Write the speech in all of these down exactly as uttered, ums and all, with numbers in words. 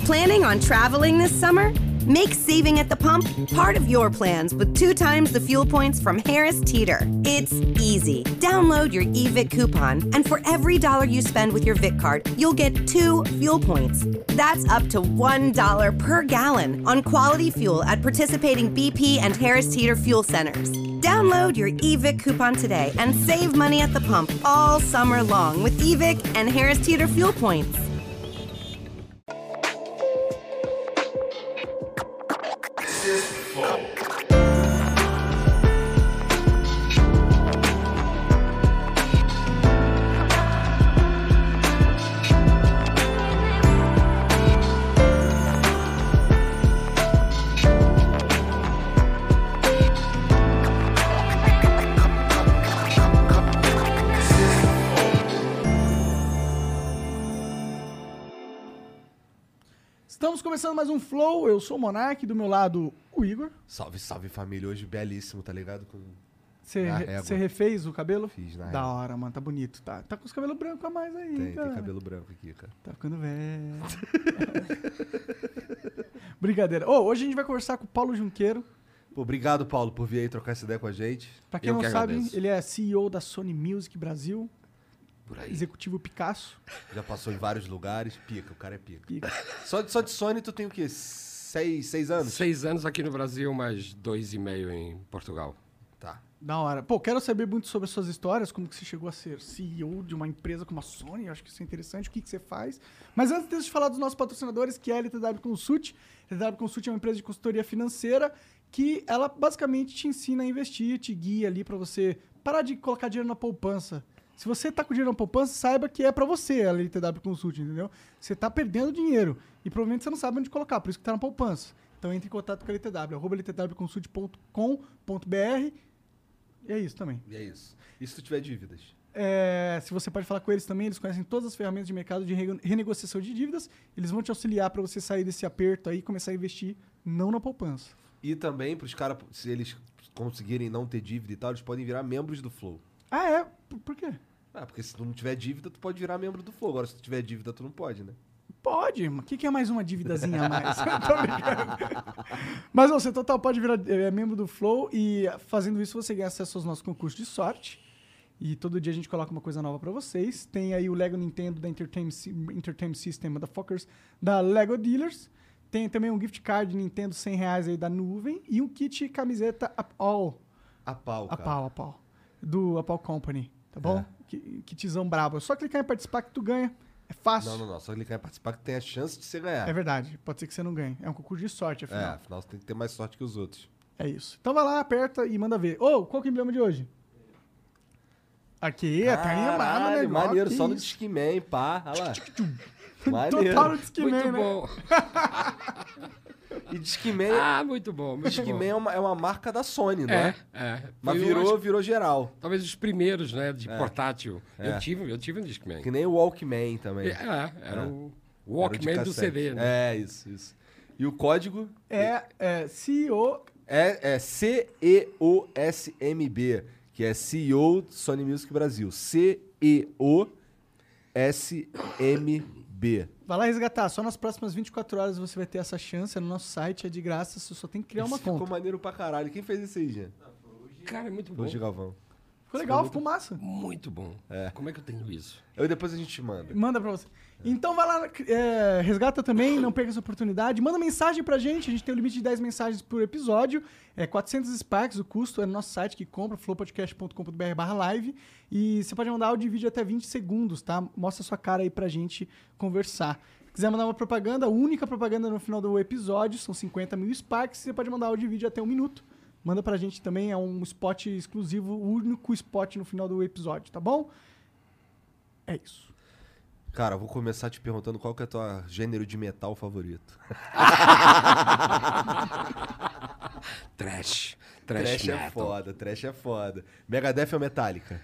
Planning on traveling this summer? Make saving at the pump part of your plans with two times the fuel points from Harris Teeter. It's easy. Download your E V I C coupon, and for every dollar you spend with your V I C card, you'll get two fuel points. That's up to one dollar per gallon on quality fuel at participating B P and Harris Teeter fuel centers. Download your E V I C coupon today and save money at the pump all summer long with E V I C and Harris Teeter fuel points. Estamos começando mais um Flow, eu sou o Monark, do meu lado o Igor. Salve, salve família, hoje belíssimo, tá ligado? Com... Você refez o cabelo? Fiz, na Da régua. hora, mano, tá bonito, tá? Tá com os cabelos brancos a mais aí, Tem, cara. tem cabelo branco aqui, cara. Tá ficando velho. Brincadeira. Ô, hoje a gente vai conversar com o Paulo Junqueiro. Pô, obrigado, Paulo, por vir aí trocar essa ideia com a gente. Pra quem Eu não que sabe, agradeço. ele é C E O da Sony Music Brasil, Por aí. executivo Picasso. Já passou em vários lugares. Pica, o cara é pica. Pica. Só, de- só de Sony tu tem o quê? Seis, seis anos? Seis anos aqui no Brasil, mais dois e meio em Portugal. Tá. Da hora. Pô, quero saber muito sobre as suas histórias, como que você chegou a ser C E O de uma empresa como a Sony, eu acho que isso é interessante, o que, que você faz. Mas antes de falar dos nossos patrocinadores, que é a L T W Consult. A L T W Consult é uma empresa de consultoria financeira que ela basicamente te ensina a investir, te guia ali pra você parar de colocar dinheiro na poupança. Se você tá com dinheiro na poupança, saiba que é pra você a L T W Consult, entendeu? Você tá perdendo dinheiro e provavelmente você não sabe onde colocar, por isso que tá na poupança. Então entre em contato com a L T W, arroba l t w consult ponto com ponto b r. E é isso também. E é isso. E se tu tiver dívidas? É, se você pode falar com eles também, eles conhecem todas as ferramentas de mercado de rego- renegociação de dívidas. Eles vão te auxiliar para você sair desse aperto aí e começar a investir não na poupança. E também pros caras, se eles conseguirem não ter dívida e tal, eles podem virar membros do Flow. Ah, é? Por, por quê? Ah, porque se tu não tiver dívida, tu pode virar membro do Flow. Agora, se tu tiver dívida, tu não pode, né? Pode, mas o que, que é mais uma dívidazinha a mais? Tô brincando. Mas ó, você total pode virar é, membro do Flow e fazendo isso você ganha acesso aos nossos concursos de sorte. E todo dia a gente coloca uma coisa nova pra vocês. Tem aí o Lego Nintendo da Entertainment, Sy- Entertainment System Motherfuckers da Lego Dealers. Tem também um gift card Nintendo cem reais aí da Nuvem e um kit camiseta Apal, A pau, cara. Apal, Apal, do Apal Company, tá bom? É. Que, kitzão brabo. É só clicar em participar que tu ganha. É fácil. Não, não, não. Só clicar em participar que tem a chance de você ganhar. É verdade. Pode ser que você não ganhe. É um concurso de sorte, É, afinal. afinal você tem que ter mais sorte que os outros. É isso. Então vai lá, aperta e manda ver. Ô, qual que é o emblema de hoje? Aqui, tá animado, né? Caralho, maneiro, Que só no isso. Discman, pá. Olha lá. Maneiro. Total no Discman, Muito né? bom. E Discman, Ah, muito bom, muito Discman bom. é, uma, é uma marca da Sony, não É, é? é. Mas Foi, eu virou, acho, virou geral. talvez os primeiros, né, de portátil. É. Eu tive, eu tive um Discman. Que nem o Walkman também. É, era É. o Era Walkman de do cassete. C D, né? É, isso, isso. E o código É, é C E O. é, é C E O S M B, que é C E O Sony Music Brasil. C E O S M B. Vai lá resgatar. Só nas próximas vinte e quatro horas você vai ter essa chance. É no nosso site, é de graça. Você só tem que criar uma Esse ficou conta. maneiro pra caralho. Quem fez isso aí, Jean? Cara, é muito bom. Hoje, Galvão. Ficou legal, ficou massa. Muito bom. É. Como é que eu tenho isso? Eu depois a gente manda. Manda pra você. Então vai lá, é, resgata também, não perca essa oportunidade. Manda mensagem pra gente, a gente tem um limite de dez mensagens por episódio. É quatrocentos Sparks, o custo é no nosso site que compra, flowpodcast ponto com ponto b r barra live. E você pode mandar áudio e vídeo até vinte segundos, tá? Mostra sua cara aí pra gente conversar. Se quiser mandar uma propaganda, a única propaganda no final do episódio, são cinquenta mil Sparks, você pode mandar áudio e vídeo até um minuto. Manda pra gente também, é um spot exclusivo, o único spot no final do episódio, tá bom? É isso. Cara, eu vou começar te perguntando qual que é o teu gênero de metal favorito. Trash. Trash, Trash é metal. foda, trash é foda. Megadeth ou Metallica?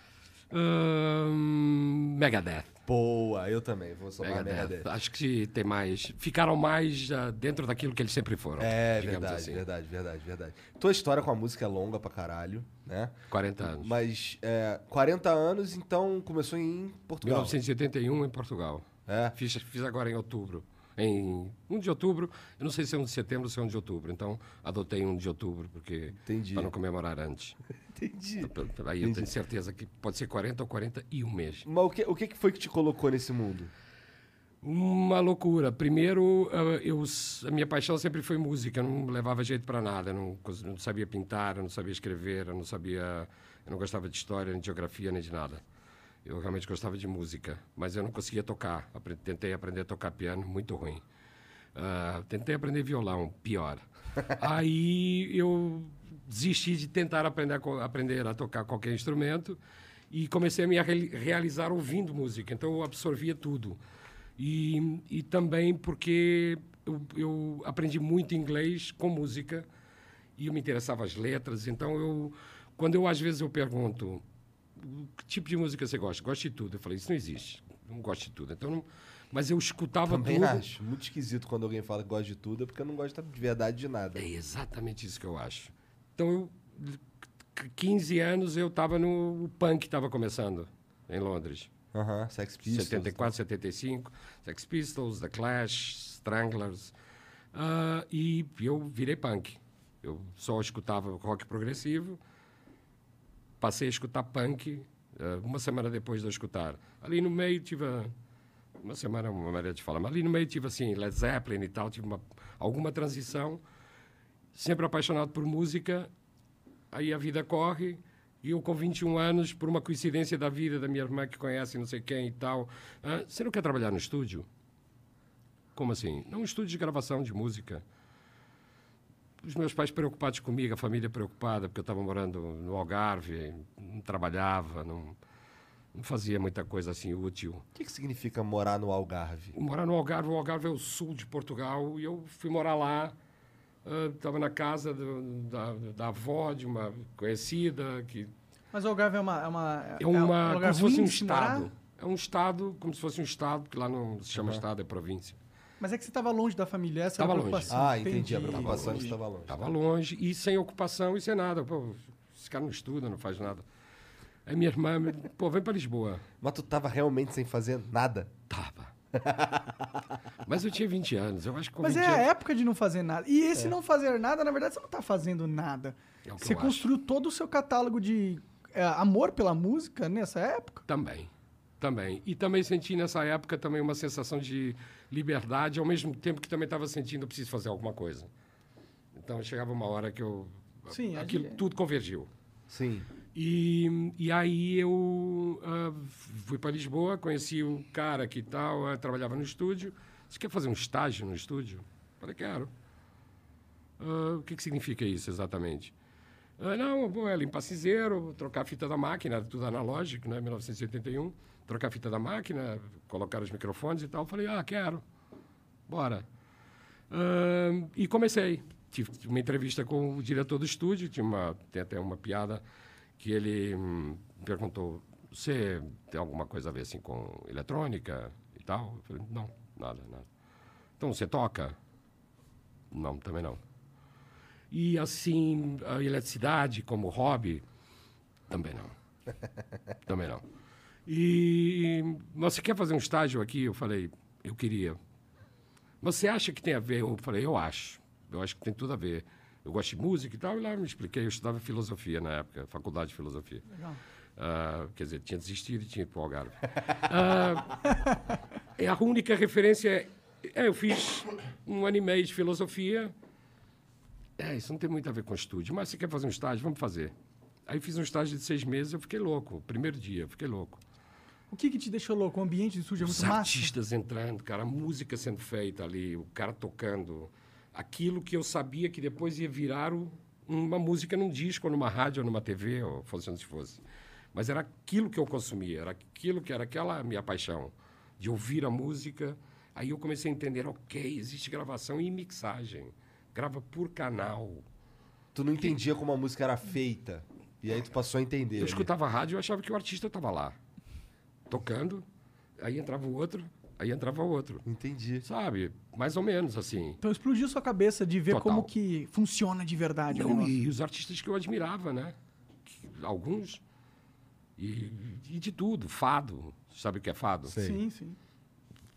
Ahn, Megadeth. Boa, eu também, vou somar Megadeth. Megadeth. Acho que tem mais. Ficaram mais ah, dentro daquilo que eles sempre foram. É, digamos verdade, assim. verdade, verdade, verdade. Tua história com a música é longa pra caralho, né? quarenta anos. Mas é, quarenta anos, então começou em mil Portugal. novecentos e oitenta e um em Portugal. É. Fiz, fiz agora em outubro. em um de outubro. Eu não sei se é um de setembro ou se é um de outubro. Então, adotei um de outubro, porque Entendi. para não comemorar antes. Entendi. Aí eu tenho certeza que pode ser quarenta ou quarenta e um mês. Mas o que, o que que foi que te colocou nesse mundo? Uma loucura. Primeiro, eh, eu, a minha paixão sempre foi música. Eu não levava jeito para nada. Eu não, cons- não sabia pintar, eu não sabia escrever, eu não sabia... Eu não gostava de história, nem de geografia, nem de nada. Eu realmente gostava de música, mas eu não conseguia tocar. Apre- Tentei aprender a tocar piano, muito ruim. Ah, tentei aprender violão, pior. Aí eu desisti de tentar aprender a, co- aprender a tocar qualquer instrumento e comecei a me reali- realizar ouvindo música. Então eu absorvia tudo. E, e também porque eu, eu aprendi muito inglês com música e eu me interessava as letras. Então eu, quando eu às vezes eu pergunto que tipo de música você gosta? Gosto de tudo. Eu falei, isso não existe. Não gosto de tudo. Então, não... Mas eu escutava Também tudo. acho muito esquisito quando alguém fala que gosta de tudo, é porque não gosta de verdade de nada. É exatamente isso que eu acho. Então, eu, c- quinze anos eu estava no o punk, estava começando em Londres. Aham, Sex Pistols. setenta e quatro, setenta e cinco, Sex Pistols, The Clash, Stranglers. Ah, e eu virei punk. Eu só escutava rock progressivo. Passei a escutar punk ah, uma semana depois de eu escutar. Ali no meio tive... a- Uma semana é uma maneira de falar, mas ali no meio tive assim, Led Zeppelin e tal, tive uma, alguma transição. Sempre apaixonado por música. Aí a vida corre... E eu, com vinte e um anos, por uma coincidência da vida, da minha irmã que conhece não sei quem e tal, ah, você não quer trabalhar no estúdio? Como assim? Não, um estúdio de gravação de música. Os meus pais preocupados comigo, a família preocupada, porque eu estava morando no Algarve, não trabalhava, não, não fazia muita coisa assim útil. O que, que significa morar no Algarve? Morar no Algarve, o Algarve é o sul de Portugal, e eu fui morar lá. Estava na casa do, da, da avó de uma conhecida que Mas o Algarve é uma... É, uma, é uma um como lugar se fosse ruim um de se morar? estado. É um estado, como se fosse um estado, porque lá não se chama estado, é província. Mas é que você estava longe da família, essa Tava era a longe. preocupação. Ah, entendi. A preocupação é que entendi. você estava longe. Estava longe e sem ocupação e sem nada. Pô, esse cara não estuda, não faz nada. Aí minha irmã, me- pô, vem para Lisboa. Mas tu tava realmente sem fazer nada? Tava. Mas eu tinha vinte anos, eu acho que com Mas vinte é a anos... época de não fazer nada. E esse não fazer nada, na verdade, você não tá fazendo nada. É o que Você eu construiu todo o seu catálogo de é, amor pela música nessa época? Também, também. E também senti nessa época também uma sensação de liberdade, ao mesmo tempo que também estava sentindo eu preciso fazer alguma coisa. Então chegava uma hora que eu... Sim, a aquilo gente- tudo convergiu. Sim. E, e aí eu ah, fui para Lisboa, conheci o cara que tal, ah, trabalhava no estúdio. Você quer fazer um estágio no estúdio? Falei, quero. Ah, o que, que significa isso exatamente? Ah, não, bom, é limpar cinzeiro, trocar a fita da máquina, era tudo analógico, né, mil novecentos e oitenta e um. Trocar a fita da máquina, colocar os microfones e tal. Falei, ah, quero. Bora. Ah, e comecei. Tive uma entrevista com o diretor do estúdio, tinha uma, tem até uma piada que ele hum, perguntou, você tem alguma coisa a ver assim com eletrônica e tal? Eu falei, não, nada, nada. Então, você toca? Não, também não. E assim, a eletricidade como hobby? Também não. Também não. E mas você quer fazer um estágio aqui? Eu falei, eu queria. Mas você acha que tem a ver? Eu falei, eu acho. Eu acho que tem tudo a ver. Eu gosto de música e tal, e lá eu me expliquei. Eu estudava filosofia na época, faculdade de filosofia. Legal. Ah, quer dizer, tinha desistido e tinha ido para o Algarve. Ah, é a única referência... É, é, eu fiz um ano e meio de filosofia. É, isso não tem muito a ver com estúdio. Mas você quer fazer um estágio? Vamos fazer. Aí fiz um estágio de seis meses, eu fiquei louco. Primeiro dia, eu fiquei louco. O que que te deixou louco? O ambiente de estúdio é muito Os massa? artistas entrando, cara, a música sendo feita ali, o cara tocando. Aquilo que eu sabia que depois ia virar o, uma música num disco, ou numa rádio, ou numa T V, ou fosse onde fosse. Mas era aquilo que eu consumia, era aquilo que era aquela minha paixão, de ouvir a música. Aí eu comecei a entender, ok, existe gravação e mixagem. Grava por canal. Tu não entendia como a música era feita. E aí tu passou a entender. Eu ali. escutava a rádio e eu achava que o artista estava lá, tocando, aí entrava o outro, aí entrava o outro. Entendi. Sabe? Mais ou menos assim. Então explodiu sua cabeça de ver Total. como que funciona de verdade. o Não, negócio. e os artistas que eu admirava, né? Que- alguns. E, e de tudo. Fado. Sabe o que é fado? Sei. Sim, sim.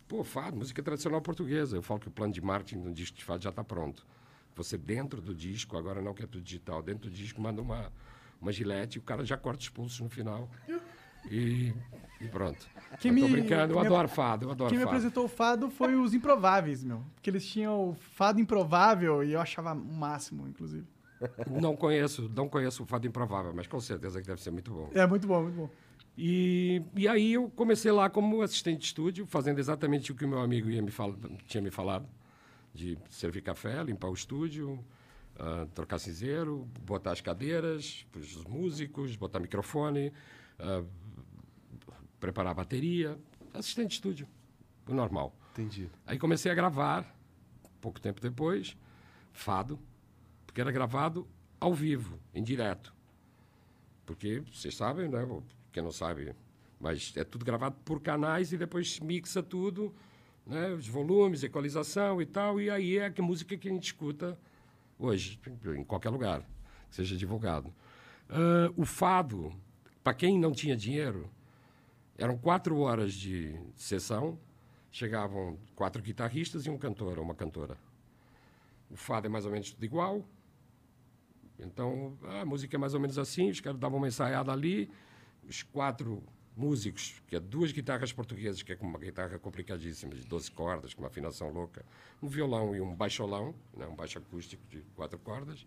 Pô, fado, música tradicional portuguesa. Eu falo que o plano de marketing do disco de fado já está pronto. Você dentro do disco, agora não que é tudo digital, dentro do disco manda uma, uma gilete e o cara já corta os pulsos no final. E, e pronto. Quem Eu tô me- brincando, eu me- adoro fado, eu adoro Quem me fado. apresentou o fado foi os Improváveis, meu. Porque eles tinham o fado improvável e eu achava o máximo, inclusive. Não conheço, não conheço o fado improvável, mas com certeza que deve ser muito bom. É muito bom, muito bom. E, e aí eu comecei lá como assistente de estúdio, fazendo exatamente o que o meu amigo ia me fal- tinha me falado, de servir café, limpar o estúdio, ah, trocar cinzeiro, botar as cadeiras para os músicos, botar microfone, ah, preparar a bateria, assistente de estúdio, o normal. Entendi. Aí comecei a gravar, pouco tempo depois, fado, porque era gravado ao vivo, em direto. Porque, vocês sabem, né? ou Quem não sabe, mas é tudo gravado por canais e depois mixa tudo, né? Os volumes, equalização e tal, e aí é a música que a gente escuta hoje, em qualquer lugar, que seja divulgado. Ah, o fado, para quem não tinha dinheiro, eram quatro horas de sessão, chegavam quatro guitarristas e um cantor ou uma cantora. O fado é mais ou menos tudo igual. Então, a música é mais ou menos assim, os caras davam uma ensaiada ali, os quatro músicos, que é duas guitarras portuguesas, que é com uma guitarra complicadíssima, de doze cordas, com uma afinação louca, um violão e um baixolão, né, um baixo acústico de quatro cordas,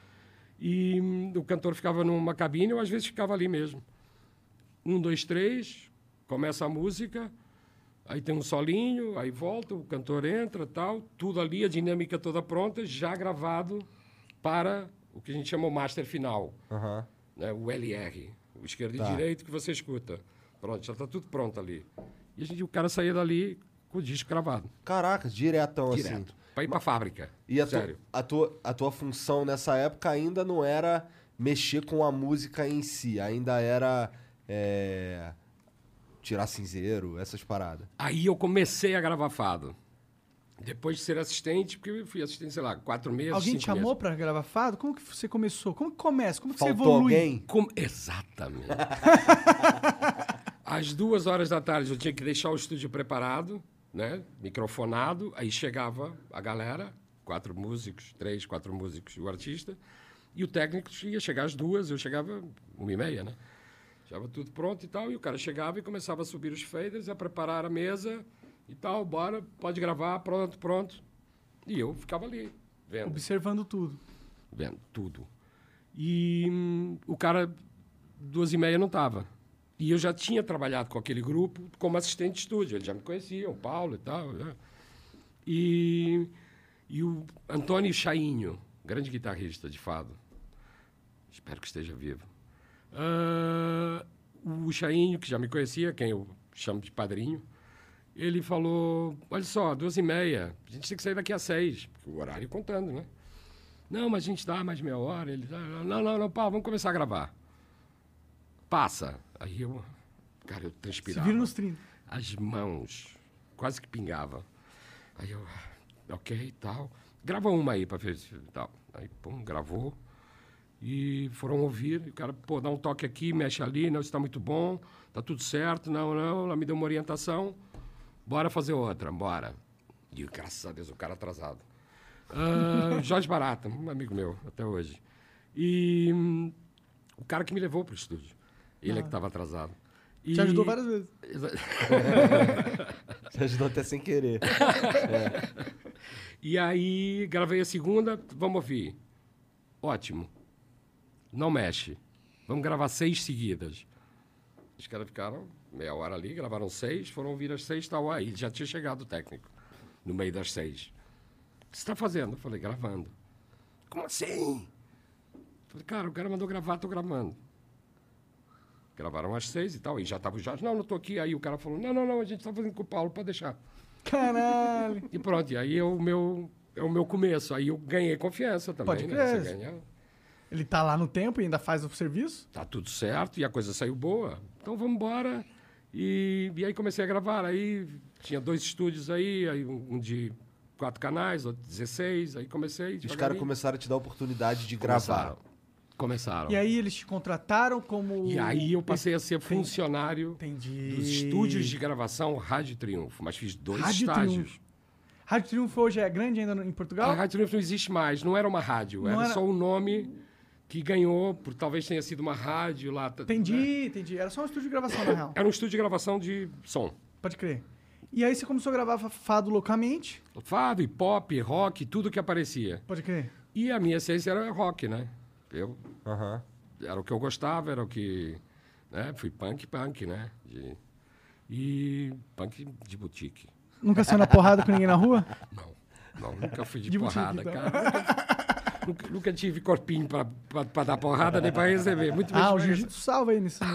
e hum, o cantor ficava numa cabine, ou às vezes ficava ali mesmo. Um, dois, três, começa a música, aí tem um solinho, aí volta, o cantor entra, tal, tudo ali, a dinâmica toda pronta, já gravado para o que a gente chama o master final, Aham. né, o L R, o esquerdo Tá. e direito que você escuta. Pronto, já está tudo pronto ali. E a gente, o cara saía dali com o disco gravado, Caraca, diretão assim. direto, para ir para a fábrica. E a, tu- Sério. a, tua, a tua função nessa época ainda não era mexer com a música em si, ainda era é, tirar cinzeiro, essas paradas. Aí eu comecei a gravar fado. Depois de ser assistente, porque eu fui assistente, sei lá, quatro meses, Alguém te cinco chamou meses. pra gravar fado? Como que você começou? Como que começa? Como que você Faltou evolui? alguém? Como- Exatamente. Às duas horas da tarde eu tinha que deixar o estúdio preparado, né? Microfonado. Aí chegava a galera, quatro músicos, três, quatro músicos e o artista. E o técnico ia chegar às duas, eu chegava uma e meia, né? Estava tudo pronto e tal. E o cara chegava e começava a subir os faders, a preparar a mesa e tal. Bora, pode gravar, pronto, pronto. E eu ficava ali, vendo. Observando tudo. Vendo tudo. E hum, o cara, duas e meia, não estava. E eu já tinha trabalhado com aquele grupo como assistente de estúdio. Eles já me conheciam, o Paulo e tal. Né? E, e o Antônio Chainho, grande guitarrista de fado. Espero que esteja vivo. Ah, o Chainho, que já me conhecia, quem eu chamo de padrinho, ele falou, olha só, duas e meia, a gente tem que sair daqui às seis, porque o horário contando, né? Não, mas a gente dá mais meia hora. Ele, não, não, não, Paulo, vamos começar a gravar. Passa. Aí eu, cara, eu Se transpirava. vira nos trinta. As mãos quase que pingava. Aí eu, ok, tal. Grava uma aí para ver se tal. Aí, pum, gravou. E foram ouvir. E o cara, pô, dá um toque aqui, mexe ali. Não, isso está muito bom. Tá tudo certo. Não, não. Ela me deu uma orientação. Bora fazer outra, bora. E graças a Deus, o cara atrasado. Ah, Jorge Barata, um amigo meu, até hoje. E hum, o cara que me levou para o estúdio. Ele é que estava atrasado. E... Te ajudou várias vezes. Exa- Você ajudou até sem querer. E aí, gravei a segunda, vamos ouvir. Ótimo. Não mexe. Vamos gravar seis seguidas. Os caras ficaram meia hora ali, gravaram seis, foram ouvir as seis, tal. Aí já tinha chegado o técnico, no meio das seis. O que você está fazendo? Eu falei, gravando. Como assim? Eu falei, cara, o cara mandou gravar, estou gravando. Gravaram às seis e tal, e já estava o Jorge. Não, não estou aqui. Aí o cara falou, não, não, não, a gente está fazendo com o Paulo, pode deixar. Caralho. E pronto, e aí é o meu, é o meu começo. Aí eu ganhei confiança também, Pode né? crer. Você ganha, Ele tá lá no tempo e ainda faz o serviço? tá tudo certo e a coisa saiu boa. Então vamos embora. E, e aí comecei a gravar. Aí tinha dois estúdios aí, aí um, um de quatro canais, outro de dezesseis. Aí comecei. Os caras devagarinho. começaram a te dar a oportunidade de gravar. Começaram. Começaram. E aí eles te contrataram como... E aí eu passei a ser funcionário Entendi. dos estúdios de gravação Rádio Triunfo, mas fiz dois Rádio estágios. Triunfo. Rádio Triunfo hoje é grande ainda no- em Portugal? A Rádio Triunfo não existe mais, não era uma rádio, Não era, era- só o nome que ganhou, por talvez tenha sido uma rádio lá. tá- Entendi, né? entendi. Era só um estúdio de gravação, na real. Era um estúdio de gravação de som. Pode crer. E aí você começou a gravar fa- fado loucamente? Fado, e pop, rock, tudo que aparecia. Pode crer. E a minha essência era rock, né? Eu, Aham. era o que eu gostava, era o que... Né? Fui punk, punk, né? De, e punk de boutique. Nunca saiu na porrada com ninguém na rua? Não, não, nunca fui de, De boutique, porrada, então. cara. Nunca, nunca, nunca tive corpinho pra, pra, pra dar porrada nem pra receber. Muito bem. Ah, o jiu-jitsu salva aí nisso.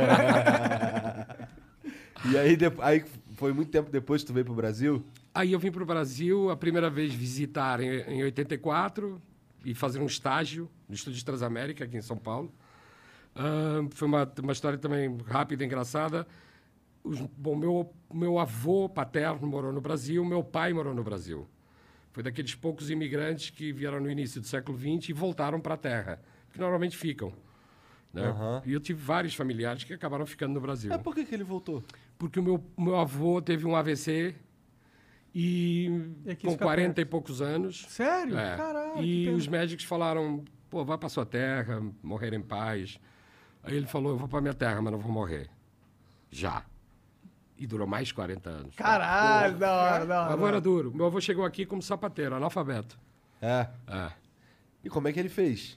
E aí, depo- aí foi muito tempo depois que tu veio pro Brasil? Aí eu vim pro Brasil, a primeira vez visitar em, em oitenta e quatro e fazer um estágio no Estúdio de Transamérica, aqui em São Paulo. Ah, foi uma, uma história também rápida e engraçada. Os, bom, meu, meu avô paterno morou no Brasil, meu pai morou no Brasil. Foi daqueles poucos imigrantes que vieram no início do século vinte e voltaram para a terra, que normalmente ficam. Né? Aham. E eu tive vários familiares que acabaram ficando no Brasil. Mas por que, que ele voltou? Porque o meu, meu avô teve um A V C e, E aqui com fica quarenta perto. e poucos anos. Sério? É. Caralho, que E pena. os médicos falaram, pô, vai para sua terra, morrer em paz. Aí ele falou, eu vou para minha terra, mas não vou morrer. Já. E durou mais quarenta anos. Caralho, da hora, da Meu hora. avô era duro. Meu avô chegou aqui como sapateiro, analfabeto. É. É. E como é que ele fez?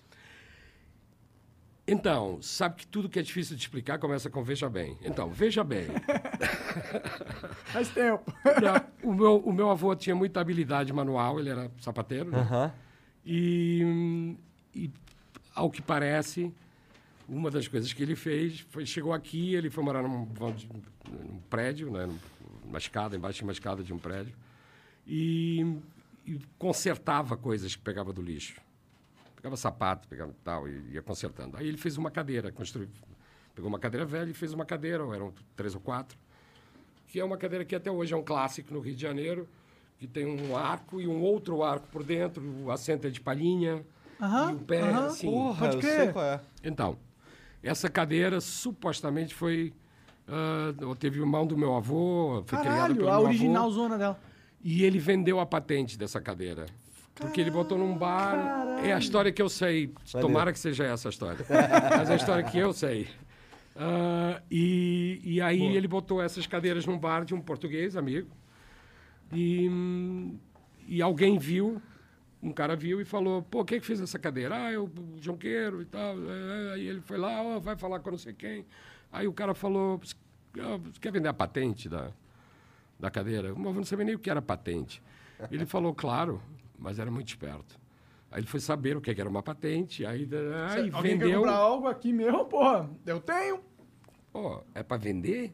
Então, sabe que tudo que é difícil de explicar começa com veja bem. Então, veja bem. Faz tempo. Não, o, meu, o meu avô tinha muita habilidade manual, ele era sapateiro, né? Aham. E, e, ao que parece, uma das coisas que ele fez foi, chegou aqui, ele foi morar num, num prédio, né? Numa escada, embaixo de uma escada de um prédio, e, e consertava coisas que pegava do lixo. Pegava sapato, pegava tal, e ia consertando. Aí ele fez uma cadeira, construiu, pegou uma cadeira velha e fez uma cadeira, ou eram três ou quatro, que é uma cadeira que até hoje é um clássico no Rio de Janeiro, que tem um arco e um outro arco por dentro, o assento é de palhinha, Aham, e o pé, aham. assim. Porra, Pode eu crer. sei qual é. Então, essa cadeira supostamente foi... ah, teve o irmão do meu avô, foi criada Caralho, pelo a meu avô, original zona dela. e ele vendeu a patente dessa cadeira. Porque ele botou num bar... É a história que eu sei. Tomara que seja essa a história. Mas é a história que eu sei. Ah, e, e aí ele botou essas cadeiras num bar de um português, amigo. E, hum, e alguém viu, um cara viu e falou, pô, quem é que fez essa cadeira? Ah, eu, o Jonqueiro e tal. É, aí ele foi lá, ó, vai falar com não sei quem. Aí o cara falou, "Ah, você quer vender a patente da, da cadeira? Mas eu não sabia nem o que era patente. Ele falou, claro, mas era muito esperto. Aí ele foi saber o que era uma patente, aí, aí Alguém quer vendeu. comprar algo aqui mesmo, porra? Eu tenho. Pô, é para vender?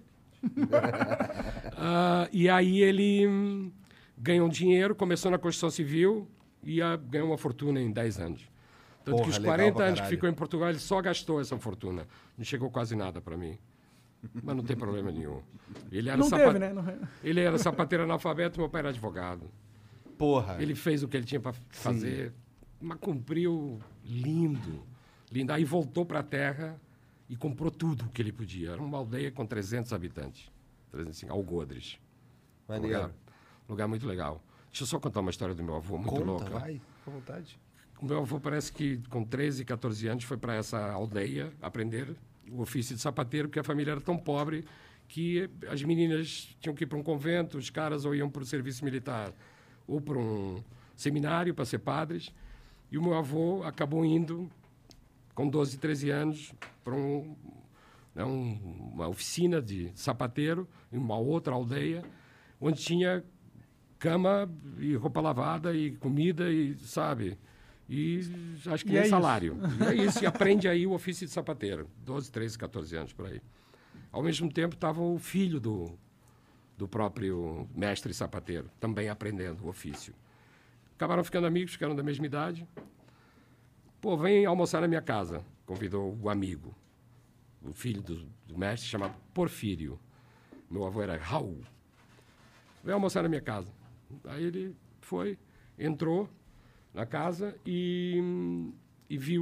Ah, e aí ele hum, ganhou dinheiro, começou na construção civil e ah, ganhou uma fortuna em dez anos. Tanto Porra, que os legal quarenta pra anos que caralho. ficou em Portugal, ele só gastou essa fortuna. Não chegou quase nada para mim. Mas não tem problema nenhum. Ele era, Não sapa- teve, né? Não... ele era sapateiro analfabeto, meu pai era advogado. Porra. Ele fez o que ele tinha para fazer, mas cumpriu lindo, lindo. Aí voltou para a terra e comprou tudo o que ele podia. Era uma aldeia com trezentos habitantes, trezentos e cinco, Algodres. Um Maneiro. lugar, lugar muito legal. Deixa eu só contar uma história do meu avô, muito Conta, louca. vai. Com vontade. O meu avô parece que com treze, catorze anos foi para essa aldeia aprender o ofício de sapateiro, porque a família era tão pobre que as meninas tinham que ir para um convento, os caras ou iam para o serviço militar ou para um seminário para ser padres. E o meu avô acabou indo, com doze, treze anos, para um, né, um, uma oficina de sapateiro em uma outra aldeia, onde tinha cama e roupa lavada e comida e, sabe... E acho que E nem é isso. salário. E é isso, e aprende aí o ofício de sapateiro. doze, treze, catorze anos, por aí. Ao mesmo tempo, estava o filho do, do próprio mestre sapateiro, também aprendendo o ofício. Acabaram ficando amigos, ficaram da mesma idade. Pô, vem almoçar na minha casa, convidou o amigo. O filho do, do mestre, chamado Porfírio. Meu avô era Raul. Vem almoçar na minha casa. Aí ele foi, entrou na casa e, e viu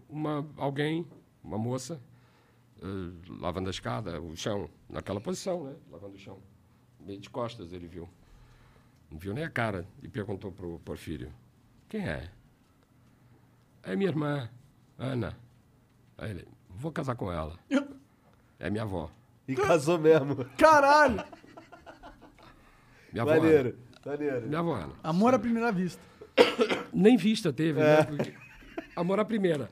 uma, alguém, uma moça, uh, lavando a escada, o chão, naquela posição, né? Lavando o chão. Meio de costas ele viu. Não viu nem a cara. E perguntou para o Porfírio, quem é? É minha irmã, Ana. Aí ele, vou casar com ela. É minha avó. E casou mesmo. Caralho! Minha avó Maneiro, Ana. maneiro. Minha avó Ana. Amor à primeira vista. Nem vista teve, né? Porque... Amor à primeira.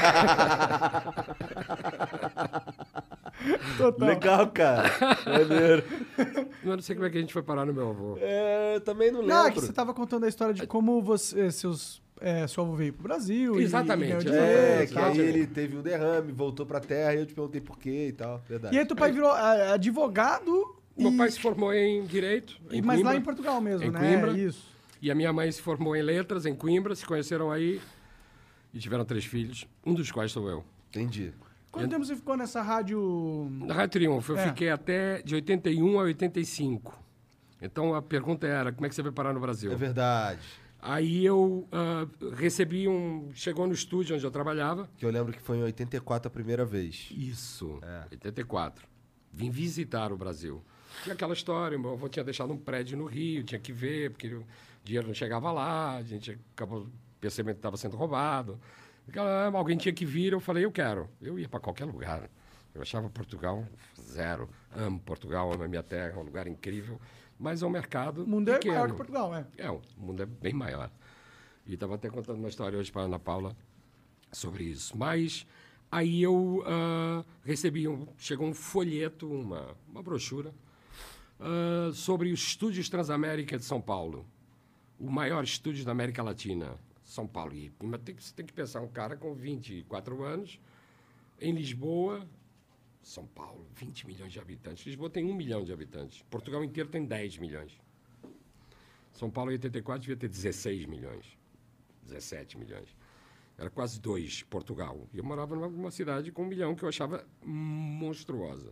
Total. Legal, cara. Maneiro. Eu não sei como é que a gente foi parar no meu avô. É, eu também não Não, é que lembro. você tava contando a história de como você, seus, é, seu avô veio pro Brasil. e- Exatamente, E, ganhou É, dinheiro e que tal. aí ele teve um derrame, voltou pra terra e eu te perguntei por quê e tal. Verdade. E aí teu pai virou ah, advogado. Meu e- pai se formou em Direito, e- em mas lá Coimbra, em Portugal mesmo, Em né? Coimbra. Isso. e a minha mãe se formou em Letras, em Coimbra, se conheceram aí e tiveram três filhos, um dos quais sou eu. Entendi. Quanto tempo você ficou nessa rádio? Na Rádio Triunfo, eu É. fiquei até de oitenta e um a oitenta e cinco. Então a pergunta era, como é que você vai parar no Brasil? É verdade. Aí eu ah, recebi um... Chegou no estúdio onde eu trabalhava. Que eu lembro que foi em oitenta e quatro a primeira vez. Isso, É. oitenta e quatro. Vim visitar o Brasil. E aquela história, meu avô tinha deixado um prédio no Rio, tinha que ver, porque o dinheiro não chegava lá, a gente acabou percebendo que estava sendo roubado. Aquela- Alguém tinha que vir, eu falei, eu quero. Eu ia para qualquer lugar. Eu achava Portugal zero. Amo Portugal, amo a minha terra, é um lugar incrível. Mas é um mercado O mundo pequeno. é maior que Portugal, é. É, o mundo é bem maior. E estava até contando uma história hoje para a Ana Paula sobre isso. Mas aí eu ah, recebi, um, chegou um folheto, uma, uma brochura, ah, sobre os Estúdios Transamérica de São Paulo. O maior estúdio da América Latina, São Paulo. E mas tem, que- você tem que pensar, um cara com vinte e quatro anos, em Lisboa, São Paulo, vinte milhões de habitantes. Lisboa tem um milhão de habitantes. Portugal inteiro tem dez milhões. São Paulo, em oitenta e quatro, devia ter dezesseis milhões. dezessete milhões. Era quase dois, Portugal. E eu morava numa, numa cidade com um milhão que eu achava monstruosa.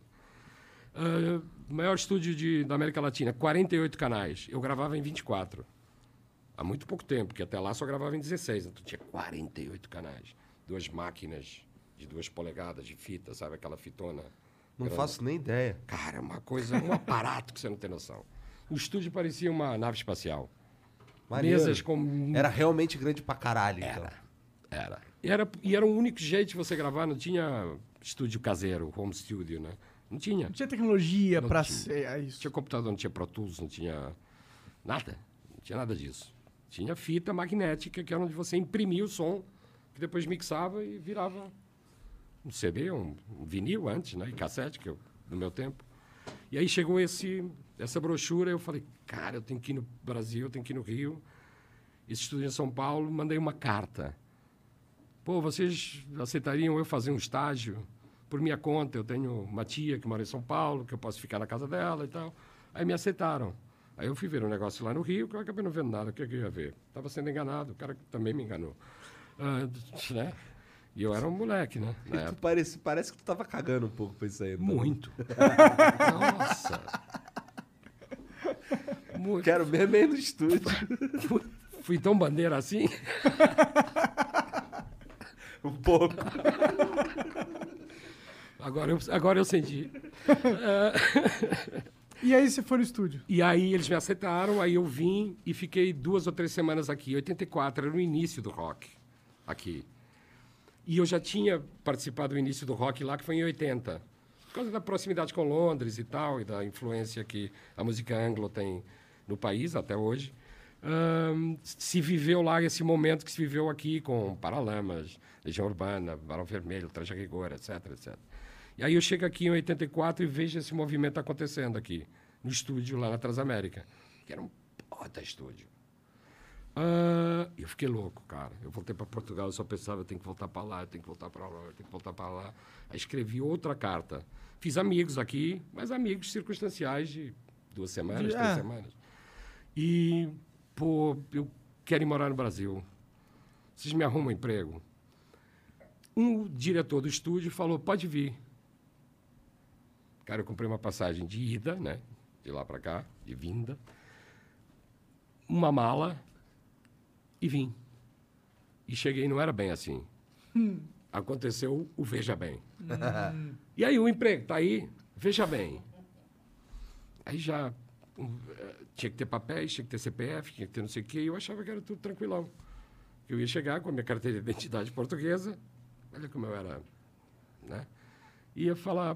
Ah, maior estúdio de, da América Latina, quarenta e oito canais. Eu gravava em vinte e quatro. Há muito pouco tempo, porque até lá só gravava em dezesseis. Então tinha quarenta e oito canais. Duas máquinas de duas polegadas de fita, sabe? Aquela fitona. Não grande. faço nem ideia. Cara, uma coisa, um aparato que você não tem noção. O estúdio parecia uma nave espacial. Maneiro. Mesas com... Era realmente grande pra caralho, então. Era, era. E era. E era o único jeito de você gravar, não tinha estúdio caseiro, home studio, né? Não tinha. Não tinha tecnologia Não pra tinha. ser é Não isso. tinha computador, não tinha Pro Tools, não tinha nada. Não tinha nada disso. Tinha fita magnética, que era onde você imprimia o som, que depois mixava e virava um C D, um, um vinil antes, né? E cassete, que eu, no meu tempo. E aí chegou esse, essa brochura, eu falei, cara, eu tenho que ir no Brasil, eu tenho que ir no Rio. Esse estúdio em São Paulo, mandei uma carta. Pô, vocês aceitariam eu fazer um estágio por minha conta? Eu tenho uma tia que mora em São Paulo, que eu posso ficar na casa dela e tal. Aí me aceitaram. Aí eu fui ver um negócio lá no Rio, que eu acabei não vendo nada. O que, que eu ia ver? Estava sendo enganado, o cara também me enganou. Ah, né? E eu era um moleque, né? Na Tu época. parece, parece que tu tava cagando um pouco pra isso aí. não? Muito. Nossa. Muito. Quero mesmo ir no estúdio. Fui, fui tão bandeira assim. Um pouco. Agora eu, agora eu senti. E aí você foi no estúdio? E aí eles me aceitaram, aí eu vim e fiquei duas ou três semanas aqui. Em oitenta e quatro, era o início do rock aqui. E eu já tinha participado do início do rock lá, que foi em oitenta. Por causa da proximidade com Londres e tal, e da influência que a música anglo tem no país até hoje. Ahn, se viveu lá esse momento que se viveu aqui com Paralamas, Legião Urbana, Barão Vermelho, Traje a Rigor, etc, etcétera. E aí eu chego aqui em oitenta e quatro e vejo esse movimento acontecendo aqui, no estúdio lá na Transamérica, que era um puta estúdio. Ah, eu fiquei louco, cara. Eu voltei para Portugal, eu só pensava, eu tenho que voltar para lá, eu tenho que voltar para lá, eu tenho que voltar para lá. Aí escrevi outra carta. Fiz amigos aqui, mas amigos circunstanciais de duas semanas, De- três é. semanas. E, pô, eu quero ir morar no Brasil. Vocês me arrumam um emprego? Um diretor do estúdio falou, pode vir. Cara, eu comprei uma passagem de ida, né? De lá para cá, de vinda. Uma mala e vim. E cheguei, não era bem assim. aconteceu o Veja Bem. E aí o emprego tá aí, Veja Bem. Aí já um, tinha que ter papéis, tinha que ter C P F, tinha que ter não sei o quê, e eu achava que era tudo tranquilão. Eu ia chegar com a minha carteira de identidade portuguesa, olha como eu era, né? Ia falar...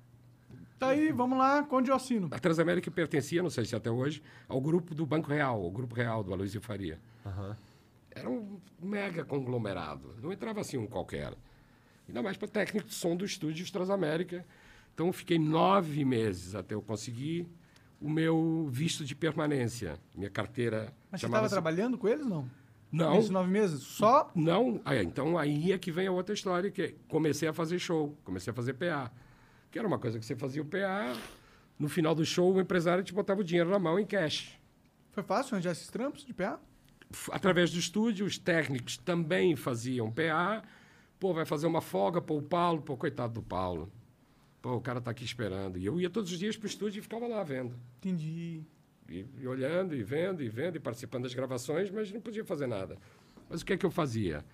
Tá aí, vamos lá, onde eu assino? A Transamérica pertencia, não sei se até hoje, ao grupo do Banco Real, o Grupo Real do Aloysio Faria. Aham. Era um mega conglomerado. Não entrava assim um qualquer. Ainda mais para técnico de som do estúdio Transamérica. Então, eu fiquei nove meses até eu conseguir o meu visto de permanência. Minha carteira... Mas você estava chamava-se- trabalhando com eles, não? Não. Nesses nove meses? Só? Não. Ah, é, então, aí é que vem a outra história, que é, comecei a fazer show. Comecei a fazer P A. Que era uma coisa que você fazia o P A... No final do show, o empresário te botava o dinheiro na mão em cash. Foi fácil arranjar esses trampos de P A? Através do estúdio, os técnicos também faziam P A. Pô, vai fazer uma folga, pô, o Paulo, pô, coitado do Paulo. Pô, o cara tá aqui esperando. E eu ia todos os dias pro estúdio e ficava lá vendo. Entendi. E, e olhando, e vendo, e vendo, e participando das gravações, mas não podia fazer nada. Mas o que é que eu fazia?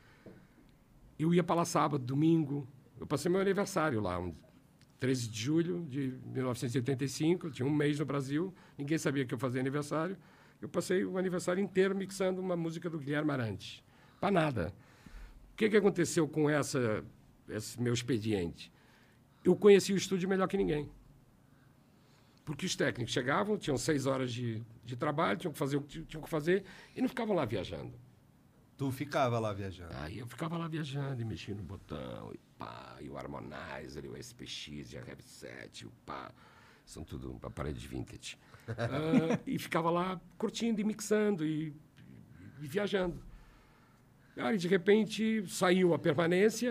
Eu ia para lá sábado, domingo. Eu passei meu aniversário lá, um treze de julho de mil novecentos e oitenta e cinco. Eu tinha um mês no Brasil, ninguém sabia que eu fazia aniversário. Eu passei o aniversário inteiro mixando uma música do Guilherme Arantes. Para nada. O que, que aconteceu com essa, esse meu expediente? Eu conheci o estúdio melhor que ninguém. Porque os técnicos chegavam, tinham seis horas de, de trabalho, tinham que fazer o que tinham que fazer, e não ficavam lá viajando. Tu ficava lá viajando. Aí eu ficava lá viajando e mexia no botão, e pá, e o Harmonizer, e o S P X, e a Rev sete, e o pá. São tudo aparelhos vintage. Ah, e ficava lá curtindo e mixando e, e viajando. Aí, de repente, saiu a permanência,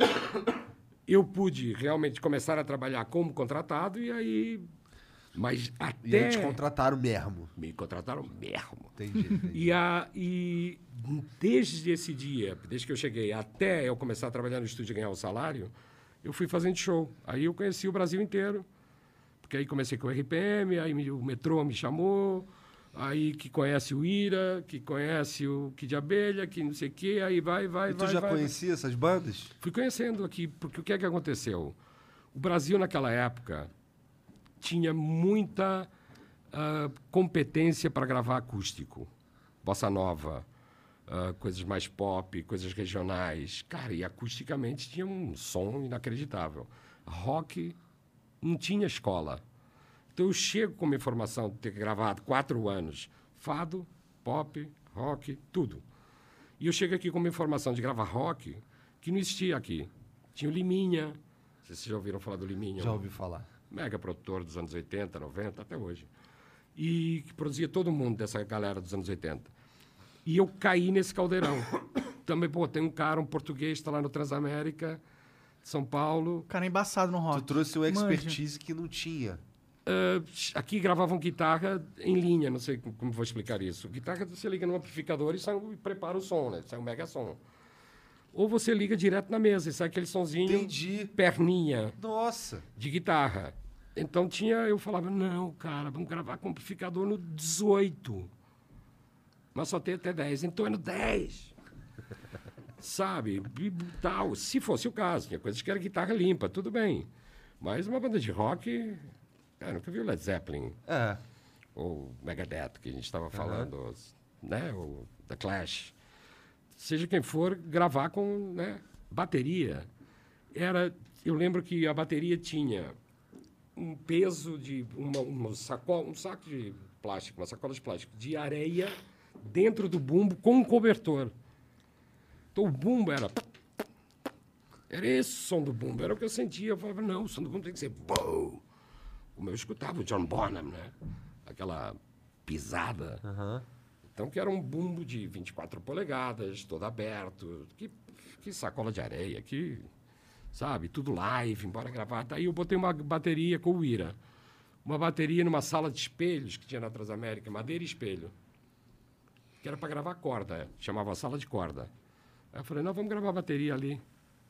eu pude realmente começar a trabalhar como contratado, e aí... Mas E até... eles te contrataram mesmo. Me contrataram mesmo. Entendi, entendi. E, a, e desde esse dia, desde que eu cheguei até eu começar a trabalhar no estúdio e ganhar o salário, eu fui fazendo show. Aí eu conheci o Brasil inteiro. Porque aí comecei com o R P M, aí me- o Metrô me chamou, aí que conhece o Ira, que conhece o Kid Abelha, que não sei o quê, aí vai, vai, E tu vai. já vai, conhecia essas bandas? vai. Fui conhecendo aqui, porque o que é que aconteceu? O Brasil, naquela época, tinha muita ah, competência para gravar acústico. Bossa nova, ah, coisas mais pop, coisas regionais. Cara, e acusticamente tinha um som inacreditável. Rock não tinha escola. Então eu chego com uma informação de ter gravado quatro anos fado, pop, rock, tudo. E eu chego aqui com uma informação de gravar rock que não existia aqui. Tinha o Liminha. Não sei se vocês já ouviram falar do Liminha. Já um ouvi falar. Mega produtor dos anos oitenta, noventa, até hoje. E que produzia todo mundo dessa galera dos anos oitenta. E eu caí nesse caldeirão. Também, pô, tem um cara, um português, está lá no Transamérica, de São Paulo. O cara é embaçado no rock. Tu trouxe o Manja. expertise que não tinha. Ah, aqui gravavam guitarra em linha, não sei como, como vou explicar isso. Guitarra você liga no amplificador e, sai, um- e prepara o som, né? Sai um mega som. Ou você liga direto na mesa e sai aquele sonzinho, Entendi. perninha Nossa. de guitarra. Então tinha, eu falava, não, cara, vamos gravar com amplificador no dezoito. Mas só tem até dez, então é no dez. Sabe? E tal. Se fosse o caso, tinha coisas que era guitarra limpa, tudo bem. Mas uma banda de rock, cara, nunca viu Led Zeppelin É. ou Megadeth, que a gente estava falando, né? Ou The Clash. Seja quem for, gravar com, né, bateria. Era, eu lembro que a bateria tinha um peso de uma, uma sacola, um saco de plástico, uma sacola de plástico de areia dentro do bumbo com um cobertor. Então o bumbo era era esse o som do bumbo, era o que eu sentia. Eu falava, não, o som do bumbo tem que ser bom. Como eu escutava o John Bonham, né? Aquela pisada. Aham. Então, que era um bumbo de vinte e quatro polegadas, todo aberto. Que, que sacola de areia, que, sabe, tudo live, embora gravata. Aí eu botei uma bateria com o Ira. Uma bateria numa sala de espelhos que tinha na Transamérica, madeira e espelho. Que era para gravar corda, chamava sala de corda. Aí eu falei, não, vamos gravar bateria ali.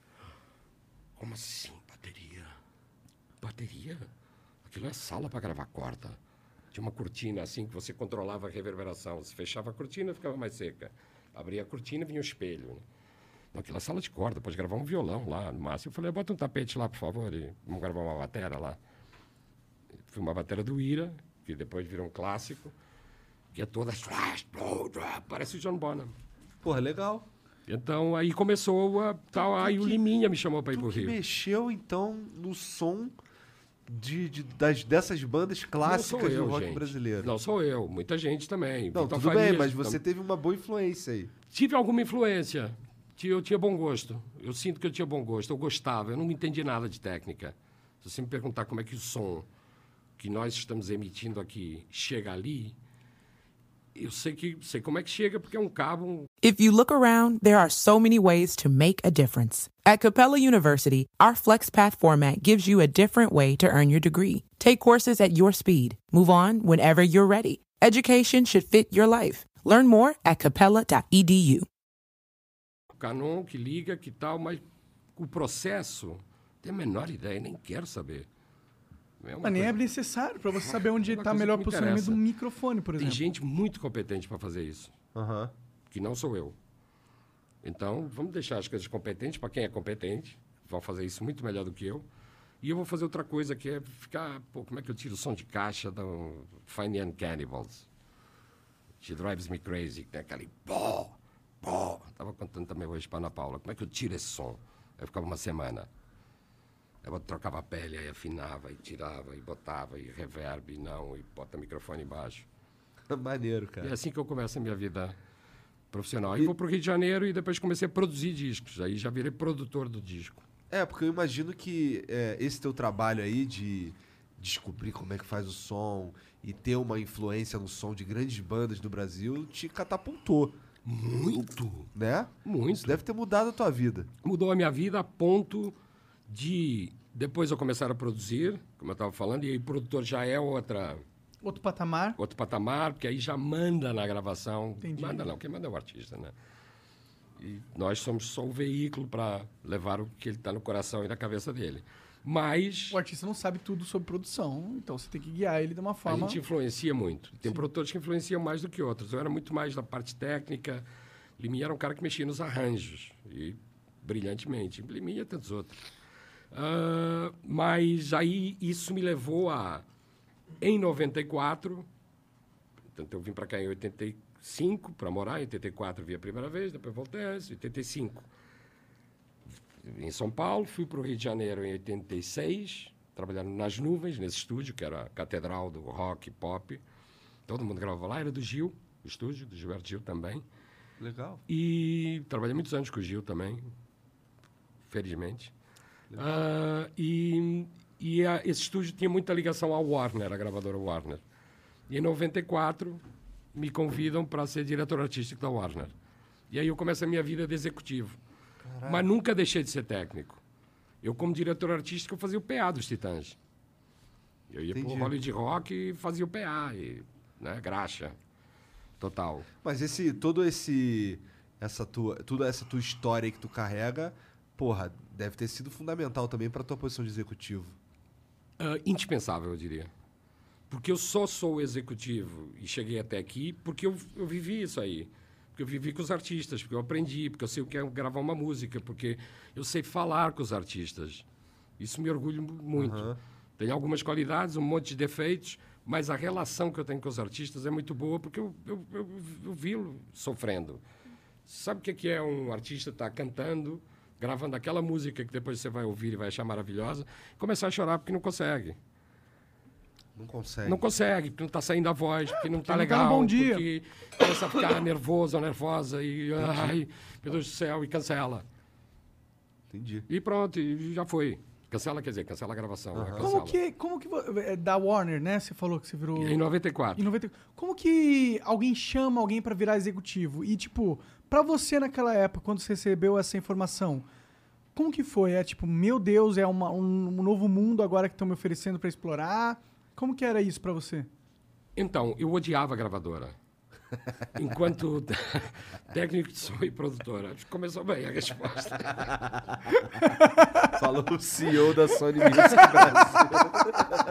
Como assim, bateria? Bateria? Aquilo é sala para gravar corda. Tinha uma cortina assim que você controlava a reverberação. Se fechava a cortina, ficava mais seca. Abria a cortina, vinha o espelho. Aquela sala de corda, pode gravar um violão lá, no máximo. Eu falei, bota um tapete lá, por favor, e vamos gravar uma bateria lá. Foi uma bateria do Ira, que depois virou um clássico, que é toda... Parece o John Bonham. Porra, legal. Então, aí começou a... Tal, aí que, o Liminha me chamou para ir tu pro que Rio. mexeu, então, no som de, de, das, dessas bandas clássicas eu, do rock gente. brasileiro. Não sou eu, muita gente também. Não, Vitor tudo Farias, bem, mas você tam- teve uma boa influência aí. Tive alguma influência. Ti- Eu tinha bom gosto. Eu sinto que eu tinha bom gosto. Eu gostava. Eu não entendi nada de técnica. Se você me perguntar como é que o som que nós estamos emitindo aqui chega ali, eu sei que sei como é que chega, porque é um cabo. Um... If you look around, there are so many ways to make a difference. At Capella University, our FlexPath format gives you a different way to earn your degree. Take courses at your speed. Move on whenever you're ready. Education should fit your life. Learn more at capella dot e d u. Canon que liga, que tal, mas o processo, tenho a menor ideia, nem quero saber. É uma Mas nem é coisa- necessário pra você saber onde É uma está coisa melhor que me posicionamento do interessa. microfone, por Tem exemplo. gente muito competente para fazer isso, Aham. que não sou eu. Então, vamos deixar as coisas competentes para quem é competente, vão fazer isso muito melhor do que eu. E eu vou fazer outra coisa, que é ficar... Pô, como é que eu tiro o som de caixa do Fine Young Cannibals? She Drives Me Crazy, que tem aquele... Pó, pó. Estava contando também hoje para Ana Paula. Como é que eu tiro esse som? Aí eu ficava uma semana. Eu trocava a pele, aí afinava, e tirava, e botava, e reverb, e não, e bota o microfone embaixo. Maneiro, E cara. é assim que eu começo a minha vida profissional. Aí vou para o Rio de Janeiro e depois comecei a produzir discos. Aí já virei produtor do disco. É, porque eu imagino que é, esse teu trabalho aí de descobrir como é que faz o som e ter uma influência no som de grandes bandas do Brasil te catapultou, Muito, né? muito. Isso deve ter mudado a tua vida. Mudou a minha vida a ponto de... Depois eu começar a produzir, como eu estava falando, e aí o produtor já é outra, Outro patamar. outro patamar, porque aí já manda na gravação. Entendi. Manda não, quem manda é o artista, né? E nós somos só o veículo para levar o que ele está no coração e na cabeça dele. Mas O artista não sabe tudo sobre produção, então você tem que guiar ele de uma a forma... gente influencia muito. Tem produtores que influenciam mais do que outros. Eu era muito mais da parte técnica. Liminha era um cara que mexia nos arranjos, e brilhantemente. Liminha e tantos outros. Ah, mas aí isso me levou a... Em noventa e quatro, portanto, eu vim para cá em oitenta e cinco para morar. Em oitenta e quatro vi a primeira vez, depois voltei. Em oitenta e cinco, em São Paulo. Fui para o Rio de Janeiro em oitenta e seis, trabalhando nas nuvens, nesse estúdio, que era a catedral do rock pop. Todo mundo gravava lá, era do Gil, o estúdio, do Gilberto Gil também. Legal. E trabalhei muitos anos com o Gil também, felizmente. Ah, e e a, esse estúdio tinha muita ligação à Warner, a gravadora Warner. E em noventa e quatro me convidam para ser diretor artístico da Warner. E aí eu começo a minha vida de executivo. Caralho. Mas nunca deixei de ser técnico. Eu, como diretor artístico, eu fazia o P A dos Titãs. Eu ia para o Entendi. Hollywood Rock e fazia o P A, e, né, graxa, total. Mas esse, todo esse, essa tua, toda essa tua história aí que tu carrega, porra, deve ter sido fundamental também pra tua posição de executivo. Uh, indispensável, eu diria. Porque eu só sou executivo e cheguei até aqui porque eu, eu vivi isso aí. Porque eu vivi com os artistas, porque eu aprendi, porque eu sei o que é gravar uma música, porque eu sei falar com os artistas. Isso me orgulha muito. Uhum. Tem algumas qualidades, um monte de defeitos, mas a relação que eu tenho com os artistas é muito boa porque eu, eu, eu, eu vi-lo sofrendo. Sabe o que é, que é um artista estar cantando, gravando aquela música que depois você vai ouvir e vai achar maravilhosa, e começar a chorar porque não consegue. Não consegue. Não consegue, porque não está saindo a voz, porque não está não tá no legal, bom dia. porque começa a ficar nervoso ou nervosa e, ai, meu Deus do céu, e cancela. Entendi. E pronto, e já foi. Cancela, quer dizer, cancela a gravação. né? Como Cancela. que, como que... vo- é, Da Warner, né? Você falou que você virou... Em noventa e quatro. Em noventa... Como que alguém chama alguém pra virar executivo? E, tipo, pra você naquela época, quando você recebeu essa informação, como que foi? É tipo, meu Deus, é uma- um, um novo mundo agora que estão me oferecendo pra explorar? Como que era isso pra você? Então, eu odiava a gravadora. Enquanto técnico de som e produtora. Começou bem a resposta. Falou o C E O da Sony Music Brasil.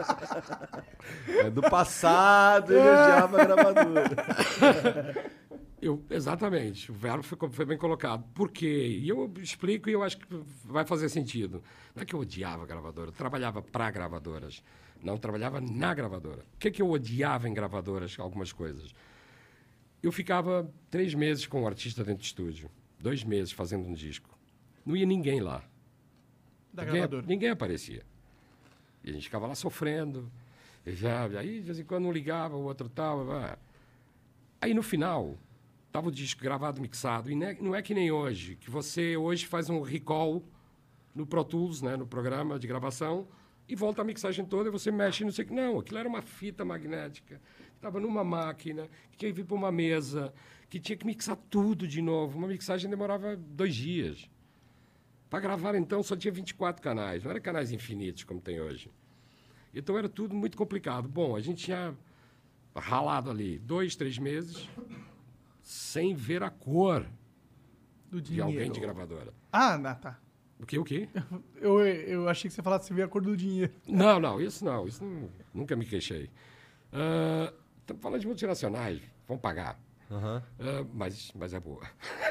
É do passado, ele odiava a gravadora. Eu, exatamente, o verbo foi, foi bem colocado. Por quê? E eu explico e eu acho que vai fazer sentido. Não é que eu odiava a gravadora, eu trabalhava para gravadoras, não trabalhava na gravadora. O que é que eu odiava em gravadoras? Algumas coisas. Eu ficava três meses com o artista dentro do estúdio, dois meses fazendo um disco. Não ia ninguém lá. Da ninguém, gravadora. ninguém aparecia. E a gente ficava lá sofrendo. E já, aí, de vez em quando, um ligava, o outro tal. Blá. Aí, no final, estava o disco gravado, mixado. E não é, não é que nem hoje, que você hoje faz um recall no Pro Tools, né, no programa de gravação, e volta a mixagem toda e você mexe não sei o que. Não, aquilo era uma fita magnética. Estava numa máquina, que tinha que vir para uma mesa, que tinha que mixar tudo de novo. Uma mixagem demorava dois dias. Para gravar, então, só tinha vinte e quatro canais. Não eram canais infinitos, como tem hoje. Então, era tudo muito complicado. Bom, a gente tinha ralado ali dois, três meses sem ver a cor Do de dinheiro. alguém de gravadora. Ah, não, tá. O quê, o quê? Eu, eu achei que você falasse ver a cor do dinheiro. Não, não, isso não. Isso não, nunca me queixei. Uh, estamos falando de multinacionais, vão pagar. Aham. Uh, mas, mas é boa.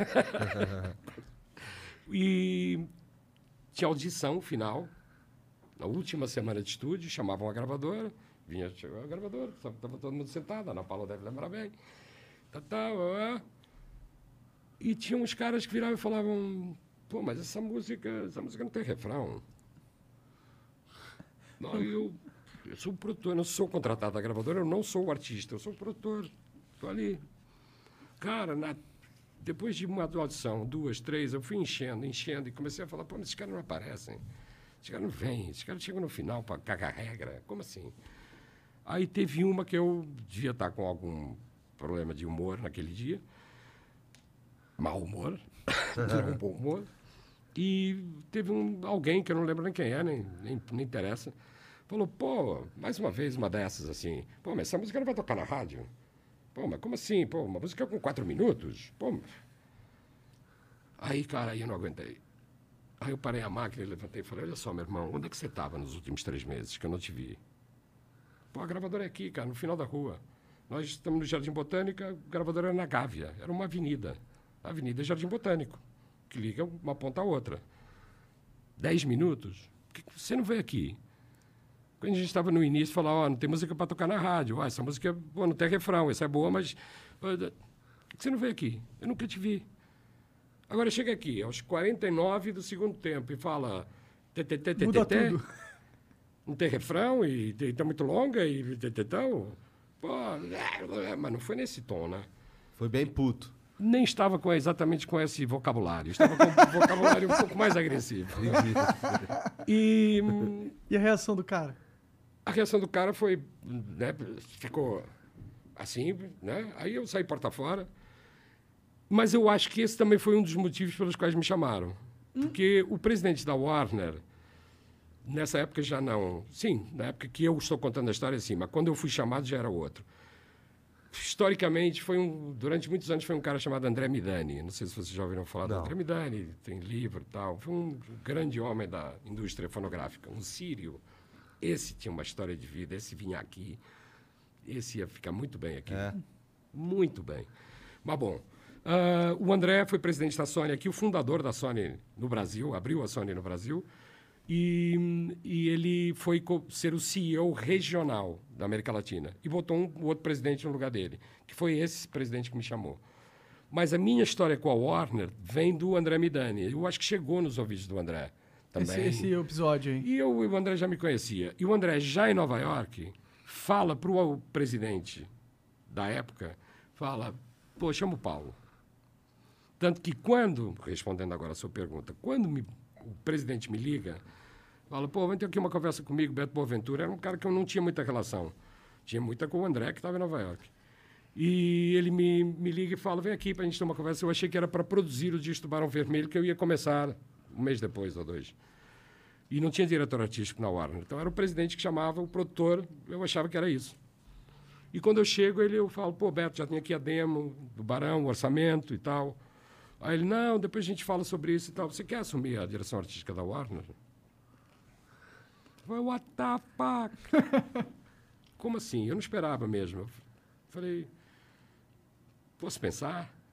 E tinha audição final, na última semana de estúdio, chamavam a gravadora, vinha, chegou a gravadora, estava todo mundo sentado, a Ana Paula deve lembrar bem. Tá, tá, uh, e tinha uns caras que viravam e falavam, pô, mas essa música, essa música não tem refrão. Não, eu, eu sou o produtor, eu não sou contratado da gravadora, eu não sou o artista, eu sou o produtor. Estou ali. Cara, na, depois de uma audição, duas, três, eu fui enchendo, enchendo, e comecei a falar, pô, mas esses caras não aparecem, esses caras não vêm, esses caras chegam no final para cagar regra, como assim? Aí teve uma que eu devia estar com algum problema de humor naquele dia, mau humor, não um bom humor, e teve um, alguém, que eu não lembro nem quem é, nem, nem, nem interessa, falou, pô, mais uma vez uma dessas assim, pô, mas essa música não vai tocar na rádio? Pô, mas como assim? Pô, uma música com quatro minutos? Pô. Aí, cara, aí eu não aguentei. Aí eu parei a máquina e levantei e falei, olha só, meu irmão, onde é que você estava nos últimos três meses que eu não te vi? Pô, a gravadora é aqui, cara, no final da rua. Nós estamos no Jardim Botânica, a gravadora era na Gávea, era uma avenida. A Avenida Jardim Botânico, que liga uma ponta à outra. Dez minutos? Por que você não veio aqui? Quando a gente estava no início, falava, ó, oh, não tem música para tocar na rádio. Oh, essa música, pô, não tem refrão, essa é boa, mas... Por que você não veio aqui? Eu nunca te vi. Agora chega aqui, aos quarenta e nove do segundo tempo, e fala... Muda tudo. Não tem refrão, e está muito longa, e... Pô, mas não foi nesse tom, né? Foi bem puto. Nem estava com, exatamente com esse vocabulário. Estava com um vocabulário um pouco mais agressivo. E... E a reação do cara? A reação do cara foi, né, ficou assim, né? Aí eu saí porta fora. Mas eu acho que esse também foi um dos motivos pelos quais me chamaram. Hum? Porque o presidente da Warner, nessa época já não... Sim, na época que eu estou contando a história, sim, mas quando eu fui chamado já era outro. Historicamente, foi um, durante muitos anos foi um cara chamado André Midani. Não sei se vocês já ouviram falar não. do André Midani, tem livro e tal. Foi um grande homem da indústria fonográfica, um sírio. Esse tinha uma história de vida, esse vinha aqui, esse ia ficar muito bem aqui. É. Muito bem. Mas, bom, uh, o André foi presidente da Sony aqui, o fundador da Sony no Brasil, abriu a Sony no Brasil, e, e ele foi ser o C E O regional da América Latina. E botou um outro presidente no lugar dele, que foi esse presidente que me chamou. Mas a minha história com a Warner vem do André Midani. Eu acho que chegou nos ouvidos do André. Também. Esse, esse episódio aí. E eu, o André já me conhecia. E o André, já em Nova York, fala para o presidente da época, fala, pô, chama o Paulo. Tanto que quando, respondendo agora a sua pergunta, quando me, o presidente me liga, fala, pô, vem ter aqui uma conversa comigo, Beto Boaventura, era um cara que eu não tinha muita relação. Tinha muita com o André, que estava em Nova York. E ele me, me liga e fala, vem aqui para a gente ter uma conversa. Eu achei que era para produzir o disco do Barão Vermelho, que eu ia começar um mês depois ou dois. E não tinha diretor artístico na Warner. Então, era o presidente que chamava o produtor, eu achava que era isso. E quando eu chego, ele, eu falo, pô, Beto, já tem aqui a demo do Barão, o orçamento e tal. Aí ele, não, depois a gente fala sobre isso e tal. Você quer assumir a direção artística da Warner? Eu falei, what the fuck? Como assim? Eu não esperava mesmo. Eu falei, posso pensar?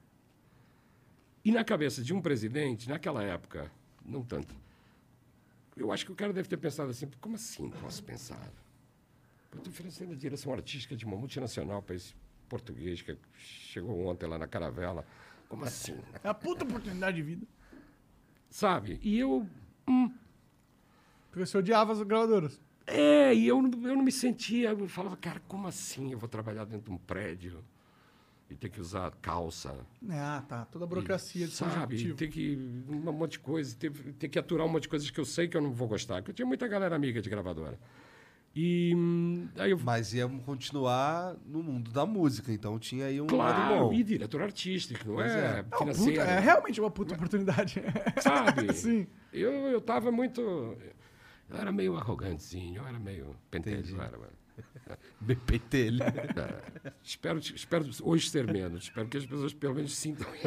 E na cabeça de um presidente, naquela época, não tanto, eu acho que o cara deve ter pensado assim, como assim posso pensar? Eu estou oferecendo a direção artística de uma multinacional para esse português que chegou ontem lá na Caravela. Como assim? É a puta oportunidade de vida. Sabe? E eu... Porque você odiava as gravadoras. É, e eu, não- eu não me sentia... Eu falava, cara, como assim eu vou trabalhar dentro de um prédio e ter que usar calça? Ah, tá. Toda a burocracia de ser Sabe? executivo. Ter que... Um monte de coisa, ter, ter que aturar um monte de coisas que eu sei que eu não vou gostar. Porque eu tinha muita galera amiga de gravadora. E hum, aí eu... Mas ia continuar no mundo da música, então tinha aí um lado Claro, bom. e diretor artístico, não Pois é, é. Não, puta, financeiro. é realmente uma puta oportunidade. Sabe? Sim. Eu, eu tava muito... Eu era meio arrogantezinho, eu era meio pentelho. Entendi. eu Era, mano. Bem pentelho. É, espero, espero hoje ser menos. Espero que as pessoas pelo menos sintam isso.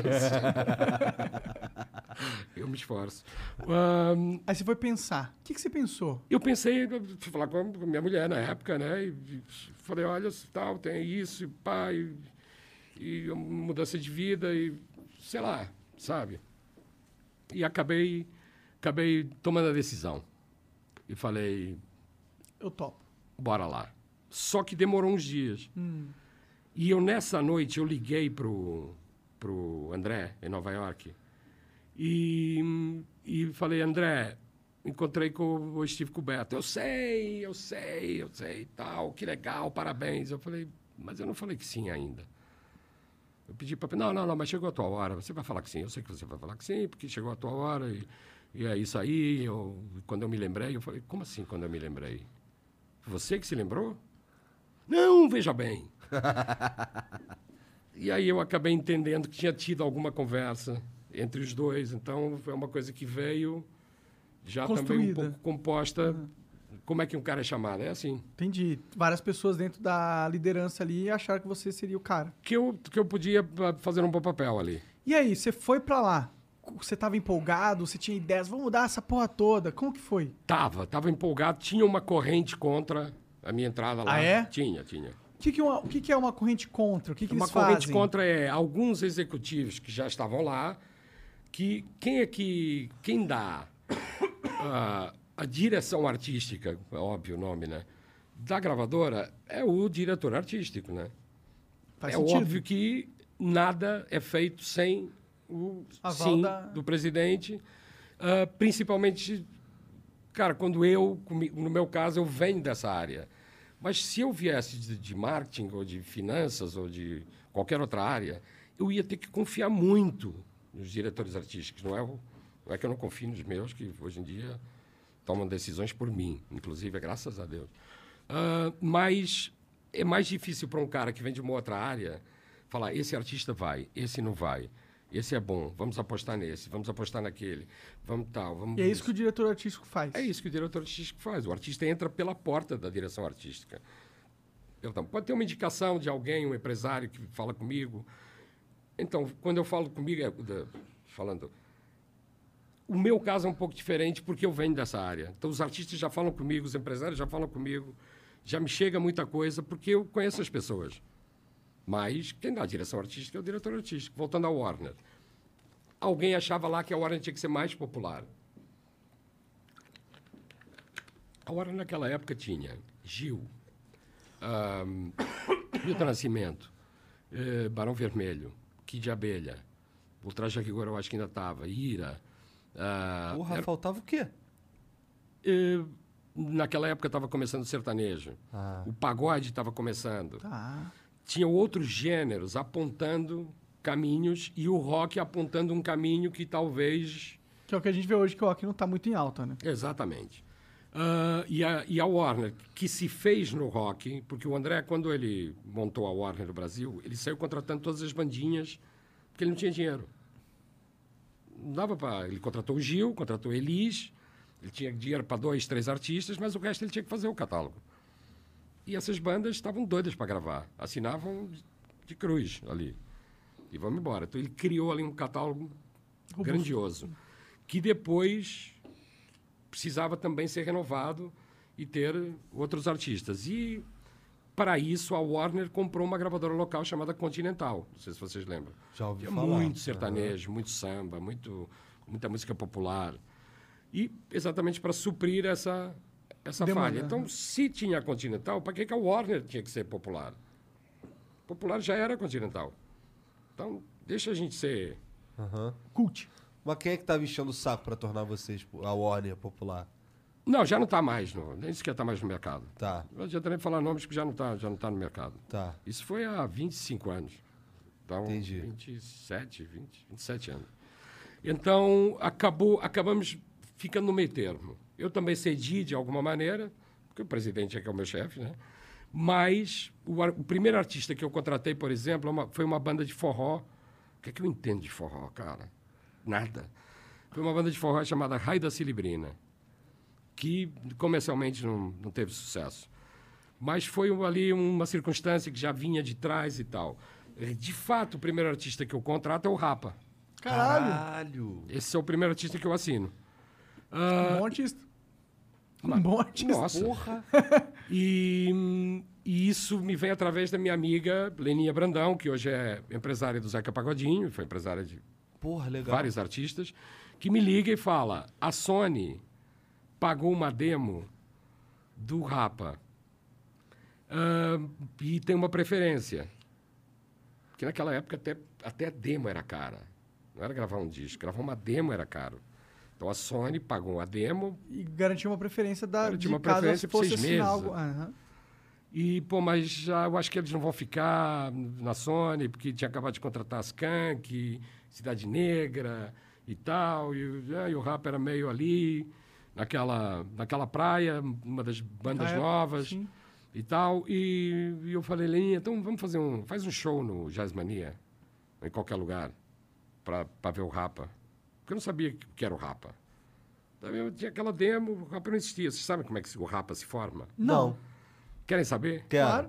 Eu me esforço. Ahn, Aí você foi pensar. O que, que você pensou? eu pensei, fui falar com a com a minha mulher na época, né? E, e falei, olha, tal, tem isso, e pá, e, e mudança de vida, e sei lá, sabe? E acabei, acabei tomando a decisão. E falei, Eu topo. bora lá. Só que demorou uns dias. E eu, nessa noite, eu liguei pro, pro André, em Nova York, e, e falei, André, encontrei com o Steve Cubeto. Eu sei, eu sei, eu sei, tal, que legal, parabéns. Eu falei, mas eu não falei que sim ainda. Eu pedi para... Não, não, não, mas chegou a tua hora. Você vai falar que sim. Eu sei que você vai falar que sim, porque chegou a tua hora e, e é isso aí. Eu, quando eu me lembrei, eu falei, como assim quando eu me lembrei? Você que se lembrou? Não, veja bem. E aí eu acabei entendendo que tinha tido alguma conversa entre os dois. Então, foi uma coisa que veio já também um Construída. pouco composta. Como é que um cara é chamado? É assim. Entendi. Várias pessoas dentro da liderança ali acharam que você seria o cara. Que eu, que eu podia ah, fazer um bom papel ali. E aí, você foi pra lá? Você tava empolgado? Você tinha ideias? Vamos mudar essa porra toda. Como que foi? Tava, tava empolgado. Tinha uma corrente contra a minha entrada lá. Ah, é? Tinha, tinha. O que, que, é uma- o que, que é uma corrente contra? O que, que Uma eles corrente fazem? contra é alguns executivos que já estavam lá, que quem é que quem dá ah, a direção artística, é óbvio o nome, né? Da gravadora é o diretor artístico, né? Faz é sentido. óbvio que nada é feito sem o Aval sim da- do presidente, ah, principalmente, cara, quando eu, comi- no meu caso, eu venho dessa área. Mas se eu viesse de, de marketing ou de finanças ou de qualquer outra área, eu ia ter que confiar muito nos diretores artísticos. Não é, o- não é que eu não confio nos meus, que hoje em dia tomam decisões por mim, inclusive, graças a Deus. Ah, mas é mais difícil para um cara que vem de uma outra área falar, esse artista vai, esse não vai, esse é bom, vamos apostar nesse, vamos apostar naquele, vamos tal, vamos... E é isso que o diretor artístico faz. É isso que o diretor artístico faz. O artista entra pela porta da direção artística. Então, pode ter uma indicação de alguém, um empresário que fala comigo. Então, quando eu falo comigo, é, da- falando... O meu caso é um pouco diferente porque eu venho dessa área. Então, os artistas já falam comigo, os empresários já falam comigo, já me chega muita coisa porque eu conheço as pessoas. Mas quem dá a direção artística é o diretor artístico. Voltando ao Warner. Alguém achava lá que a Warner tinha que ser mais popular. A Warner naquela época tinha Gil, um, Milton Nascimento, eh, Barão Vermelho, Kid de Abelha, Ultraje a Rigor eu acho que ainda estava, Ira. ah, Porra, era- faltava o quê? eh, naquela época estava começando o sertanejo. Ah. O pagode estava começando. Tá. Tinham outros gêneros apontando caminhos e o rock apontando um caminho que talvez... Que é o que a gente vê hoje, que o rock não tá muito em alta, né? Exatamente. Ah, e, a, e a Warner, que se fez no rock, porque o André, quando ele montou a Warner no Brasil, ele saiu contratando todas as bandinhas, porque ele não tinha dinheiro. Não dava para... Ele contratou o Gil, contratou Elis, ele tinha dinheiro para dois, três artistas, mas o resto ele tinha que fazer o catálogo. E essas bandas estavam doidas para gravar. Assinavam de cruz ali. E vamos embora. Então ele criou ali um catálogo grandioso, que depois precisava também ser renovado e ter outros artistas. E para isso, a Warner comprou uma gravadora local chamada Continental. Não sei se vocês lembram. Já ouvi Tinha falar. muito sertanejo, muito samba, muito, muita música popular. E exatamente para suprir essa, essa Demanda, falha. Então, né? se tinha a Continental, para que, que a Warner tinha que ser popular? Popular já era Continental. Então, deixa a gente ser... Aham. Cult. Mas quem é que tava enchendo o saco pra tornar vocês a Warner popular? Não, já não está mais, não. Nem sequer está mais no mercado. Tá, Não adianta nem falar nomes, porque já não está já não tá no mercado. tá. Isso foi há vinte e cinco anos. Então, Entendi. vinte e sete, vinte, vinte e sete anos. Então, acabou, acabamos ficando no meio termo. Eu também cedi de alguma maneira, porque o presidente é que é o meu chefe, né? Mas o, ar- o primeiro artista que eu contratei, por exemplo, é uma- foi uma banda de forró. O que é que eu entendo de forró, cara? Nada. Foi uma banda de forró chamada Raio da Cilibrina, que comercialmente não, não teve sucesso. Mas foi um- ali uma circunstância que já vinha de trás e tal. Eh, De fato, o primeiro artista que eu contrato é o Rapa. Caralho. Caralho. Esse é o primeiro artista que eu assino. Um bom artista. Um bom artista. Nossa. E, hum, e isso me vem através da minha amiga Leninha Brandão, que hoje é empresária do Zeca Pagodinho, foi empresária de Porra, legal. vários artistas, que me liga e fala: a Sony pagou uma demo do Rapa ah, e tem uma preferência. Porque naquela época até, até a demo era cara. Não era gravar um disco, gravar uma demo era caro. Então a Sony pagou a demo E garantiu uma preferência da, Garantiu de uma caso preferência por fosse seis assinar meses. algo. Aham. e, pô, mas já, eu acho que eles não vão ficar na Sony, porque tinha acabado de contratar as Skank, Cidade Negra e tal, e, é, e o Rapa era meio ali, naquela, naquela praia, uma das bandas Ah, é? novas Sim. e tal, e, e eu falei, Leninha, então vamos fazer um, faz um show no Jazz Mania, em qualquer lugar, para ver o Rapa. Porque eu não sabia que, que era o Rapa. Então, eu tinha aquela demo, o Rapa não existia. Vocês sabem como é que o Rapa se forma? Não. Querem saber? Quero. Claro.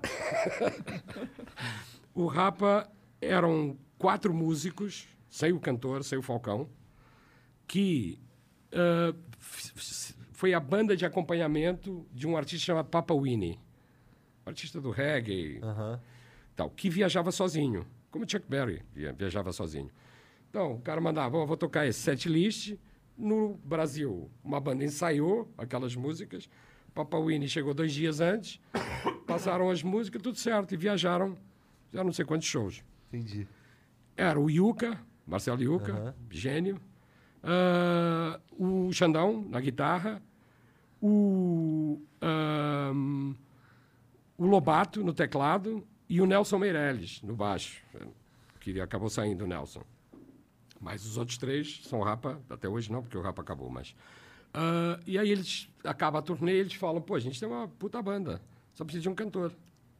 O Rapa eram quatro músicos, sem o cantor, sem o Falcão, que ah, f- f- foi a banda de acompanhamento de um artista chamado Papa Winnie, um artista do reggae, Aham. tal, que viajava sozinho, como o Chuck Berry via- viajava sozinho. Então, o cara mandava, "Ó, vou tocar esse set list. No Brasil, uma banda ensaiou aquelas músicas. Papa Winnie chegou dois dias antes, passaram as músicas, tudo certo, e viajaram, já não sei quantos shows. Entendi. Era o Yuca, Marcelo Yuca, Aham. gênio. Ah, o Xandão, na guitarra. O, ahm, o Lobato, no teclado. E o Nelson Meirelles, no baixo. Que acabou saindo, o Nelson. Mas os outros três são Rapa, até hoje não, porque o Rapa acabou, mas... ah, e aí eles, acaba a turnê, eles falam, pô, a gente tem uma puta banda, só precisa de um cantor.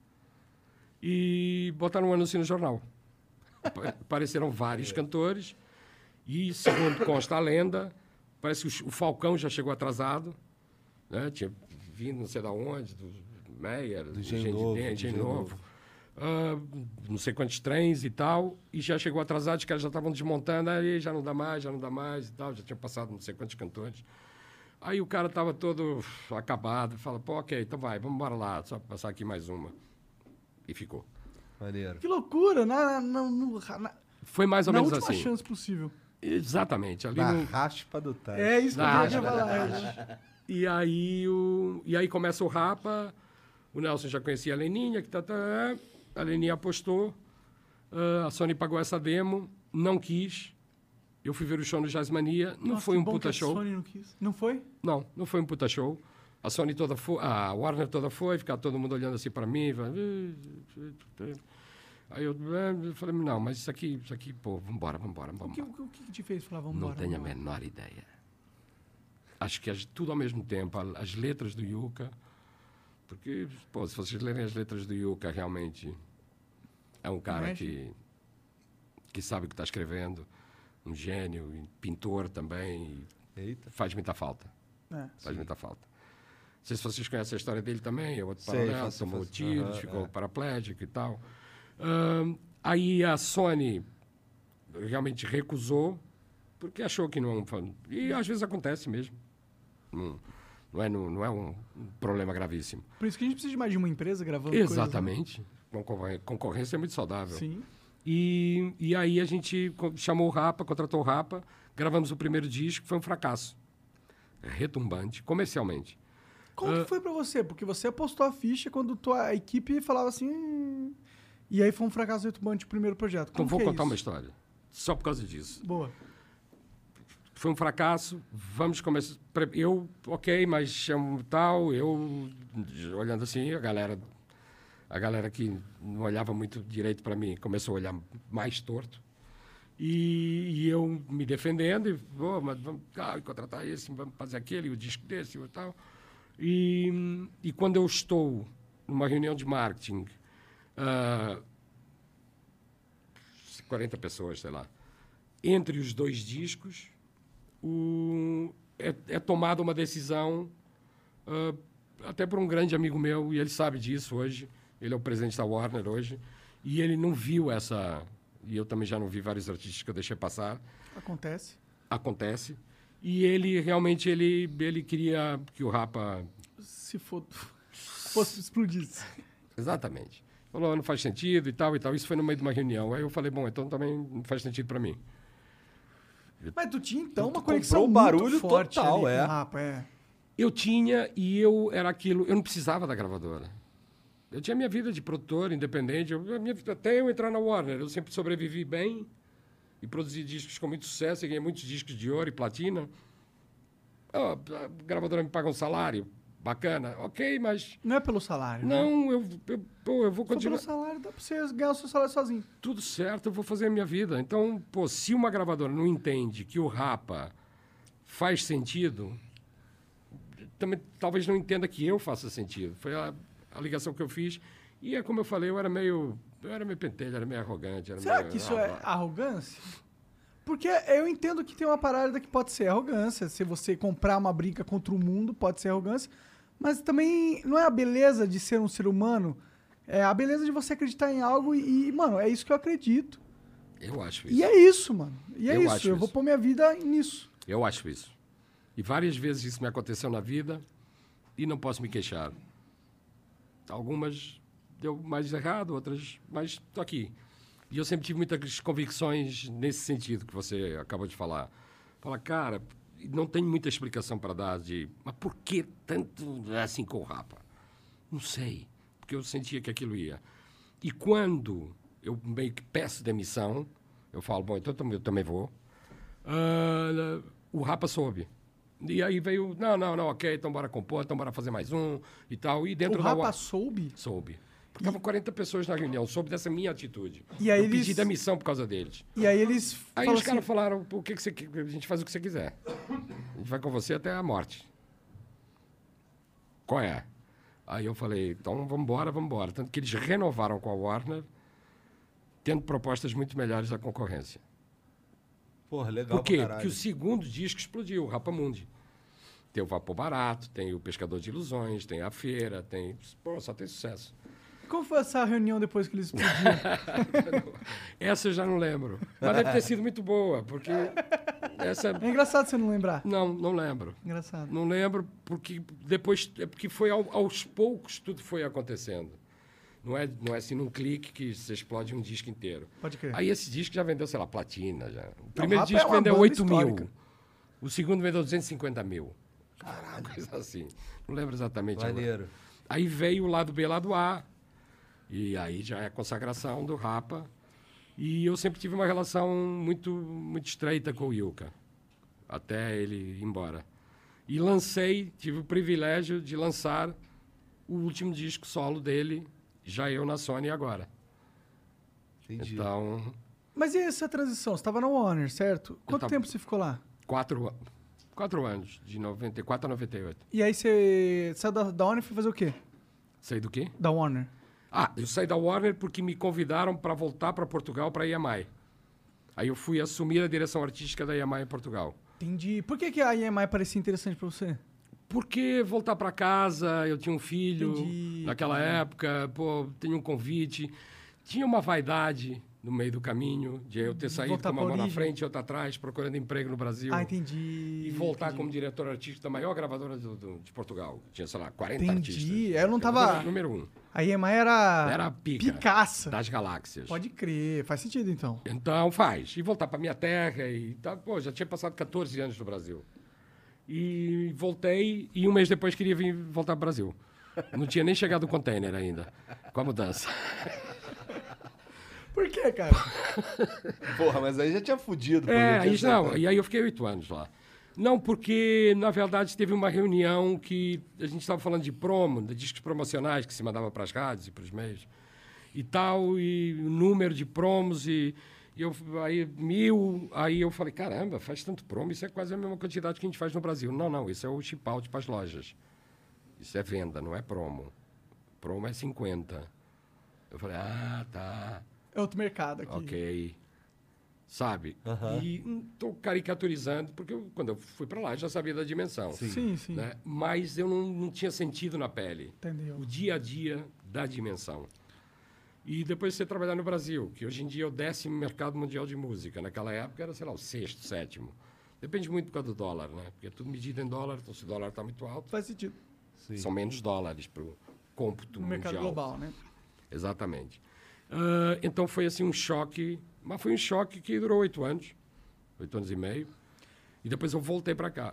E botaram um anúncio no jornal. Pa- Apareceram vários cantores, e segundo consta a lenda, parece que o Ch- o Falcão já chegou atrasado, né? Tinha vindo não sei de onde, do Meyer, do Engenho Novo, de do Engenho Engenho Novo. Ah, não sei quantos trens e tal, e já chegou atrasado, os caras já estavam desmontando, aí já não dá mais, já não dá mais e tal, já tinha passado não sei quantos cantores. Aí o cara estava todo uf, acabado, fala, pô, ok, então vai, vamos embora lá, só passar aqui mais uma. E ficou. Maneiro. Que loucura. Na, na, no- na, Foi mais ou na menos última assim. chance possível. Exatamente, ali Na no... raspa do Taz. É isso que eu Ah, queria é falar. E aí, o... e aí começa o Rapa, o Nelson já conhecia a Leninha, que tá, tá, a Leninha apostou, ah, a Sony pagou essa demo, não quis, eu fui ver o show no Jazz Mania, não Nossa, foi que um bom puta que a show, Sony não quis. Não foi? não, não foi um puta show, a Sony toda foi, a Warner toda foi, ficava todo mundo olhando assim para mim, falando, aí eu, eu falei, não, mas isso aqui, isso aqui, pô, vambora, vambora, O vambora. que, o que- o que te fez falar, vamos Não embora? tenho a vamos embora? menor ideia. Acho que as- tudo ao mesmo tempo. a- As letras do Yuca. Porque, pô, se vocês lerem as letras do Yuca, realmente é um cara Mexe. que, que sabe o que está escrevendo. Um gênio, e pintor também. e Eita. faz muita falta. É. Faz muita falta. Não sei se vocês conhecem a história dele também. É outro Sei, paralelo, faço- tomou faço- tiros, aham, ficou é. paraplégico e tal. Ahn, aí a Sony realmente recusou, porque achou que não... E às vezes acontece mesmo. Não, Não é, não, não é um problema gravíssimo. Por isso que a gente precisa de mais de uma empresa gravando Exatamente. Concorrência, concorrência é muito saudável. Sim. E, e aí a gente co- chamou o Rapa, contratou o Rapa, gravamos o primeiro disco, foi um fracasso. Retumbante, comercialmente. Como Ah. que foi pra você? Porque você apostou a ficha quando tua equipe falava assim... "Hum", e aí foi um fracasso retumbante o primeiro projeto. Então Como vou que é contar uma isso? história. Só por causa disso. Boa. Foi um fracasso, vamos começar... Eu, ok, mas chamo tal, eu, olhando assim, a galera, a galera que não olhava muito direito para mim começou a olhar mais torto. E, e eu me defendendo, e, oh, mas vamos ah, contratar esse, vamos fazer aquele, o disco desse e tal. E, e quando eu estou numa reunião de marketing, ah, quarenta pessoas, sei lá, entre os dois discos, o, é, é tomada uma decisão, ah, até por um grande amigo meu, e ele sabe disso hoje, ele é o presidente da Warner hoje, e ele não viu essa... E eu também já não vi vários artistas que eu deixei passar. Acontece. Acontece. E ele, realmente, ele, ele queria que o Rapa... Se for... fosse explodisse. Exatamente. Falou, não faz sentido e tal e tal. Isso foi no meio de uma reunião. Aí eu falei, bom, então também não faz sentido para mim. Mas tu tinha, então, Tu uma conexão comprou o muito barulho forte total, ali é. com o Rapa, é. Eu tinha e eu era aquilo... Eu não precisava da gravadora. Eu tinha minha vida de produtor, independente. Eu, a minha, vida- até eu entrar na Warner, eu sempre sobrevivi bem e produzi discos com muito sucesso. E ganhei muitos discos de ouro e platina. Ah, a gravadora me paga um salário bacana. Ok, mas... Não é pelo salário, né? Não, eu, eu, pô, eu vou Se for continuar... pelo salário, dá pra você ganhar o seu salário sozinho. Tudo certo, eu vou fazer a minha vida. Então, pô, se uma gravadora não entende que o Rapa faz sentido, também talvez não entenda que eu faça sentido. Foi a, a ligação que eu fiz. E é como eu falei, eu era meio... Eu era meio pentelho, era meio arrogante. Era Será meio, que isso ah, é ah. arrogância? Porque eu entendo que tem uma parada que pode ser arrogância. Se você comprar uma briga contra o mundo, pode ser arrogância. Mas também não é a beleza de ser um ser humano. É a beleza de você acreditar em algo e, e, mano, é isso que eu acredito. Eu acho isso. E é isso, mano. E é Eu isso. acho Eu isso. vou pôr minha vida nisso. Eu acho isso. E várias vezes isso me aconteceu na vida e não posso me queixar. Algumas deu mais errado, outras... Mas estou aqui. E eu sempre tive muitas convicções nesse sentido que você acabou de falar. Fala, cara, não tem muita explicação para dar de... Mas por que tanto assim com o Rapa? Não sei. Porque eu sentia que aquilo ia. E quando eu meio que peço demissão, eu falo, bom, então eu também vou. Ah, o Rapa soube. E aí veio, não, não, não, ok, então bora compor, então bora fazer mais um e tal. E dentro O da Rapa Wa- soube? Soube. Porque estavam quarenta pessoas na reunião, soube dessa minha atitude. E aí eu eles- pedi demissão por causa deles. E aí eles Aí falam os caras assim, falaram, o que que você quer? A gente faz o que você quiser. A gente vai com você até a morte. Qual é? Aí eu falei, então vamos embora, vamos embora. Tanto que eles renovaram com a Warner, tendo propostas muito melhores da concorrência. Porra, legal Por quê? pra Porque caralho. o segundo disco explodiu, o Rapamundi. Tem o Vapor Barato, tem o Pescador de Ilusões, tem a Feira, tem... Pô, só tem sucesso. como foi essa reunião depois que eles explodiram? Essa eu já não lembro. Mas deve ter sido muito boa, porque essa... É engraçado você não lembrar. Não, não lembro. Engraçado. Não lembro, porque depois... É porque foi ao- aos poucos tudo foi acontecendo. Não é, não é assim num clique que você explode um disco inteiro. Pode crer. Aí esse disco já vendeu, sei lá, platina. Já. O primeiro Rapa é disco uma vendeu banda oito mil. histórica. O segundo vendeu duzentos e cinquenta mil. Caralho. Coisa assim. Não lembro exatamente agora. Maneiro. Aí veio o lado B e o lado A. E aí já é a consagração do Rapa. E eu sempre tive uma relação muito, muito estreita com o Yuka. Até ele ir embora. E lancei, tive o privilégio de lançar o último disco solo dele, já eu na Sony agora. Entendi. Então, Mas e essa transição? Você estava na Warner, certo? Quanto tava- tempo você ficou lá? quatro, quatro anos, de noventa e quatro a noventa e oito. E aí você saiu da, da Warner e foi fazer o quê? Sei do quê? Da Warner. Ah, eu saí da Warner porque me convidaram para voltar para Portugal, para a E M I. Aí eu fui assumir a direção artística da E M I em Portugal. Entendi. Por que, que a I M I parecia interessante pra você? Porque voltar para casa, eu tinha um filho Entendi, naquela entendi. época, pô, tinha um convite, tinha uma vaidade no meio do caminho, de eu ter saído Voltar com uma pra mão na origem. frente e outra atrás, procurando emprego no Brasil. Ah, entendi. E voltar entendi. como diretor artístico da maior gravadora do, do- de Portugal. Tinha, sei lá, quarenta Entendi. artistas. Eu não tava- Gravadora Número um. A E M I era... Era a pica. Picaça. Das galáxias. Pode crer. Faz sentido, então. Então faz. E voltar para minha terra. E tá, pô, já tinha passado catorze anos no Brasil. E voltei e um mês depois queria vir voltar para o Brasil. Não tinha nem chegado o container ainda, com a mudança. Por quê, cara? Porra, mas aí já tinha fudido. pô, É, já tinha aí, não, certeza. e aí eu fiquei oito anos lá. Não, porque, na verdade, teve uma reunião que a gente estava falando de promo, de discos promocionais que se mandava para as rádios e para os meios e tal, e o número de promos, e, e eu, aí mil, aí eu falei, caramba, faz tanto promo, isso é quase a mesma quantidade que a gente faz no Brasil. Não, não, isso é o chip out para as lojas. Isso é venda, não é promo. Promo é cinquenta. Eu falei, ah, tá. É outro mercado aqui. Ok. Sabe? Aham. E estou caricaturizando, porque eu, quando eu fui para lá, eu já sabia da dimensão. Sim, sim. Né? Mas eu não, não tinha sentido na pele. Entendeu? O dia a dia da dimensão. E depois você trabalhar no Brasil, que hoje em dia é o décimo mercado mundial de música. Naquela época era, sei lá, o sexto, sétimo. Depende muito por causa do dólar, né? Porque é tudo medido em dólar, então se o dólar está muito alto, Faz sentido. são menos dólares para o cômputo No mundial. mercado global, né? Exatamente. Ah, então foi assim um choque, mas foi um choque que durou oito anos, oito anos e meio. E depois eu voltei para cá.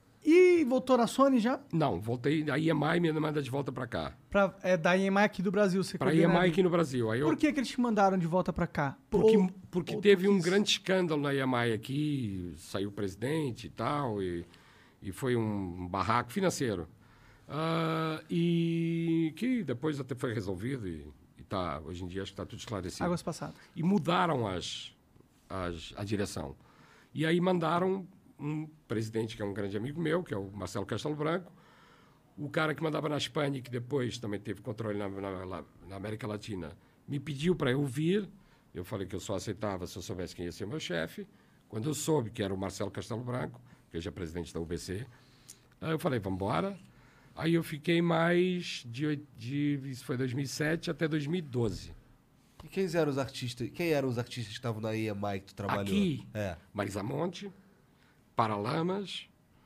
E voltou na Sony já? Não, voltei, a I M I me manda de volta para cá. Pra, é da I M I aqui do Brasil. Você Para a I M coordena I ali. aqui no Brasil. Aí eu, Por que, que eles te mandaram de volta pra cá? porque Ou- porque ou tu teve um quis? grande escândalo na I M I aqui, saiu o presidente e tal, e, e foi um barraco financeiro. Ah, e que depois até foi resolvido e, e tá, hoje em dia acho que está tudo esclarecido. Águas passadas. E mudaram as, as, a direção. E aí mandaram um presidente que é um grande amigo meu, que é o Marcelo Castelo Branco, o cara que mandava na Espanha, que depois também teve controle na, na, na América Latina, me pediu para eu vir. Eu falei que eu só aceitava se eu soubesse quem ia ser meu chefe. Quando eu soube que era o Marcelo Castelo Branco, que hoje é presidente da U B C, aí eu falei, vamos embora. Aí eu fiquei mais de, oit- de isso foi dois mil e sete até dois mil e doze. E quem eram os artistas? Quem eram os artistas que estavam na I M I que tu trabalhou? Aqui, É. Marisa Monte, Paralamas,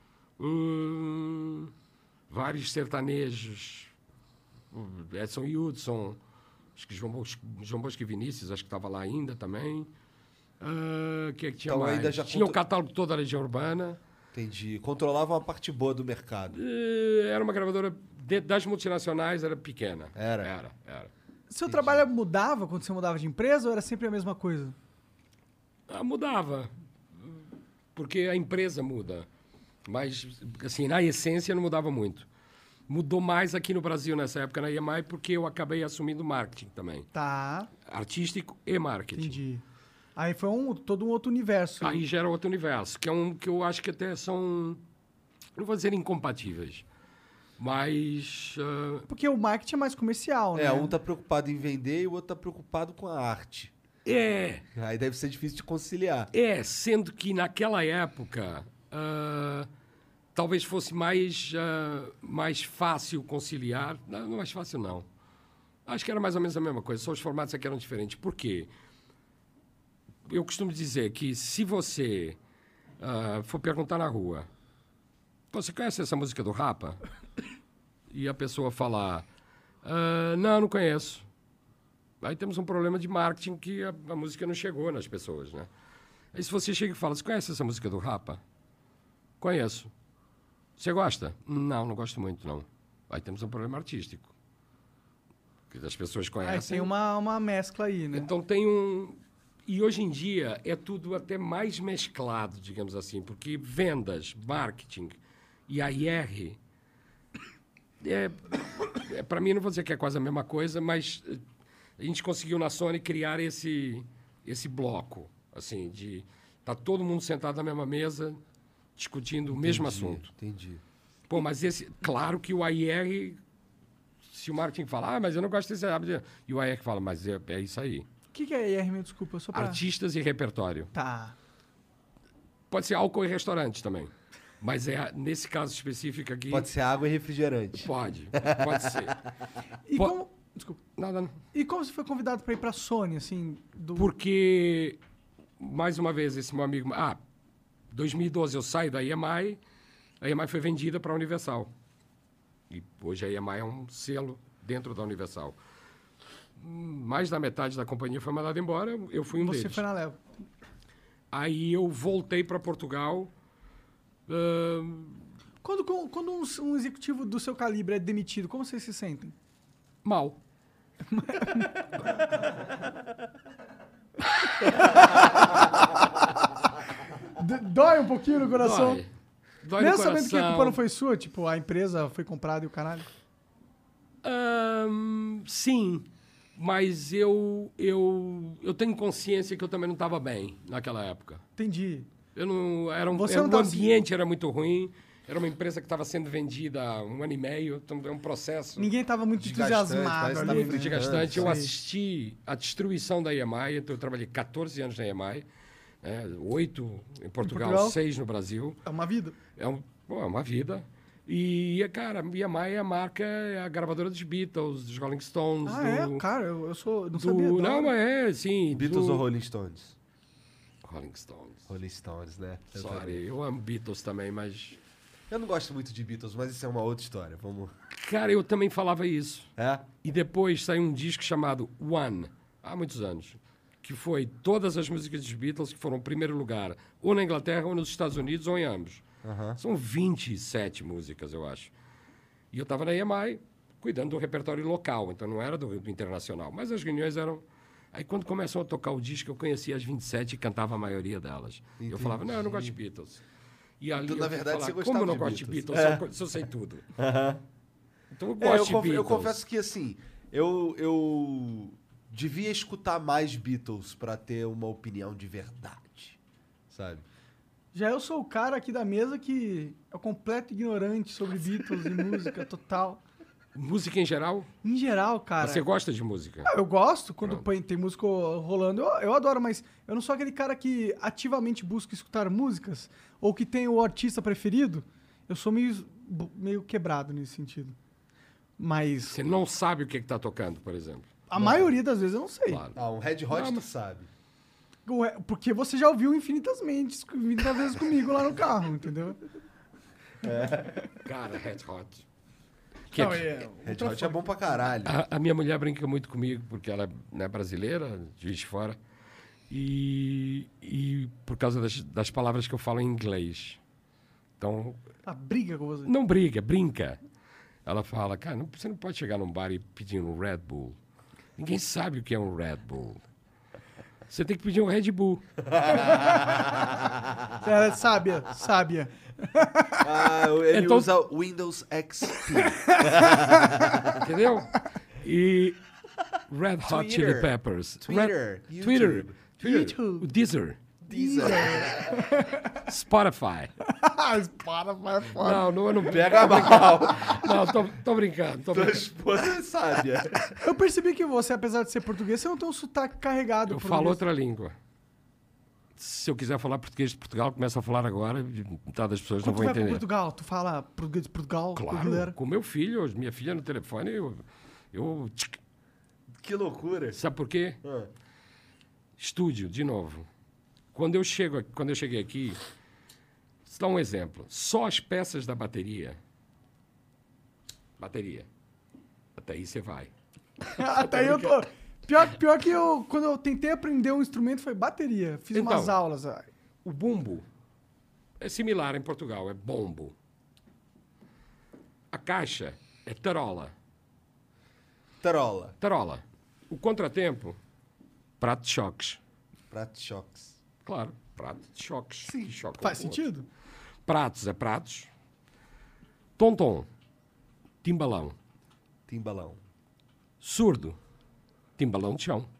hum, vários sertanejos, hum, Edson Hudson, acho que João Bosco, João Bosco e Vinícius, acho que estava lá ainda também. Ah, que é que tinha Então mais? ainda já Tinha o conta- catálogo todo da Legião Urbana. Entendi. Controlava uma parte boa do mercado. Eh, Era uma gravadora de- das multinacionais, era pequena. Era? Era, era. Seu trabalho mudava quando você mudava de empresa ou era sempre a mesma coisa? Ah, mudava, porque a empresa muda, mas assim na essência não mudava muito. Mudou mais aqui no Brasil nessa época na I M I porque eu acabei assumindo marketing também, Tá, artístico e marketing. entendi. Aí foi um, todo um outro universo. Aí gera outro universo, que é um que eu acho que até são, não vou dizer incompatíveis, mas ah, Porque o marketing é mais comercial, né? É, um tá preocupado em vender e o outro tá preocupado com a arte. é Aí deve ser difícil de conciliar. É, sendo que naquela época ah, talvez fosse mais, ah, mais fácil conciliar. Não, não mais fácil, não. Acho que era mais ou menos a mesma coisa, só os formatos é que eram diferentes. Por quê? Eu costumo dizer que se você ah, for perguntar na rua, você conhece essa música do Rapa? E a pessoa falar, ah, não, não conheço. Aí temos um problema de marketing que a, a música não chegou nas pessoas, né? Aí se você chega e fala, você conhece essa música do Rapa? Conheço. Você gosta? Não, não gosto muito, não. Aí temos um problema artístico. Que as pessoas Aí conhecem. tem uma, uma mescla aí, né? Então tem um... E hoje em dia é tudo até mais mesclado, digamos assim, porque vendas, marketing e a I R... É, é, para mim, não vou dizer que é quase a mesma coisa, mas eh, a gente conseguiu na Sony criar esse, esse bloco, assim, de tá todo mundo sentado na mesma mesa discutindo o mesmo Entendi, assunto. Entendi. Pô, mas esse, claro que o A I R, se o marketing fala, ah, mas eu não gosto desse hábito, e o A I R fala, mas é, é isso aí. O que, que é I R, meu? Desculpa, só pra... Artistas e repertório. Tá. Pode ser álcool e restaurante também, mas é nesse caso específico aqui. Pode ser água e refrigerante. Pode, pode ser. E Po- como... Desculpa. Nada, não. E como você foi convidado pra ir pra Sony, assim? Do... Porque, mais uma vez, esse meu amigo... Ah, dois mil e doze eu saio da E M I, a E M I foi vendida para a Universal. E hoje a E M I é um selo dentro da Universal. Mais da metade da companhia foi mandada embora, eu fui um Você deles. foi na leva. Aí eu voltei para Portugal. Uh, Quando, quando um, um executivo do seu calibre é demitido, como vocês se sentem? mal. D- Dói um pouquinho no coração? Dói. Dói no Mesmo sabendo coração. que a culpa não foi sua, tipo, a empresa foi comprada e o caralho. Ahn, sim, mas eu, eu, eu tenho consciência que eu também não estava bem naquela época. Entendi. Eu não, era um, Você era, não o tava ambiente era muito ruim, era uma empresa que estava sendo vendida há um ano e meio, então é um processo Ninguém tava muito Desgastante, entusiasmado parece que ali. tava né? fritando. desgastante. Eu Sim. assisti a destruição da E M I, então eu trabalhei catorze anos na E M I, né, oito em Portugal, Portugal. seis no Brasil. É uma vida. É, um, pô, é uma vida. E, cara, a E M I é a marca, é a gravadora dos Beatles, dos Rolling Stones. Ah, do, é? Cara, eu, eu sou... Não do- sabia. da Não, hora. mas é, sim. Beatles do, ou Rolling Stones? Rolling Stones. Rolling Stones, né? Eu Sorry, também. eu amo Beatles também, mas... Eu não gosto muito de Beatles, mas isso é uma outra história. Vamos. Cara, eu também falava isso. É? E depois saiu um disco chamado One, há muitos anos, que foi todas as músicas dos Beatles que foram em primeiro lugar, ou na Inglaterra, ou nos Estados Unidos, ou em ambos. Aham. São vinte e sete músicas, eu acho. E eu estava na E M I, cuidando do repertório local, então não era do, do internacional. Mas as reuniões eram... Aí quando começam a tocar o disco, eu conhecia as vinte e sete e cantava a maioria delas. E eu falava, não, eu não gosto de Beatles. E ali Então, eu na fui verdade, falar, você como gostava eu não de gosto de Beatles? Beatles, É. se eu, se eu sei tudo. Aham. Então eu É, gosto eu, de conf- Beatles. eu confesso que, assim, eu, eu devia escutar mais Beatles pra ter uma opinião de verdade, sabe? Já eu sou o cara aqui da mesa que é o completo ignorante sobre Beatles e música total. Música em geral? Em geral, cara. Você gosta de música? Ah, eu gosto quando Pronto. põe- tem música rolando, eu, eu adoro, mas eu não sou aquele cara que ativamente busca escutar músicas ou que tem o artista preferido. Eu sou meio, bu- meio quebrado nesse sentido. Mas Você não sabe o que está tocando, por exemplo. a maioria das vezes eu não sei. Claro. Ah, um Red Hot Não, tu mas- sabe. Ué, porque você já ouviu infinitas mentes, infinitas vezes comigo lá no carro, entendeu? Cara, Red Hot. Que Não, é- é, Red outra Hot é fo- bom pra caralho. a, a minha mulher brinca muito comigo, porque ela é né, brasileira, de Juiz de Fora, e, e por causa das, das palavras que eu falo em inglês. Então, Ah, briga com você. não briga, brinca. Ela fala, cara, não- você não pode chegar num bar e pedir um Red Bull. Ninguém sabe o que é um Red Bull. Você tem que pedir um Red Bull. Ela é sábia, sábia. Ah, ele Então- usa Windows X P. Entendeu? E Red Hot Chili Twitter. Peppers. Twitter, Red, Twitter. YouTube. Twitter. YouTube. O Deezer. Deezer. Spotify. Ah, para, vai fora. Não, não, eu não Pega mal. Não, tô, tô brincando. Tô Tua brincando. esposa é sábia. Eu percebi que você, apesar de ser português, você não tem um sotaque carregado. Eu português. falo outra língua. Se eu quiser falar português de Portugal, começo a falar agora, e metade das pessoas Quando não tu vão vai pra entender. Portugal, tu fala português de Portugal, com a Claro, galera. com meu filho, minha filha no telefone, eu... eu tchic. Que loucura. Sabe por quê? Ah. Estúdio, de novo. Quando eu, chego, aqui- quando eu cheguei aqui, vou dar um exemplo. Só as peças da bateria. Bateria. Até aí você vai. Até aí eu tô... Pior, pior que eu, quando eu tentei aprender um instrumento, foi bateria. Fiz Então. umas aulas. ah. O bumbo é similar em Portugal, é bombo. A caixa é tarola. Tarola. Tarola. O contratempo, prato de choques. Prato de choques. Claro, prato de choques. Sim, que choca um faz com o outro. sentido? Pratos é pratos. Tom-tom, timbalão. Timbalão. Surdo, timbalão de chão.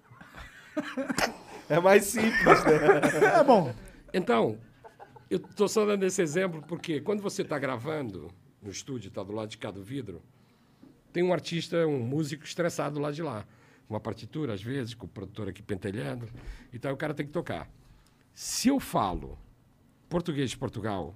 É mais simples, né? É bom. Então, eu estou só dando esse exemplo porque quando você está gravando no estúdio, está do lado de cá do vidro, tem um artista, um músico estressado lá de lá. Uma partitura, às vezes, com o produtor aqui pentelhando. Então, o cara tem que tocar. Se eu falo português de Portugal,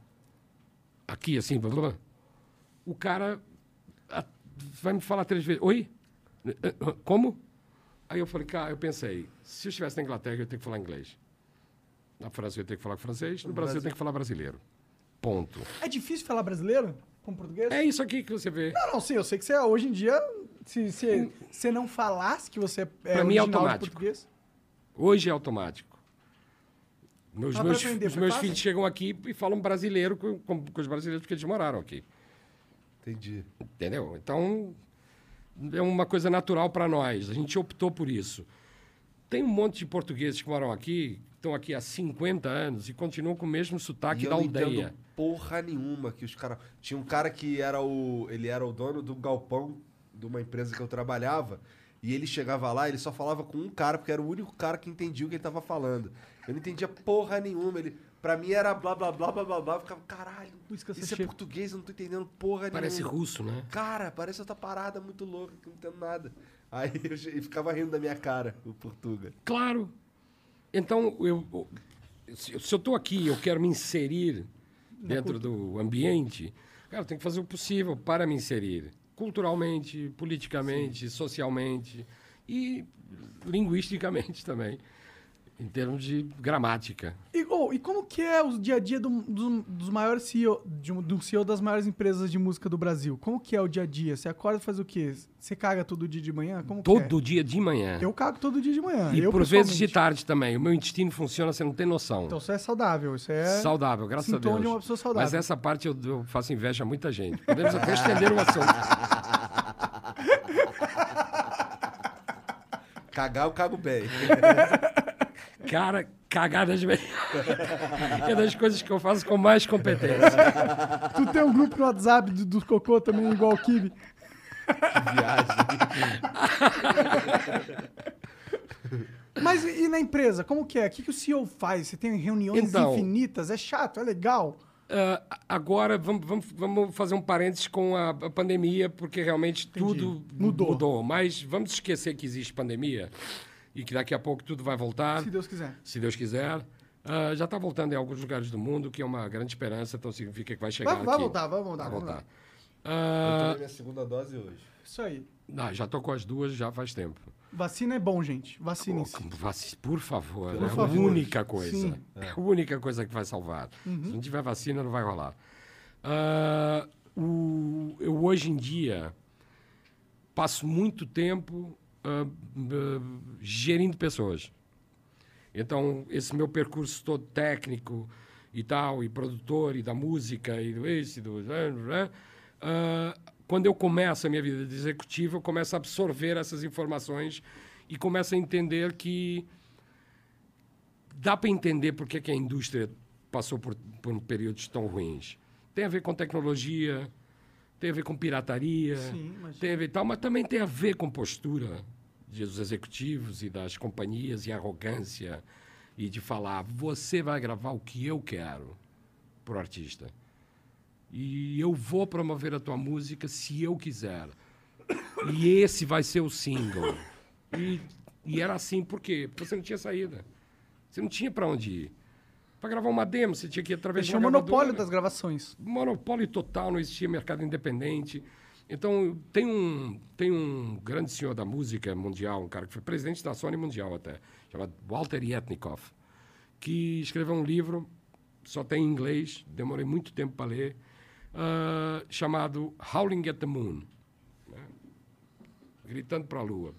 aqui assim, blá, blá, blá, o cara a- vai me falar três vezes. Oi? Como? Aí eu falei, cara, eu pensei, se eu estivesse na Inglaterra, eu ia ter que falar inglês. Na França, eu ia ter que falar francês. No, no Brasil, Brasil, eu tenho que falar brasileiro. Ponto. É difícil falar brasileiro com português? É isso aqui que você vê. Não, não, sim, eu sei que você, hoje em dia, se você se não falasse que você é pra mim é original automático. de português... Hoje é automático. Meus, Ah, meus, aprender, os foi meus fácil? filhos chegam aqui e falam brasileiro com, com, com os brasileiros porque eles moraram aqui. Entendi. Entendeu? Então, é uma coisa natural para nós. A gente optou por isso. Tem um monte de portugueses que moram aqui, estão aqui há cinquenta anos e continuam com o mesmo sotaque E da eu não aldeia. entendo porra nenhuma que os caras... Tinha um cara que era o... Ele era o dono do galpão de uma empresa que eu trabalhava e ele chegava lá, ele só falava com um cara, porque era o único cara que entendia o que ele tava falando. Eu não entendia porra nenhuma. Ele, pra mim era blá, blá, blá, blá, blá, blá. Eu ficava, caralho, Isso isso é português, eu não tô entendendo porra Parece nenhuma. russo, né? Cara, parece outra parada muito louca, que eu não entendo nada. Aí eu, ele ficava rindo da minha cara, o Portuga. Claro. Então, eu, eu- se se eu estou aqui e eu quero me inserir dentro do ambiente, cara, eu tenho que fazer o possível para me inserir. Culturalmente, politicamente, socialmente e linguisticamente também, em termos de gramática. E, oh, e como que é o dia a dia do, do- dos maiores C E O, de um, do C E O das maiores empresas de música do Brasil? Como que é o dia a dia? Você acorda e faz o quê? Você caga todo dia de manhã? Como Todo que dia de manhã. é? Eu cago todo dia de manhã. E eu, por vezes de pessoalmente. tarde também. O meu intestino funciona, você não tem noção. Então isso é saudável, isso é... Saudável, graças a sintoma Deus. de uma pessoa saudável. Mas essa parte eu, eu faço inveja a muita gente. Podemos até estender o assunto. Cagar, eu cago bem. Cara, cagadas bem. É das coisas que eu faço com mais competência. Tu tem um grupo no WhatsApp do, do cocô também, igual o Kibe. Que viagem. Mas e na empresa, como que é? O que, que o C E O faz? Você tem reuniões Então- infinitas? É chato? É legal? Ah, agora, vamos, vamos, vamos fazer um parênteses com a, a pandemia, porque realmente tudo Mudou. mudou. Mas vamos esquecer que existe pandemia e que daqui a pouco tudo vai voltar. Se Deus quiser. Se Deus quiser. Ah, já está voltando em alguns lugares do mundo, que é uma grande esperança, então significa que vai chegar Vai, vai aqui. voltar, vai voltar. Vai vai voltar. voltar. Eu Ah, tomei minha segunda dose hoje. Isso aí. não, já estou com as duas já faz tempo. Vacina é bom, gente. Vacinem-se. Vaci- Por favor, Pelo é favor. a única coisa. Sim. É a única coisa que vai salvar. Se não tiver vacina, não vai rolar. Ah, o- eu, hoje em dia, passo muito tempo ah, ah, gerindo pessoas. Então, esse meu percurso todo técnico e tal, e produtor, e da música, e do esse, do... ah, quando eu começo a minha vida de executivo, eu começo a absorver essas informações e começo a entender que dá para entender por que, que a indústria passou por, por períodos tão ruins. Tem a ver com tecnologia, tem a ver com pirataria, Sim, mas- tem a ver tal, mas também tem a ver com postura dos executivos e das companhias e arrogância e de falar, você vai gravar o que eu quero pro artista. E eu vou promover a tua música se eu quiser. E esse vai ser o single. E, e era assim, por quê? Porque você não tinha saída. Você não tinha para onde ir. Para gravar uma demo, você tinha que ir através Eles de tinham uma o monopólio gravadora. das gravações. Monopólio total, não existia mercado independente. Então, tem um, tem um grande senhor da música mundial, um cara que foi presidente da Sony Mundial até, chamado Walter Yetnikoff, que escreveu um livro, só tem em inglês, demorei muito tempo para ler, ah, chamado Howling at the Moon, né? Gritando para a Lua.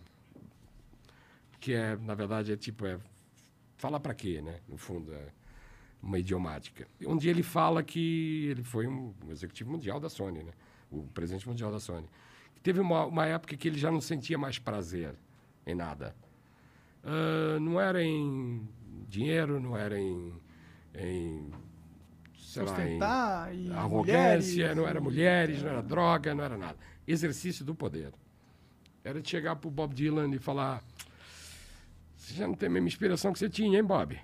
Que é, na verdade, é tipo, é falar para quê, né? No fundo, é uma idiomática. Onde ele fala que ele foi um, um executivo mundial da Sony, né? O presidente mundial da Sony. Teve uma, uma época que ele já não sentia mais prazer em nada. Ah, não era em dinheiro, não era em, em sei lá, em Sustentar e arrogância, mulheres, não era e- mulheres, não era droga, não era nada. Exercício do poder. Era de chegar para o Bob Dylan e falar: você já não tem a mesma inspiração que você tinha, hein, Bob?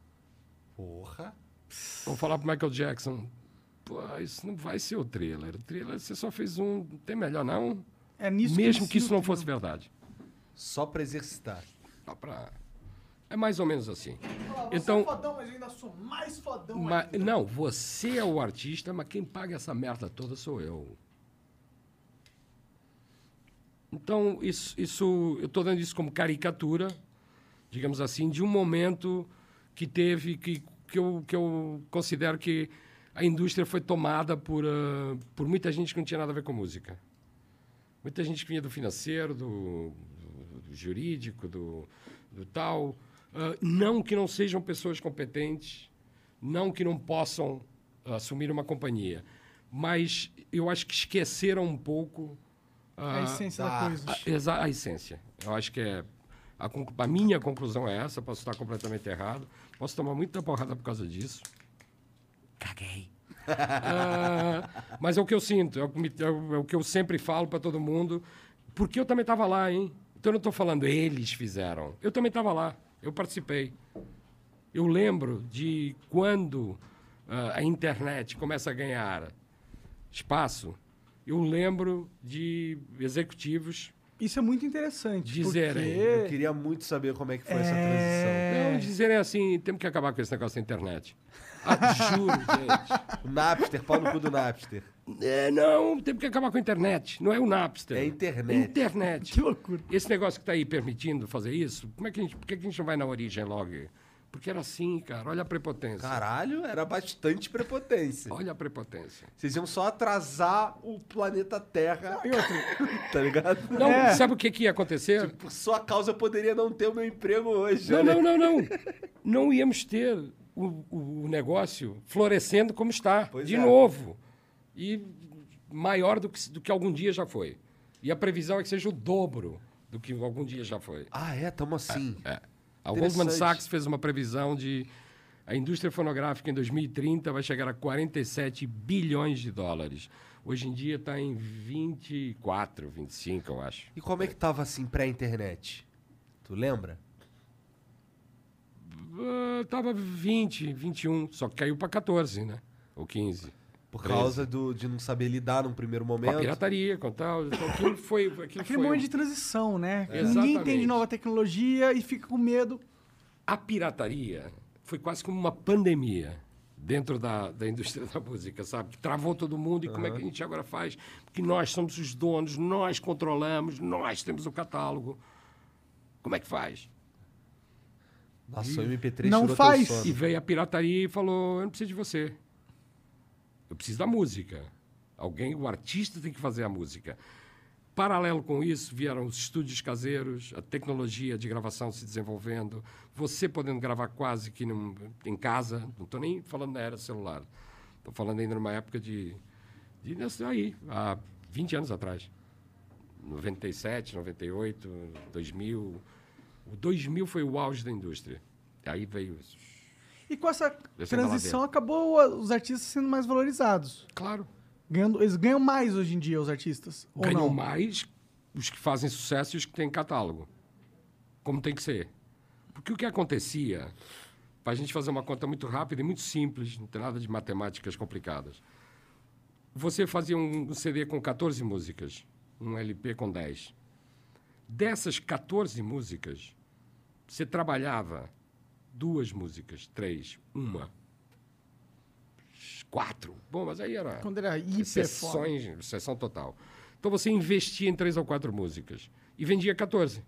Porra. Ou falar para Michael Jackson: pô, isso não vai ser o Thriller. O Thriller você só fez um, não tem melhor não? É nisso Mesmo ele que isso se não nutre, fosse né? verdade. Só pra exercitar. Só pra... É mais ou menos assim. Ah, você Então, é fodão, mas eu ainda sou mais fodão ma- ainda. não, você é o artista, mas quem paga essa merda toda sou eu. Então, isso, isso eu estou dando isso como caricatura, digamos assim, de um momento que teve, que, que, eu, que eu considero que a indústria foi tomada por, uh, por muita gente que não tinha nada a ver com música. Muita gente que vinha do financeiro, do, do, do jurídico, do, do tal. Uh, não que não sejam pessoas competentes, não que não possam uh, assumir uma companhia, mas eu acho que esqueceram um pouco... Uh, A essência da coisa. A, exa- a essência. Eu acho que é... A, conclu- a minha conclusão é essa, posso estar completamente errado, posso tomar muita porrada por causa disso. Caguei. Ah, mas é o que eu sinto, é o que, me- é o- é o que eu sempre falo para todo mundo, porque eu também estava lá, hein? Então eu não estou falando eles fizeram, eu também estava lá, eu participei. Eu lembro de quando ah, a internet começa a ganhar espaço, eu lembro de executivos Isso é muito interessante. Dizerem, porque- Eu queria muito saber como é que foi essa É. transição. não dizerem assim, temos que acabar com esse negócio da internet. Ah, juro, gente. O Napster, pau no cu do Napster. É, não, temos que acabar com a internet. Não é o Napster. É a internet. Internet. Que loucura. Esse negócio que está aí permitindo fazer isso, como é que a gente, por que a gente não vai na origem logo? Porque era assim, cara. Olha a prepotência. Caralho, era bastante prepotência. Olha a prepotência. Vocês iam só atrasar o planeta Terra, E outra, tá ligado? Não, É. sabe o que, que ia acontecer? Por sua causa eu poderia não ter o meu emprego hoje. Não, né? não, não, não. Não íamos ter o, o negócio florescendo como está, Pois de é. novo. E maior do que, do que algum dia já foi. E a previsão é que seja o dobro do que algum dia já foi. Ah, é? Tamo assim. É. A Interessante. Goldman Sachs fez uma previsão de a indústria fonográfica em dois mil e trinta vai chegar a quarenta e sete bilhões de dólares. Hoje em dia está em vinte e quatro, vinte e cinco, eu acho. E como é que tava assim pré-internet? Tu lembra? Uh, tava vinte, vinte e um, só que caiu para catorze, né? Ou quinze. Por treze. causa do, de não saber lidar num primeiro Com a momento. pirataria, com tal. Então, aquilo foi. Aquilo aquele foi momento um- de transição, né? Ninguém Exatamente. entende nova tecnologia e fica com medo. A pirataria foi quase como uma pandemia dentro da, da indústria da música, sabe? Que travou todo mundo e como é que a gente agora faz? Porque nós somos os donos, nós controlamos, nós temos o catálogo. Como é que faz? Nossa, o M P três Não tirou faz. teu sono. E veio a pirataria e falou: eu não preciso de você. Eu preciso da música. Alguém, o artista tem que fazer a música. Paralelo com isso, vieram os estúdios caseiros, a tecnologia de gravação se desenvolvendo, você podendo gravar quase que num, em casa. Não estou nem falando da era celular. Estou falando ainda numa época de... de nessa aí, há vinte anos atrás. noventa e sete, noventa e oito, dois mil. O dois mil foi o auge da indústria. Aí veio... E com essa Descendo a transição ladeira. acabou a- os artistas sendo mais valorizados. Claro. Ganhando, eles ganham mais hoje em dia, os artistas. Ou Ganham não? mais os que fazem sucesso e os que têm catálogo. Como tem que ser. Porque o que acontecia, para a gente fazer uma conta muito rápida e muito simples, não tem nada de matemáticas complicadas. Você fazia um C D com catorze músicas, um L P com dez. Dessas catorze músicas, você trabalhava duas músicas, três, uma, quatro. Bom, mas aí era... Quando era hiper foda. Sessões, sessão total. Então você investia em três ou quatro músicas e vendia catorze.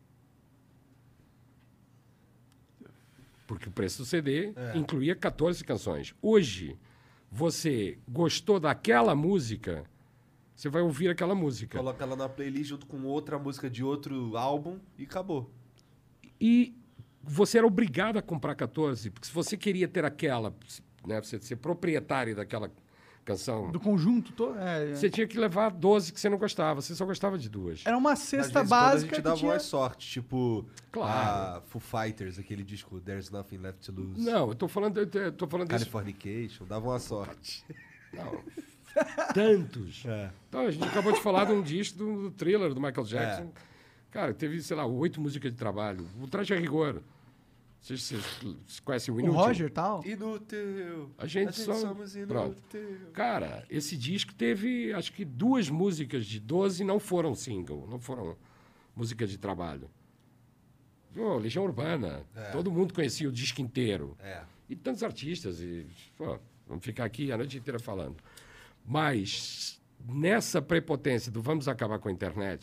Porque o preço do C D incluía catorze canções. Hoje, você gostou daquela música, você vai ouvir aquela música. Coloca ela na playlist junto com outra música de outro álbum e acabou. E você era obrigado a comprar catorze, porque se você queria ter aquela, né, você ser proprietário daquela canção, Do conjunto todo. É, é. você tinha que levar doze que você não gostava, você só gostava de duas. Era uma Às cesta vezes, quando a básica gente que dava tinha... umas sorte, tipo Claro. a Foo Fighters, aquele disco There's Nothing Left to Lose. Não, eu tô falando, eu tô falando disso. Californication, dava uma sorte. Não. Tantos. É. Então, a gente acabou de falar de um disco do, do Thriller, do Michael Jackson. Cara, teve, sei lá, oito músicas de trabalho. O Traje a Rigor. Vocês, vocês, vocês conhecem o O Inútil? Roger e tal. Inútil. A gente só- somos Pronto. inútil. Cara, esse disco teve, acho que duas músicas de doze não foram single, não foram músicas de trabalho. Pô, Legião Urbana, todo mundo conhecia o disco inteiro. É. E tantos artistas, e, pô, vamos ficar aqui a noite inteira falando. Mas, nessa prepotência do vamos acabar com a internet,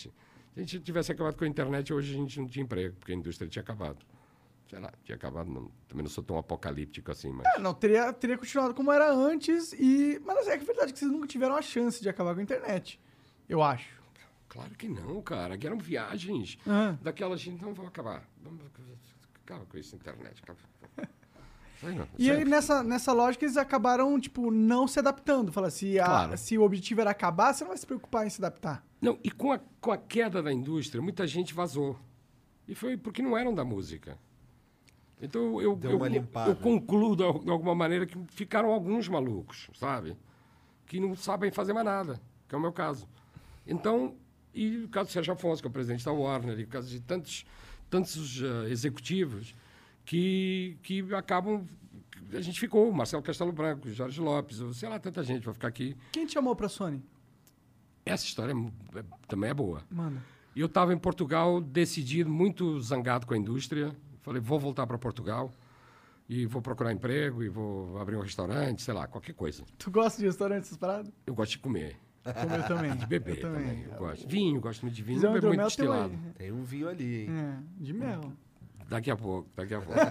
Se a gente tivesse acabado com a internet, hoje a gente não tinha emprego, porque a indústria tinha acabado. Sei lá, tinha acabado. Não, também não sou tão apocalíptico assim, mas... É, não, teria, teria continuado como era antes e... Mas é que é verdade que vocês nunca tiveram a chance de acabar com a internet, eu acho. Claro que não, cara. Que eram viagens Ah. daquelas... Então, vamos acabar. Vamos acabar com isso, internet. Acaba. Sei não, E sei. aí, nessa, nessa lógica, eles acabaram, tipo, não se adaptando. Fala, se, a- Claro. se o objetivo era acabar, você não vai se preocupar em se adaptar. Não, e com a, com a queda da indústria, muita gente vazou. E foi porque não eram da música. Então, eu, Deu eu, uma limpada. eu concluo, de al- de alguma maneira, que ficaram alguns malucos, sabe? Que não sabem fazer mais nada, que é o meu caso. Então, e o caso do Sérgio Afonso, que é o presidente da Warner, e o caso de tantos, tantos uh, executivos que, que acabam... A gente ficou, Marcelo Castelo Branco, Jorge Lopes, sei lá, tanta gente vai ficar aqui. Quem te chamou pra Sony? Essa história é mu- é- também é boa. Manda. E eu estava em Portugal, decidido, muito zangado com a indústria. Falei, vou voltar para Portugal e vou procurar emprego e vou abrir um restaurante, sei lá, qualquer coisa. Tu gosta de restaurante, essas paradas? Eu gosto de comer, Como eu também. de beber eu também. Eu gosto. Vinho, gosto muito de vinho, Quiser não um bebo muito hidromel, tem um destilado. aí. Tem um vinho ali, hein? É, de mel. Daqui a pouco, daqui a pouco.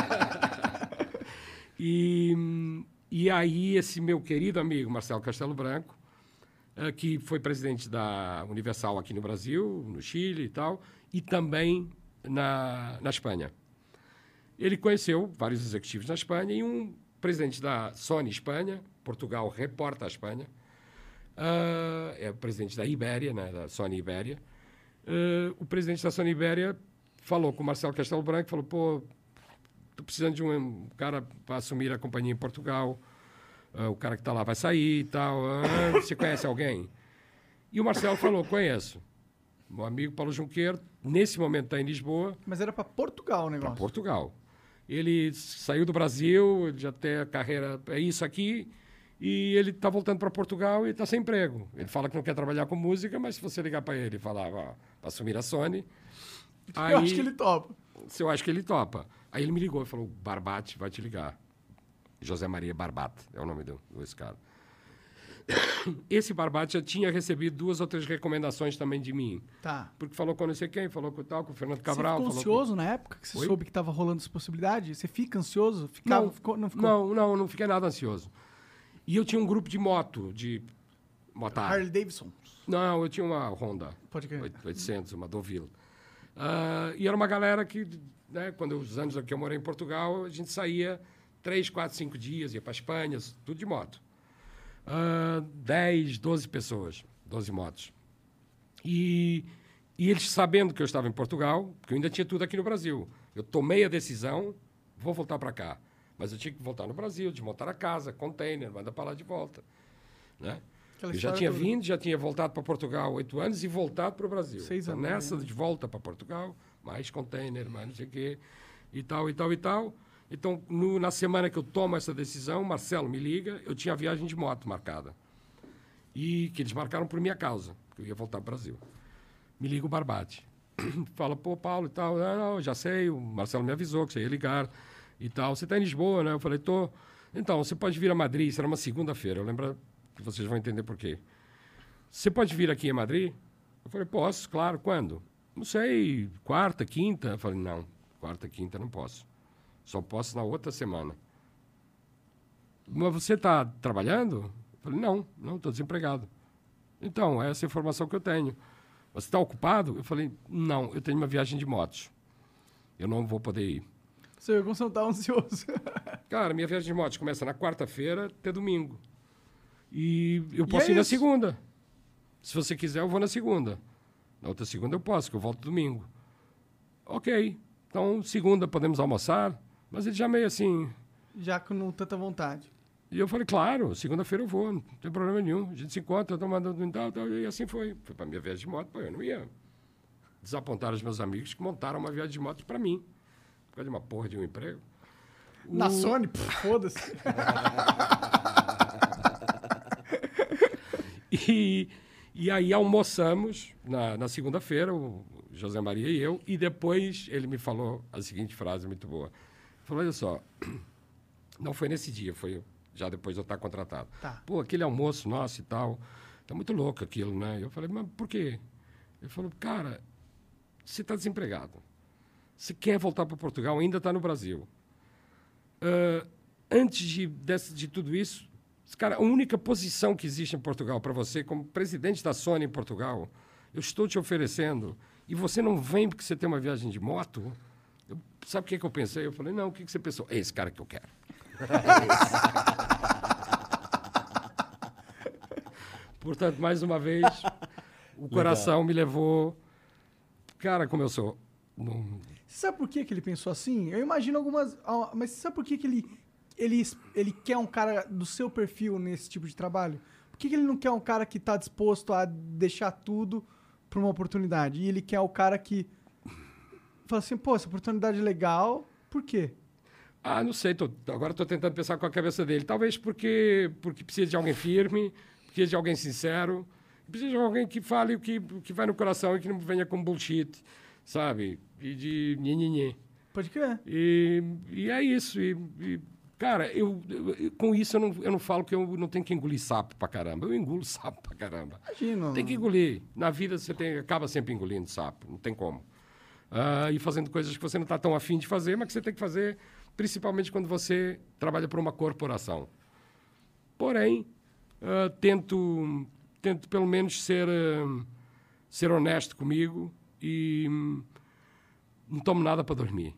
e, e aí, esse meu querido amigo, Marcelo Castelo Branco, eh, que foi presidente da Universal aqui no Brasil, no Chile e tal, e também na, na Espanha. Ele conheceu vários executivos na Espanha e um presidente da Sony Espanha, Portugal reporta a Espanha, ah, é o presidente da Ibéria, né, da Sony Ibéria. Ah, o presidente da Sony Ibéria falou com o Marcelo Castelo Branco, falou, pô, estou precisando de um cara para assumir a companhia em Portugal, ah, o cara que está lá vai sair e tal, ah, você conhece alguém? E o Marcelo falou, conheço. Meu amigo Paulo Junqueiro, nesse momento está em Lisboa, Mas era pra Portugal o para negócio. Portugal. Ele saiu do Brasil, ele já tem a carreira, é isso aqui, e ele está voltando para Portugal e está sem emprego. Ele fala que não quer trabalhar com música, mas se você ligar para ele e falar, ó, para assumir a Sony, aí, Eu acho que ele topa. se eu acho que ele topa. Aí ele me ligou e falou, Barbate vai te ligar. José Maria Barbate é o nome do, desse cara. Esse Barbate já tinha recebido duas ou três recomendações também de mim. Tá. Porque falou com não sei quem, falou com o tal, com o Fernando Você Cabral. ficou falou ansioso na época que você Oi? soube que tava rolando essa possibilidade? Você fica ansioso? Com... Ficava, Não, ficou, não ficou? não, não, não fiquei nada ansioso. E eu tinha um grupo de moto, de motar. Harley Davidson. Não, eu tinha uma Honda Pode crer. oito- oitocentos, uma Deauville. Ah, e era uma galera que, né, quando os anos que eu morei em Portugal, a gente saía três, quatro, cinco dias, ia para Espanha, tudo de moto. Ah, dez, doze pessoas, doze motos. E, e eles sabendo que eu estava em Portugal, porque eu ainda tinha tudo aqui no Brasil. Eu tomei a decisão, vou voltar para cá. Mas eu tinha que voltar no Brasil, desmontar a casa, container, manda para lá de volta. Né? Aquela Eu já história tinha toda. vindo, já tinha voltado para Portugal oito anos e voltado para o Brasil. Seis Então, anos, nessa né? de volta para Portugal, mais container, mais não sei o quê, e tal, e tal, e tal. Então, no- na semana que eu tomo essa decisão, o Marcelo me liga, eu tinha a viagem de moto marcada. E que eles marcaram por minha causa, que eu ia voltar para o Brasil. Me liga o Barbate. Fala, pô, Paulo e tal. Não, não, já sei, o Marcelo me avisou que você ia ligar e tal. Você está em Lisboa, né? Eu falei, tô. Então, você pode vir a Madrid, isso era uma segunda-feira, eu lembro que vocês vão entender por quê. Você pode vir aqui em Madrid? Eu falei, posso, claro, quando? Não sei, quarta, quinta? Eu falei, não, quarta, quinta não posso. Só posso na outra semana. Mas você está trabalhando? Eu falei, não, não, estou desempregado. Então, essa é a informação que eu tenho. Você está ocupado? Eu falei, não, eu tenho uma viagem de motos. Eu não vou poder ir. Você viu como você não tá ansioso. Cara, minha viagem de motos começa na quarta-feira até domingo. E eu E posso é ir na isso. segunda. Se você quiser, eu vou na segunda. Na outra segunda eu posso, que eu volto domingo. Ok. Então, segunda podemos almoçar. Mas ele já meio assim... Já com não tanta vontade. E eu falei, claro, segunda-feira eu vou, não tem problema nenhum. A gente se encontra, tomando tal, tal, e assim foi. Foi para minha viagem de moto, pô, eu não ia desapontar os meus amigos que montaram uma viagem de moto para mim. Por causa de uma porra de um emprego. Na O- Sony, pff, foda-se. E, e aí almoçamos na, na segunda-feira, o José Maria e eu, e depois ele me falou a seguinte frase muito boa. Ele falou, olha só, não foi nesse dia, foi já depois de eu estar contratado. Tá. Pô, aquele almoço nosso e tal, tá muito louco aquilo, né? Eu falei, mas por quê? Ele falou, cara, você está desempregado. Você quer voltar para Portugal, ainda está no Brasil. Uh, antes de, de, de tudo isso, cara, a única posição que existe em Portugal para você, como presidente da Sony em Portugal, eu estou te oferecendo, e você não vem porque você tem uma viagem de moto? Eu, sabe o que, que eu pensei? Eu falei, não, o que, que você pensou? É esse cara que eu quero. Portanto, mais uma vez, o coração Legal. me levou... Cara, como eu sou... Não... Você sabe por que, que ele pensou assim? Eu imagino algumas... Mas você sabe por que, que ele, ele, ele quer um cara do seu perfil nesse tipo de trabalho? Por que, que ele não quer um cara que está disposto a deixar tudo para uma oportunidade? E ele quer o cara que fala assim, pô, essa oportunidade é legal, por quê? Ah, não sei. Tô, agora estou tentando pensar com a cabeça dele. Talvez porque, porque precisa de alguém firme, precisa de alguém sincero, precisa de alguém que fale o que, o que vai no coração e que não venha com bullshit, sabe? E de nhenhenhê. Pode crer. E, e é isso. E, e, cara, eu, eu, com isso eu não, eu não falo que eu não tenho que engolir sapo pra caramba. Eu engulo sapo pra caramba. Imagino. Tem que engolir. Na vida você tem, acaba sempre engolindo sapo. Não tem como. Uh, e fazendo coisas que você não está tão afim de fazer, mas que você tem que fazer, principalmente quando você trabalha para uma corporação. Porém, uh, tento, tento pelo menos ser, uh, ser honesto comigo e um, não tomo nada para dormir.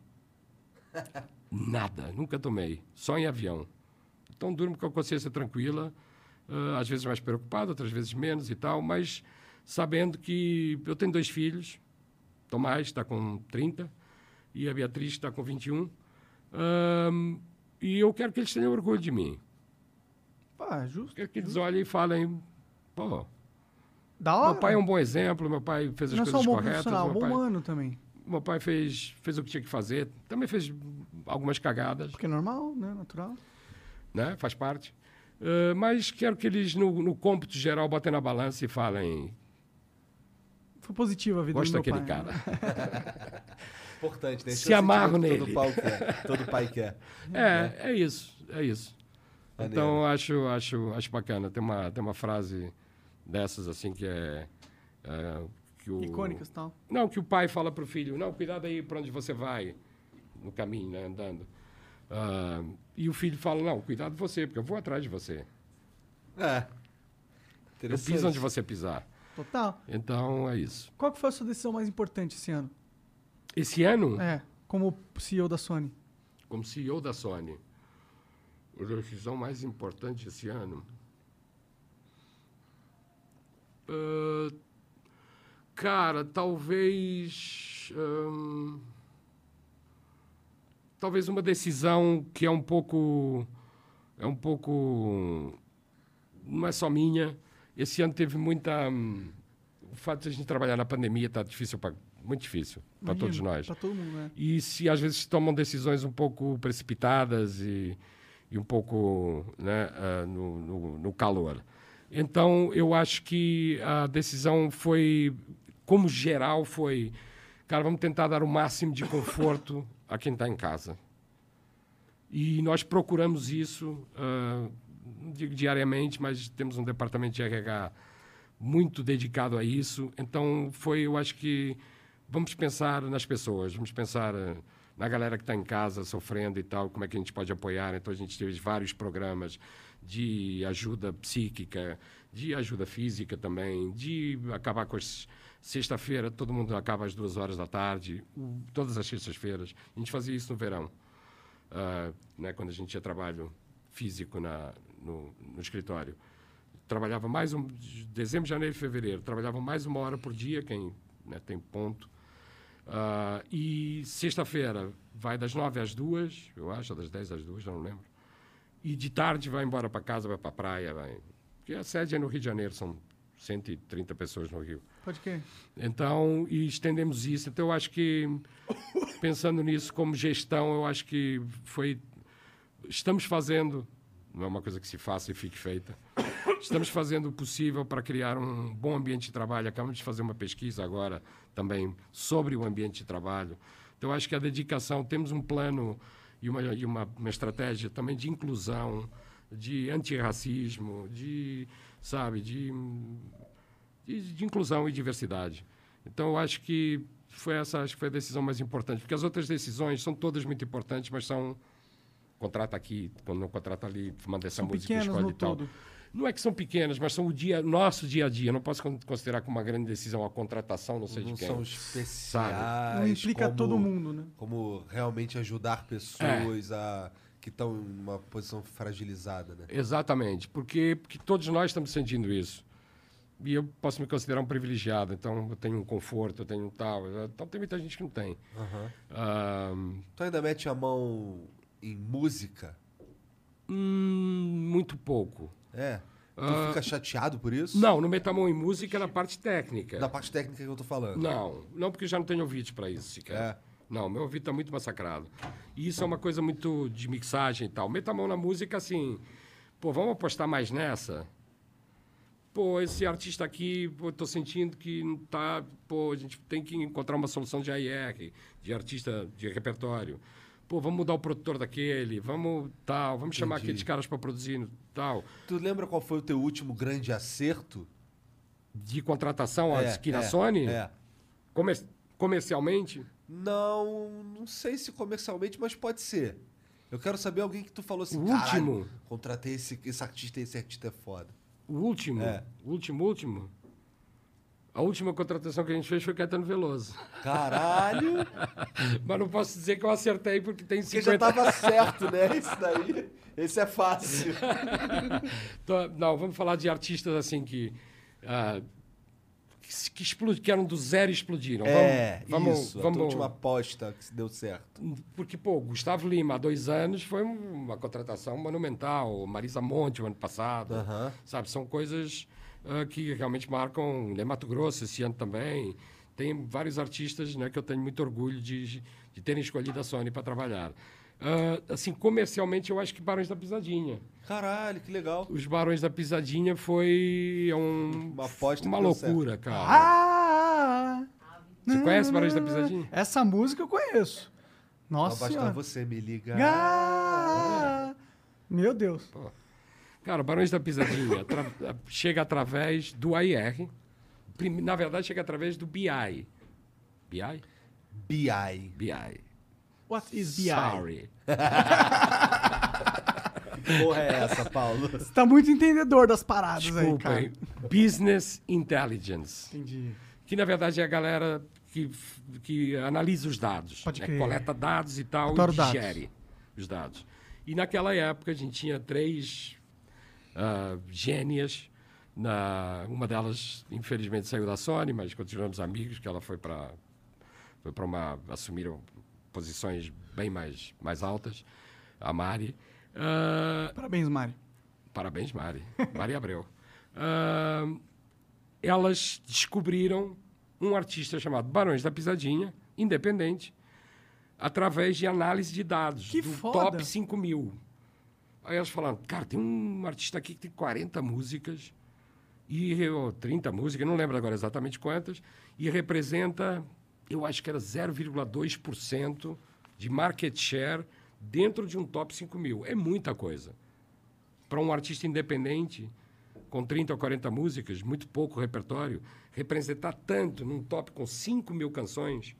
Nada, nunca tomei, só em avião. Então durmo com a consciência tranquila, uh, às vezes mais preocupado, outras vezes menos e tal, mas sabendo que eu tenho dois filhos, Tomás está com trinta e a Beatriz está com vinte e um, um, e eu quero que eles tenham orgulho de mim. Pá, justo. Quero que eles olhem e falem, pô, da hora. Meu pai é um bom exemplo, meu pai fez as não coisas só um bom corretas. profissional, Meu um bom pai, humano também. meu pai fez, fez o que tinha que fazer, também fez algumas cagadas. Porque é normal, né? Natural. Né? Faz parte. Uh, mas quero que eles, no, no cômputo geral, botem na balança e falem... Foi positiva a vida Gosto do meu daquele pai. Cara. Importante, né? Se, Se amarro nele. Todo pai quer. Todo pai quer. É, é isso, é isso. Maneiro. Então, acho, acho, acho bacana. Tem uma, tem uma frase dessas, assim, que é... é que o, icônicas e tal. Não, que o pai fala para o filho, não, cuidado aí para onde você vai, no caminho, né, andando. Uh, e o filho fala, não, cuidado você, porque eu vou atrás de você. É. Eu piso onde você pisar. Total. Então, é isso. Qual que foi a sua decisão mais importante esse ano? Esse ano? É, como C E O da Sony. Como C E O da Sony. A decisão mais importante esse ano? Uh, cara, talvez... Um, talvez uma decisão que é um pouco... É um pouco... Não é só minha. Esse ano teve muita... Um, o fato de a gente trabalhar na pandemia está difícil, pra, muito difícil para todos nós. Para todo mundo, né? E se às vezes tomam decisões um pouco precipitadas e, e um pouco, né, uh, no, no, no calor. Então, eu acho que a decisão foi, como geral, foi... Cara, vamos tentar dar o máximo de conforto a quem está em casa. E nós procuramos isso... Uh, não digo diariamente, mas temos um departamento de R H muito dedicado a isso. Então, foi, eu acho que vamos pensar nas pessoas, vamos pensar uh, na galera que está em casa sofrendo e tal, como é que a gente pode apoiar. Então, a gente teve vários programas de ajuda psíquica, de ajuda física também, de acabar com as... Sexta-feira, todo mundo acaba às duas horas da tarde, o, todas as sextas-feiras. A gente fazia isso no verão, uh, né, quando a gente tinha trabalho físico na, no, no escritório. Trabalhava mais um... Dezembro, janeiro e fevereiro. Trabalhava mais uma hora por dia, quem, né, tem ponto. Uh, e sexta-feira vai das nove às duas, eu acho, das dez às duas, já não lembro. E de tarde vai embora para casa, vai para a praia. Vai... Porque a sede é no Rio de Janeiro, são cento e trinta pessoas no Rio. Pode crer. Então, e estendemos isso. Então, eu acho que, pensando nisso como gestão, eu acho que foi... Estamos fazendo, não é uma coisa que se faça e fique feita, estamos fazendo o possível para criar um bom ambiente de trabalho. Acabamos de fazer uma pesquisa agora também sobre o ambiente de trabalho. Então, eu acho que a dedicação, temos um plano e uma, e uma, uma estratégia também de inclusão, de antirracismo, de, sabe, de, de, de inclusão e diversidade. Então, eu acho que foi essa acho que foi a decisão mais importante. Porque as outras decisões são todas muito importantes, mas são... Contrata aqui, quando não contrata ali, manda essa São música, pequenas escolhe no e tal. todo. Não é que são pequenas, mas são o dia, nosso dia a dia. Eu não posso con- considerar como uma grande decisão a contratação, não sei Não de quem. são especiais. Não implica como, todo mundo, né? Como realmente ajudar pessoas a, que estão em uma posição fragilizada, né? Exatamente, porque, porque todos nós estamos sentindo isso. E eu posso me considerar um privilegiado, então eu tenho um conforto, eu tenho um tal. Então tem muita gente que não tem. Aham. Ah, Tu ainda mete a mão em música? hum, muito pouco. É. Tu Ah, fica chateado por isso? Não, não meto a mão em música na parte técnica. Da parte técnica que eu tô falando. Não, não porque eu já não tenho ouvidos para isso sequer. É. Não, meu ouvido está muito massacrado. E isso é uma coisa muito de mixagem e tal. Meta a mão na música assim, pô, vamos apostar mais nessa? Pô, esse artista aqui, pô, tô sentindo que não tá... Pô, a gente tem que encontrar uma solução de A I R, de artista de repertório. Pô, vamos mudar o produtor daquele, vamos tal, vamos chamar Entendi. aqueles caras para produzir no- tal. Tu lembra qual foi o teu último grande acerto? De contratação É, aqui na é, Sony, É. comer- comercialmente, Não, não sei se comercialmente, mas pode ser. Eu quero saber alguém que tu falou assim, O "Caralho, último. contratei esse, esse artista e esse artista é foda." o último, É. o último, último. A última contratação que a gente fez foi Caetano Veloso. Caralho! Mas não posso dizer que eu acertei porque tem Porque já cinquenta... tava certo, né? Esse daí, esse é fácil. Então, não, vamos falar de artistas assim que... ah, que, se- que, explod... que eram do zero e explodiram. É, vamos, isso. A Vamos, tua última aposta que deu certo. Porque, pô, Gustavo Lima, há dois anos, foi um- uma contratação monumental. Marisa Monte, o ano passado. Aham. Sabe, são coisas ah, que realmente marcam... Né, Mato Grosso, esse ano também. Tem vários artistas, né, que eu tenho muito orgulho de, de terem escolhido a Sony para trabalhar. Ah, assim, comercialmente, eu acho que Barões da Pisadinha. Caralho, que legal. Os Barões da Pisadinha foi um, Uma aposta uma que deu loucura, cara. Ah! Você conhece Barões da Pisadinha? Essa música eu conheço. Só Nossa basta senhora. você me ligar. Ah! Meu Deus. Cara, Barões da Pisadinha atra- chega através do A I R. Prim- Na verdade, chega através do B I. B I? B I. B I. What is B I? Sorry. Que porra é essa, Paulo? Você tá muito entendedor das paradas aí, Desculpa, cara. hein? Business Intelligence. Entendi. Que, na verdade, é a galera que, f- que analisa os dados. Pode né? crer. Coleta dados e tal Adoro e dados. digere os dados. E naquela época a gente tinha três ah, gênias. Na, uma delas, infelizmente, saiu da Sony, mas continuamos amigos, que ela foi para foi para uma... assumiram posições bem mais, mais altas. A Mari. Ah, Parabéns, Mari. Parabéns, Mari. Mari Abreu. Ah, elas descobriram um artista chamado Barões da Pisadinha, independente, através de análise de dados Que do foda. top cinco mil. Aí elas falaram, cara, tem um artista aqui que tem quarenta músicas, e, ou trinta músicas, não lembro agora exatamente quantas, e representa, eu acho que era zero vírgula dois por cento de market share dentro de um top cinco mil. É muita coisa. Para um artista independente, com trinta ou quarenta músicas, muito pouco repertório, representar tanto num top com cinco mil canções,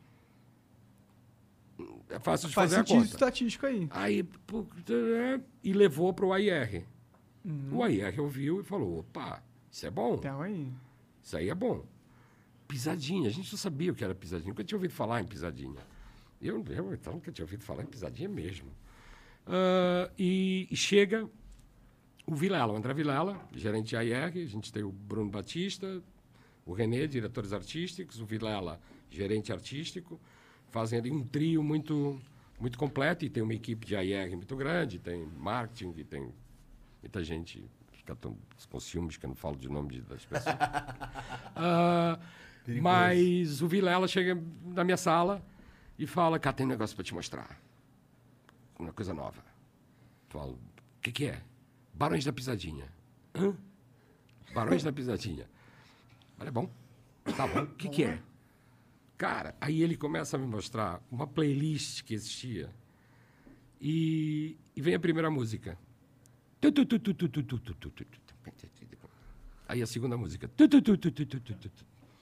é fácil de Faz fazer a sentido conta. estatístico aí. Aí, pô, e levou para o A I R. O A I R ouviu e falou, opa, isso é bom, Então aí. isso aí é bom. Pisadinha, a gente não sabia o que era pisadinha, nunca tinha ouvido falar em pisadinha. Eu, eu então, nunca tinha ouvido falar em pisadinha mesmo. Ah, e, e chega o Vilela, o André Vilela, gerente de A I R, a gente tem o Bruno Batista, o René, diretores artísticos, o Vilela, gerente artístico, fazem ali um trio muito, muito completo, e tem uma equipe de A I R muito grande, tem marketing, e tem muita gente, fica tão com ciúmes que eu não falo de nome de- das pessoas. Ah, mas o Vilela chega na minha sala e fala, cara, tem um negócio para te mostrar. Uma coisa nova. Eu falo, o que, que é? Barões da Pisadinha. Hã? Barões da Pisadinha. Olha, bom. Tá bom. O que, que é? Cara, aí ele começa a me mostrar uma playlist que existia. E, e vem a primeira música. Tu, tu, tu, tu, tu, tu, tu, tu, tu, tu, tu. Aí a segunda música. Tu, tu, tu, tu, tu, tu, tu, tu, tu.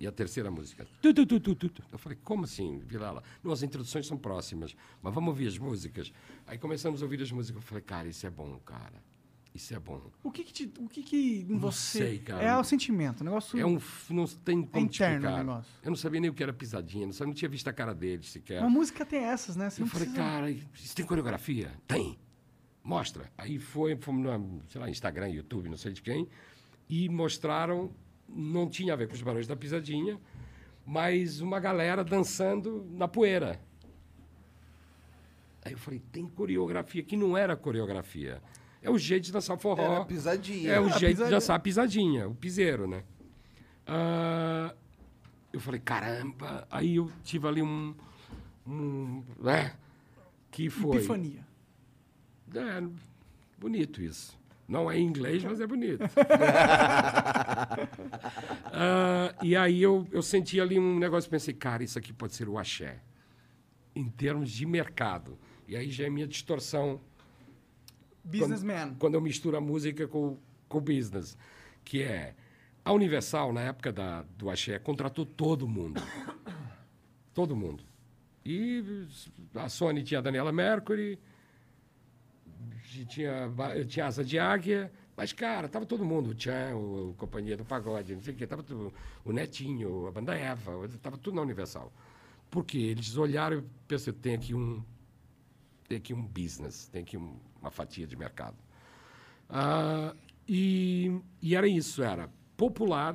E a terceira música. Tu, tu, tu, tu, tu, tu. Eu falei, como assim, Vilela? Não, as introduções são próximas, mas vamos ouvir as músicas. Aí começamos a ouvir as músicas. Eu falei, cara, isso é bom, cara. Isso é bom. O que que, te, o que, que em Não você... sei, cara. É o sentimento, o negócio... É um... f- Não tem como te interno o explicar. negócio. Eu não sabia nem o que era pisadinha, não, sabia, não tinha visto a cara deles sequer. Uma música tem essas, né? Você Eu não falei, precisa- cara, isso tem coreografia? Tem. Mostra. Aí foi, fomos no, sei lá, Instagram, YouTube, não sei de quem, e mostraram, não tinha a ver com os Barões da Pisadinha, mas uma galera dançando na poeira. Aí eu falei, tem coreografia, que não era coreografia. É o jeito de dançar forró. Era pisadinha. É o A jeito pisadinha. de dançar a pisadinha, o piseiro, né? Ah, eu falei, caramba. Aí eu tive ali um... um né? Que foi... Epifania. É, bonito isso. Não é em inglês, mas é bonito. Ah, e aí eu, eu senti ali um negócio, pensei, cara, isso aqui pode ser o axé. Em termos de mercado. E aí já é minha distorção Businessman. quando eu misturo a música com, com o business. Que é, a Universal, na época da, do axé, contratou todo mundo. Todo mundo. E a Sony tinha a Daniela Mercury, tinha, tinha Asa de Águia, mas, cara, tava todo mundo, o Tchan, o, o Companhia do Pagode, não sei o quê, tava tudo, o Netinho, a Banda Eva, tava tudo na Universal. Porque eles olharam e pensaram, tem aqui um, tem aqui um business, tem aqui um, uma fatia de mercado. Ah, e, e era isso, era popular,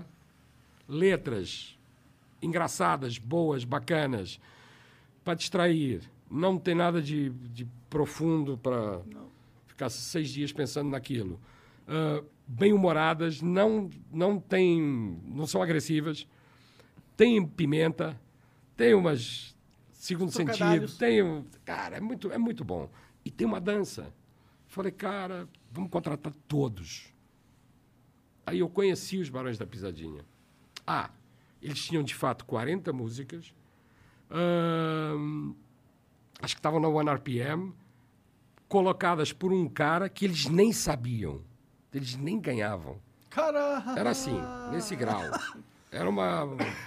letras engraçadas, boas, bacanas, para distrair. Não tem nada de, de profundo para ficar seis dias pensando naquilo. Uh, bem-humoradas, não, não, tem, não são agressivas, tem pimenta, tem umas segundo sentido, Trocadalhos. tem um, cara, é muito, é muito bom. E tem uma dança. Falei, cara, vamos contratar todos. Aí eu conheci os Barões da Pisadinha. Ah, eles tinham, de fato, quarenta músicas. Ahn, acho que estavam na One R P M, colocadas por um cara que eles nem sabiam. Eles nem ganhavam. Caramba! Era assim, nesse grau. Era uma...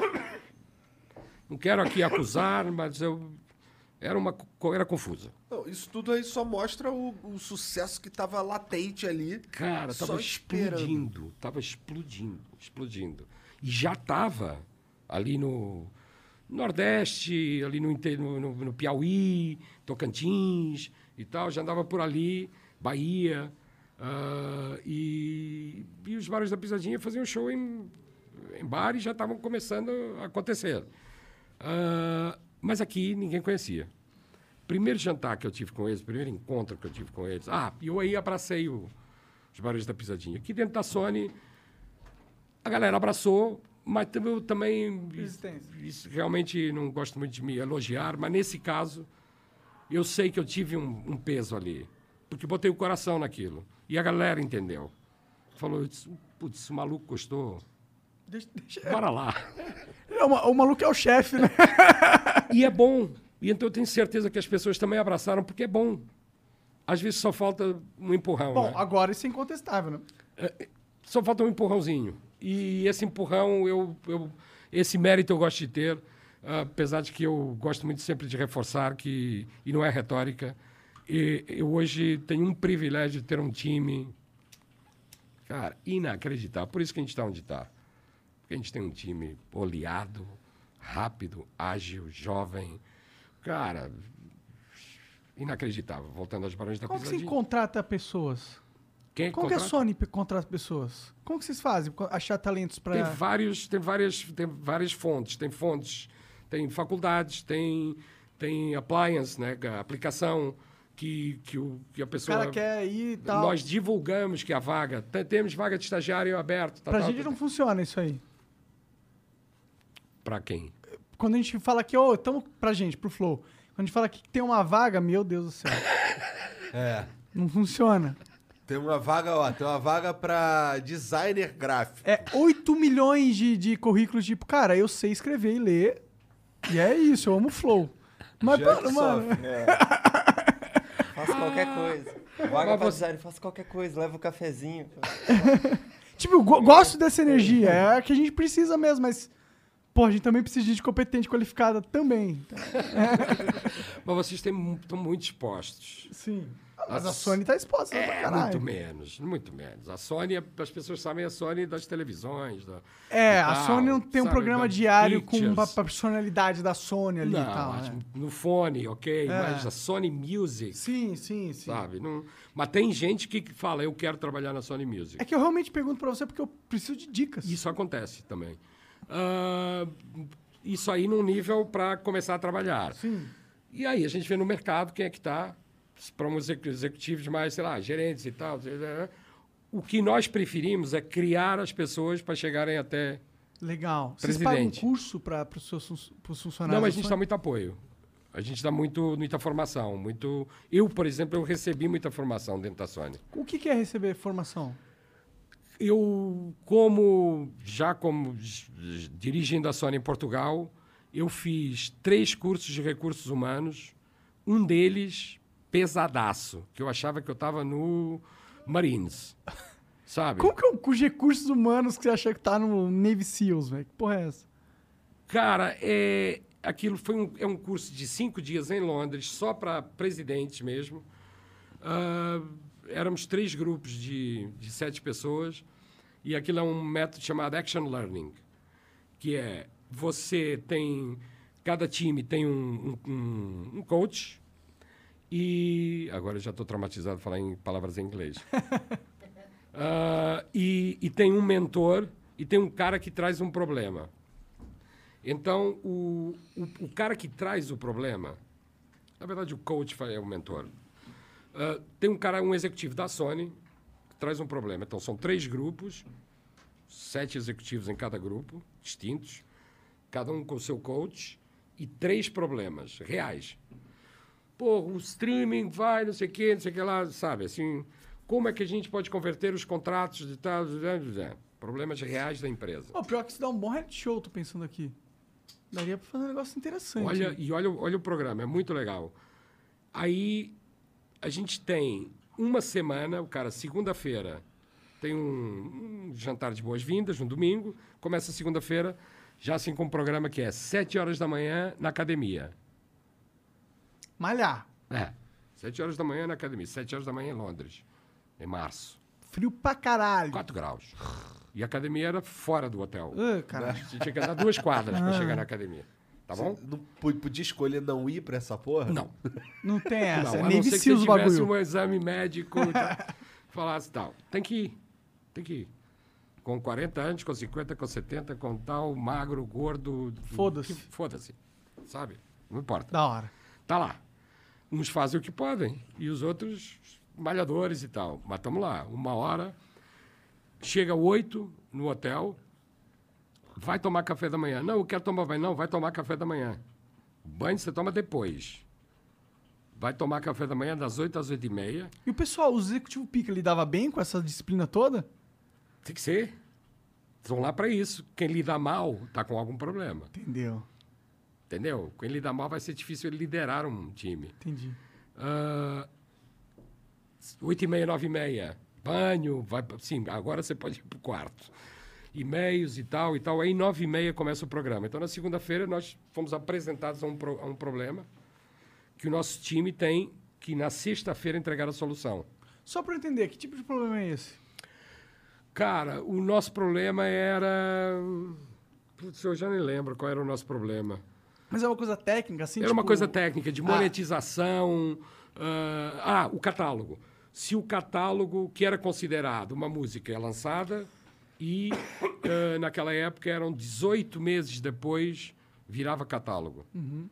Não quero aqui acusar, mas eu... Era uma... co- Era confusa. Não, isso tudo aí só mostra o, o sucesso que estava latente ali. Cara, só tava esperando. explodindo. Tava explodindo, explodindo. E já tava ali no Nordeste, ali no, inte- no, no, no Piauí, Tocantins e tal. Já andava por ali, Bahia. ah, e, e os Barões da Pisadinha faziam show em, em bar e já estavam começando a acontecer. Ah, mas aqui ninguém conhecia. Primeiro jantar que eu tive com eles, primeiro encontro que eu tive com eles. Ah, e eu aí abracei o, os Barões da Pisadinha. Aqui dentro da Sony, a galera abraçou, mas também- eu também... Resistência. Isso, realmente não gosto muito de me elogiar, mas nesse caso, eu sei que eu tive um, um peso ali. Porque botei o coração naquilo. E a galera entendeu. Falou, putz, o maluco gostou. Deixa, deixa... Bora lá. É, o, ma- o maluco é o chefe, né? E é bom. E então eu tenho certeza que as pessoas também abraçaram, porque é bom. Às vezes só falta um empurrão. Bom, né? agora isso é incontestável, né? Só falta um empurrãozinho. E esse empurrão, eu, eu, esse mérito eu gosto de ter, apesar de que eu gosto muito sempre de reforçar que, e não é retórica, e eu hoje tenho um privilégio de ter um time, cara, inacreditável. Por isso que a gente está onde está. Porque a gente tem um time oleado, rápido, ágil, jovem. Cara, inacreditável. Voltando aos Barões da Como que você Pisadinha. contrata pessoas? Quem Como que a contrata? Sony pe- contrata pessoas? Como que vocês fazem pra achar talentos Tem pra... vários, tem várias, tem várias fontes, tem fontes, tem faculdades, tem, tem appliance, né, a aplicação que, que, o, que a O pessoa... cara quer ir e tal. Nós divulgamos que a vaga, tem- temos vaga de estagiário aberto. Tá, Pra tá, gente tá, não funciona isso aí. Pra quem? Quando a gente fala que, ô, tamo pra gente, pro Flow. Quando a gente fala que tem uma vaga, meu Deus do céu. É. Não funciona. Tem uma vaga, ó, tem uma vaga pra designer gráfico. É oito milhões de, de currículos, tipo, cara, eu sei escrever e ler. E é isso, eu amo Flow. Mas, Já que mano, mano, sofre. É. Faço qualquer coisa. Vaga Mas pra você- design, faço qualquer coisa, levo o cafezinho. tipo, eu go- gosto dessa energia. É a que a gente precisa mesmo, mas, pô, a gente também precisa de gente competente, qualificada também. Mas vocês têm, estão muito expostos. Sim. Mas A a Sony tá exposta pra É, caralho. muito menos, muito menos. A Sony, as pessoas sabem a Sony das televisões. Da, É, e a tal, Sony não tem um sabe, programa da diário com pictures. uma personalidade da Sony ali Não, e tal. acho- né? no fone, ok, É. mas a Sony Music, Sim, sim, sim. sabe? Não, mas tem gente que fala, eu quero trabalhar na Sony Music. É que eu realmente pergunto pra você porque eu preciso de dicas. Isso acontece também. Ah, isso aí num nível para começar a trabalhar. Sim. E aí a gente vê no mercado quem é que está, para uns executivos mais, sei lá, gerentes e tal. O que nós preferimos é criar as pessoas para chegarem até... Legal. Vocês pagam um Presidente. curso para os seus fun- pros funcionários? Não, mas a da gente Sony? dá muito apoio. A gente dá muito, muita formação. Muito... Eu, por exemplo, eu recebi muita formação dentro da Sony. O que que é receber formação? Eu, como já como j- j- dirigindo a Sony em Portugal, eu fiz três cursos de recursos humanos, um deles pesadaço, que eu achava que eu estava no Marines, sabe? Como que é um curso de recursos humanos que você acha que tá no Navy SEALs, velho? Que porra é essa? Cara, é, aquilo foi um, é um curso de cinco dias em Londres, só para presidentes mesmo. Ah, éramos três grupos de, de sete pessoas e aquilo é um método chamado Action Learning, que é você tem... Cada time tem um, um, um- um coach e... Agora eu já estou traumatizado de falar em palavras em inglês. Ah, e, e tem um mentor e tem um cara que traz um problema. Então, o, o, o cara que traz o problema, na verdade, o coach é o mentor. Ah, tem um cara, um executivo da Sony, que traz um problema. Então, são três grupos, sete executivos em cada grupo, distintos, cada um com o seu coach, e três problemas reais. Pô, o streaming vai, não sei o quê, não sei o que lá, sabe? Assim, como é que a gente pode converter os contratos de tal... Problemas reais da empresa. Pô, pior que isso dá um bom head show, tô pensando aqui. Daria pra fazer um negócio interessante. Olha, e olha, o- olha o programa, é muito legal. Aí a gente tem uma semana, o cara, segunda-feira, tem um, um jantar de boas-vindas, no domingo, começa segunda-feira, já assim com um programa que é sete horas da manhã na academia. Malhar. É, sete horas da manhã na academia, sete horas da manhã em Londres, em março. Frio pra caralho. quatro graus. E a academia era fora do hotel. Ah, cara. Você tinha que andar duas quadras para chegar na academia. Tá bom? Não p- podia escolher não ir pra essa porra? Não. Não tem essa. Não, é a não Navy ser que SEALs você o tivesse bagulho. um exame médico e tal, falasse tal. Tem que ir. Tem que ir. Com quarenta anos, com cinquenta, com setenta, com tal, magro, gordo. Foda-se. que- Foda-se. Sabe? Não importa. Da hora. Tá lá. Uns fazem o que podem e os outros malhadores e tal. Mas estamos lá. Uma hora. Chega oito no hotel. Vai tomar café da manhã. Não, eu quero tomar banho. Não, vai tomar café da manhã. Banho você toma depois. Vai tomar café da manhã das oito às oito e meia. E o pessoal, o executivo pica, lidava bem com essa disciplina toda? Tem que ser. Estão lá para isso. Quem lida mal está com algum problema. Entendeu. Entendeu? Quem lida mal vai ser difícil ele liderar um time. Entendi. Ah, oito e meia, nove e meia. Banho, vai, sim, agora você pode ir para o quarto. E-mails e tal e tal. Aí nove e meia começa o programa. Então, na segunda-feira, nós fomos apresentados a um, pro- a um problema que o nosso time tem que, na sexta-feira, entregar a solução. Só pra eu entender, que tipo de problema é esse? Cara, o nosso problema era... Putz, eu já nem lembro qual era o nosso problema. Mas é uma coisa técnica, assim? Era uma tipo- coisa técnica, de Ah. monetização. Ah, ah, o catálogo. Se o catálogo, que era considerado uma música, é lançada e, ah, naquela época, eram dezoito meses depois, virava catálogo.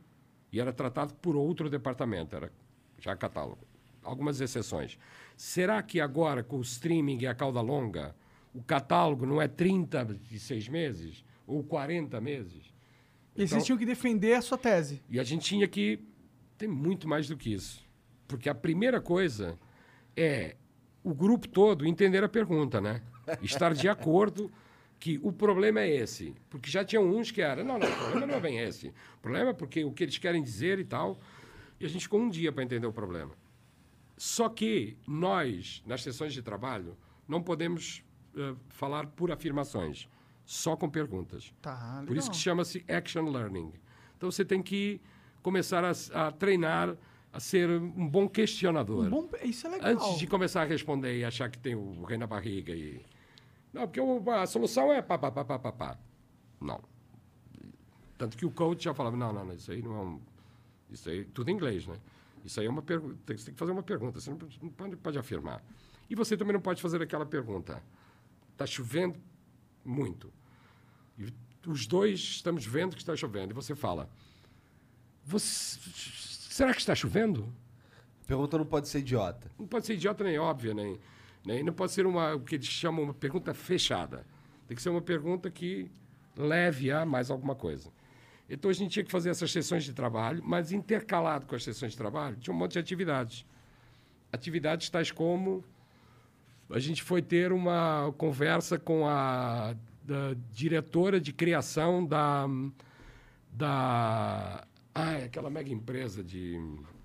E era tratado por outro departamento, era já catálogo. Algumas exceções. Será que agora, com o streaming e a cauda longa, o catálogo não é trinta e seis meses? Ou quarenta meses? E vocês Então- tinham que defender a sua tese. E a gente tinha que... Tem muito mais do que isso. Porque a primeira coisa é o grupo todo entender a pergunta, né? Estar de acordo que o problema é esse. Porque já tinham uns que eram... Não, não, o problema não é bem esse. O problema é porque o que eles querem dizer e tal... E a gente ficou um dia para entender o problema. Só que nós, nas sessões de trabalho, não podemos eh, falar por afirmações. só com perguntas. Tá, legal. Por isso que chama-se Action Learning. Então, você tem que começar a, a treinar a ser um bom questionador. Um bom... Isso é legal. Antes de começar a responder e achar que tem o rei na barriga. E... Não, porque o, a solução é pá, pá, pá, pá, pá, pá. Não. Tanto que o coach já falava, não, não, não, isso aí não é um... Isso aí, tudo em inglês, né? Isso aí é uma pergunta, você tem que fazer uma pergunta, você não pode, pode afirmar. E você também não pode fazer aquela pergunta. Está chovendo muito. E os dois estamos vendo que está chovendo. E você fala, você, será que está chovendo? A pergunta não pode ser idiota. Não pode ser idiota nem óbvia, nem, nem não pode ser uma, o que eles chamam uma pergunta fechada. Tem que ser uma pergunta que leve a mais alguma coisa. Então, a gente tinha que fazer essas sessões de trabalho, mas intercalado com as sessões de trabalho, tinha um monte de atividades. Atividades tais como... A gente foi ter uma conversa com a da diretora de criação da... da ah, é aquela mega empresa de,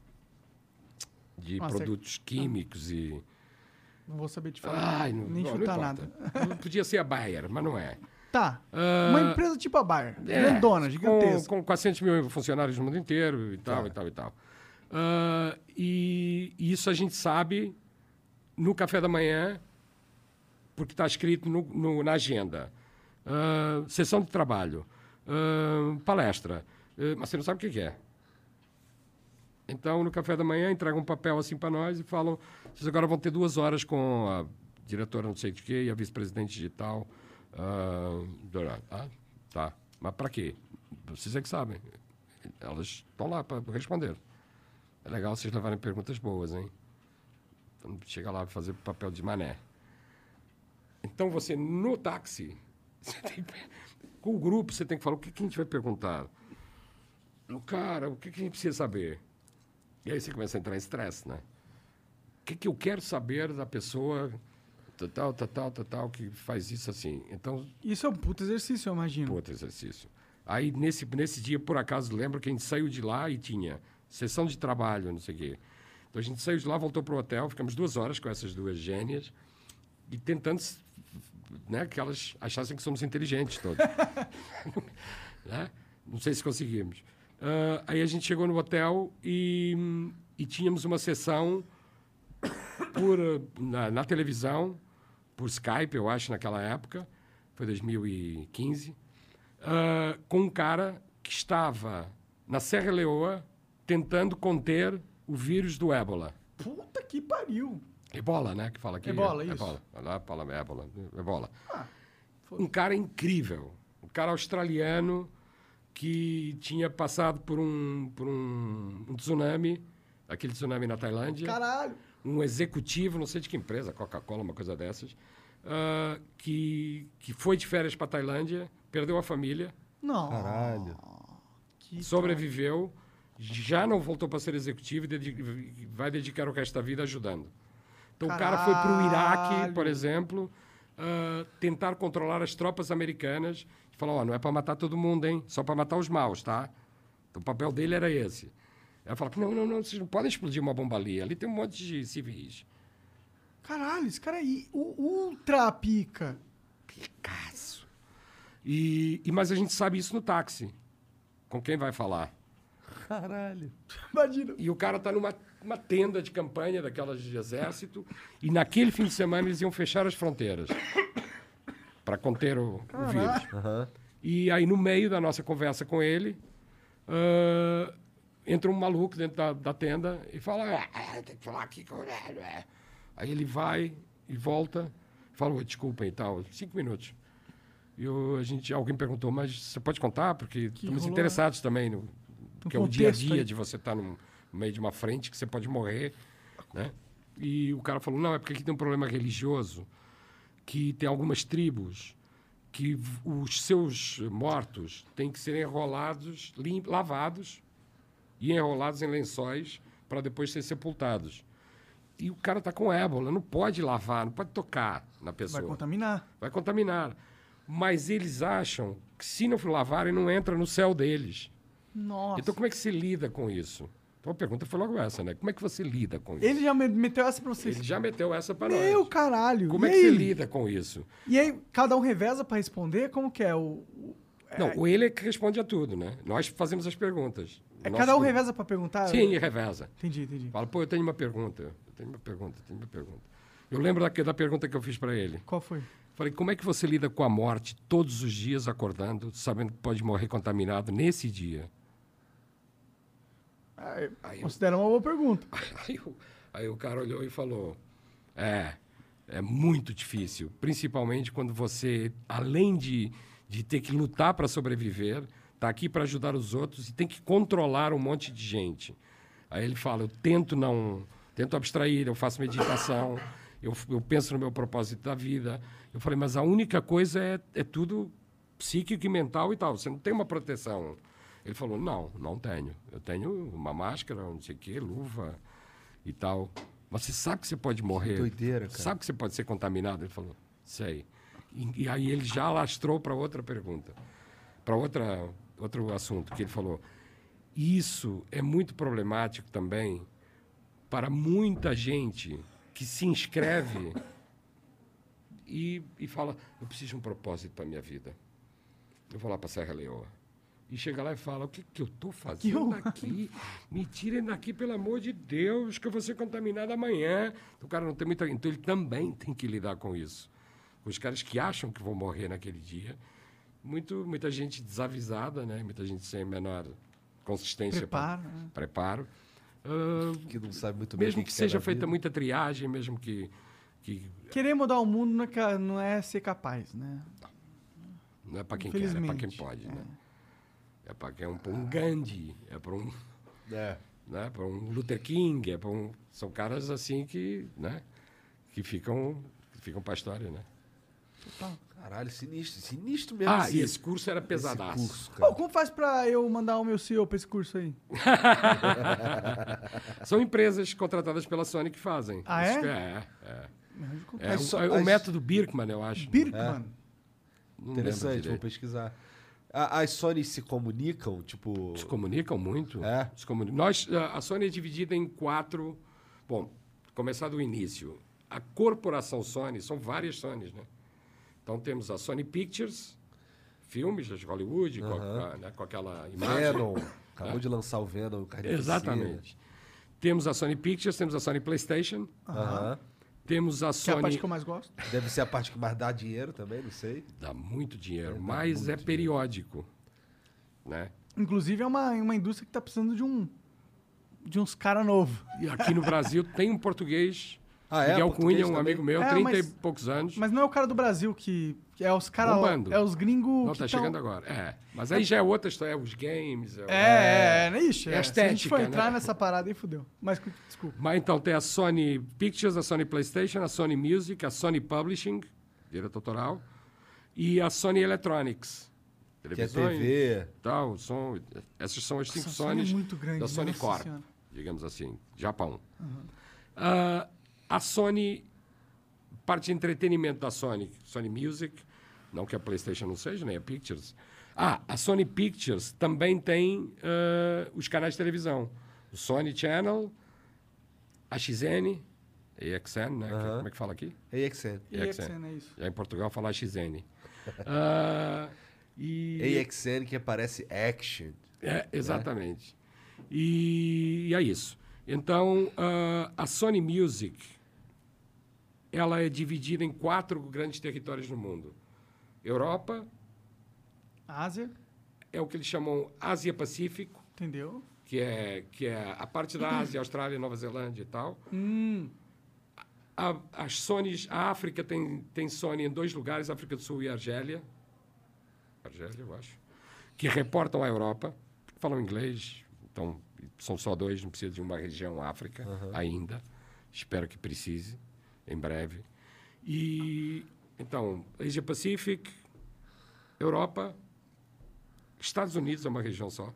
de Nossa, produtos químicos e... Não vou saber te falar. Ai, não, nem não, chutar não nada. importa. Podia ser a Bayer, mas não é. Tá. Ah, Uma empresa tipo a Bayer. É, Grandona, gigantesca. Com, com quatrocentos mil funcionários no mundo inteiro e tal, Tá. e tal, e tal. Ah, e, e isso a gente sabe no café da manhã, porque está escrito no, no- na agenda. Ah, sessão de trabalho. Ah, palestra. Ah, mas você não sabe o que que é. Então, no café da manhã, entregam um papel assim para nós e falam: vocês agora vão ter duas horas com a diretora não sei de quê e a vice-presidente digital. Ah, ah, tá. Mas para quê? Vocês é que sabem. Elas estão lá para responder. É legal vocês levarem perguntas boas, hein? Então, chega lá para fazer papel de mané. Então, você, no táxi, você tem que- com o grupo, você tem que falar: o que, que a gente vai perguntar? O cara, o que, que a gente precisa saber? E aí você começa a entrar em estresse, né? O que, que eu quero saber da pessoa, tal, tal, tal, tal, tal, que faz isso assim? Então, Isso é um puto exercício, eu imagino. outro exercício. Aí, nesse, nesse dia, por acaso, lembro que a gente saiu de lá e tinha sessão de trabalho, não sei o quê. Então, a gente saiu de lá, voltou para o hotel, ficamos duas horas com essas duas gênias e tentando, né, que elas achassem que somos inteligentes todos. Né? Não sei se conseguimos. Ah, aí a gente chegou no hotel e, e tínhamos uma sessão por, ah, na, na televisão, por Skype, eu acho, naquela época, foi dois mil e quinze, ah, com um cara que estava na Serra Leoa tentando conter o vírus do ébola. Puta que pariu. Ebola, né? Que fala aqui. Ebola, isso. Ebola. Lá fala ébola. Ebola. Ah, Um cara incrível. Um cara australiano que tinha passado por um, por um, um tsunami, aquele tsunami na Tailândia. Caralho. Um executivo, não sei de que empresa, Coca-Cola, uma coisa dessas, ah, que, que foi de férias para a Tailândia, perdeu a família, Não. Caralho. Que sobreviveu, já não voltou para ser executivo e dedi- vai dedicar o resto da vida ajudando. Então, o cara foi para o Iraque, Caralho. por exemplo, ah, tentar controlar as tropas americanas e falou: ó, não é para matar todo mundo, hein? Só para matar os maus, tá? Então, o papel dele era esse. Ela falou: não, não, não, vocês não podem explodir uma bomba ali. Ali tem um monte de civis. Caralho, esse cara aí, o ultra pica. Caço. E, e, mas a gente sabe isso no táxi. Com quem vai falar? Caralho. Imagina. E o cara tá numa uma tenda de campanha daquelas de exército e naquele fim de semana eles iam fechar as fronteiras para conter o, o vírus. Aham. E aí, no meio da nossa conversa com ele, ah, entra um maluco dentro da, da tenda e fala: ah, tem que falar aqui. com- Aí ele vai e volta, fala: "Oi, desculpem e tal, cinco minutos. E eu, a gente, alguém perguntou: mas você pode contar? Porque estamos rolou, interessados também no, que é o dia a contexto dia aí. de você estar no meio de uma frente que você pode morrer, né? E o cara falou: não, é porque aqui tem um problema religioso, que tem algumas tribos que v- os seus mortos têm que ser enrolados, lim- lavados e enrolados em lençóis para depois ser sepultados. E o cara está com ébola, não pode lavar, não pode tocar na pessoa. Vai contaminar. Vai contaminar. Mas eles acham que se não lavarem, não entra no céu deles. Nossa. Então, como é que se lida com isso? Então a pergunta foi logo essa, né? Como é que você lida com isso? Ele já me- meteu essa pra vocês. Ele já meteu essa para nós. Meu caralho. Como E é que você aí? lida com isso? E aí, cada um reveza pra responder? Como que é? O, o- Não, o ele é que responde a tudo, né? Nós fazemos as perguntas. é Nosso cada um grupo. reveza pra perguntar? Sim, reveza. Entendi, entendi. Fala, pô, eu tenho uma pergunta. Eu tenho uma pergunta, eu tenho uma pergunta. Eu lembro da, da pergunta que eu fiz para ele. Qual foi? Falei, como é que você lida com a morte todos os dias acordando, sabendo que pode morrer contaminado nesse dia? Ah, eu Aí eu- considero uma boa pergunta. Aí, o- aí o cara olhou e falou, é, é muito difícil, principalmente quando você, além de, de ter que lutar para sobreviver, está aqui para ajudar os outros e tem que controlar um monte de gente. Aí ele fala, eu tento não, tento abstrair, eu faço meditação, eu, eu penso no meu propósito da vida. Eu falei, mas a única coisa é, é tudo psíquico e mental e tal, você não tem uma proteção. Ele falou, não, não tenho. Eu tenho uma máscara, não sei o quê, luva e tal. Mas você sabe que você pode morrer. doideira, cara. Sabe que você pode ser contaminado? Ele falou, sei. E, e aí ele já alastrou para outra pergunta, para outra outro assunto, que ele falou, isso é muito problemático também para muita gente que se inscreve e, e fala, eu preciso de um propósito para a minha vida. Eu vou lá para Serra Leoa. E chega lá e fala, o que, que eu estou fazendo horror. aqui? Me tirem daqui, pelo amor de Deus, que eu vou ser contaminado amanhã. O cara não tem muita... Então, ele também tem que lidar com isso. Os caras que acham que vão morrer naquele dia. Muito, muita gente desavisada, né? Muita gente sem a menor consistência. Preparo, pra- né? Preparo. Ah, Que não sabe muito bem mesmo o que, que seja é da feita vida. muita triagem, mesmo que... que Querer mudar o mundo não é, ca- não é ser capaz, né? não é para quem quer, é para quem Infelizmente, pode, é. né? É para quem é um, pra um Gandhi, é para um... É. né, para um Luther King, é para um, são caras assim que, né, que ficam, que ficam para a história, né? Caralho, sinistro. Sinistro mesmo. Ah, e esse curso era esse pesadaço. curso, Pô, cara. como faz pra eu mandar o meu C E O pra esse curso aí? São empresas contratadas pela Sony que fazem. Ah, Isso é? que é, é. É, Mas o- só- é o as- método Birkman, eu acho. Birkman. Não lembro Interessante, vou direito. pesquisar. A- As Sony se comunicam, tipo... Se comunicam muito. É? Se comuni- Nós, a a Sony é dividida em quatro... Bom, começar do início. A corporação Sony, são várias Sonys, né? Então temos a Sony Pictures, filmes de Hollywood, com, a- né, com aquela imagem. Venom. Acabou de lançar o Venom. o Carnificina. Exatamente. Temos a Sony Pictures, temos a Sony PlayStation, Aham. temos a Que é a Sony... parte que eu mais gosto. Deve ser a parte que mais dá dinheiro também, não sei. Dá muito dinheiro, mas é periódico, né? Inclusive, é uma, uma indústria que tá precisando de um... De uns caras novos. E aqui no Brasil tem um português, Ah, é? Miguel Português Cunha, um também? amigo meu, É, trinta mas- e poucos anos. Mas não é o cara do Brasil que... que é os caras... Bombando. É os gringos Não, que tá tão- chegando agora. É, mas aí já é outra história, é os games. É, o- É, é, é, ixi, É é. Se a gente for estética, entrar né? nessa parada aí, fudeu. Mas, desculpa. Mas então tem a Sony Pictures, a Sony PlayStation, a Sony Music, a Sony Publishing, direito autoral, e a Sony Electronics. Que é Televisões, T V. tal, som. Essas são as cinco Nossa, a Sony é Sonys muito grande, da Sony nossa Corp, Senhora. digamos assim, Japão. Ah, a Sony, parte de entretenimento da Sony, Sony Music, não que a PlayStation não seja, nem a Pictures. Ah, a Sony Pictures também tem ah, os canais de televisão. O Sony Channel, a X N, A X N, né? que- Aham. Como é que fala aqui? A X N. E E X N. X N, é isso. Já em Portugal fala a X N. Ah, e... A X N que parece action. É, exatamente. E, e é isso. Então, ah, a Sony Music, ela é dividida em quatro grandes territórios no mundo. Europa Ásia, é o que eles chamam Ásia-Pacífico, entendeu? que é, que é a parte da Ásia, Austrália, Nova Zelândia e tal. Hum, A, as Sonys, a África tem, tem Sony em dois lugares, África do Sul e Argélia. Argélia, eu acho. Que reportam à Europa, falam inglês, então são só dois, não precisa de uma região África ainda. Espero que precise, em breve. E, então, Asia Pacific, Europa, Estados Unidos é uma região só,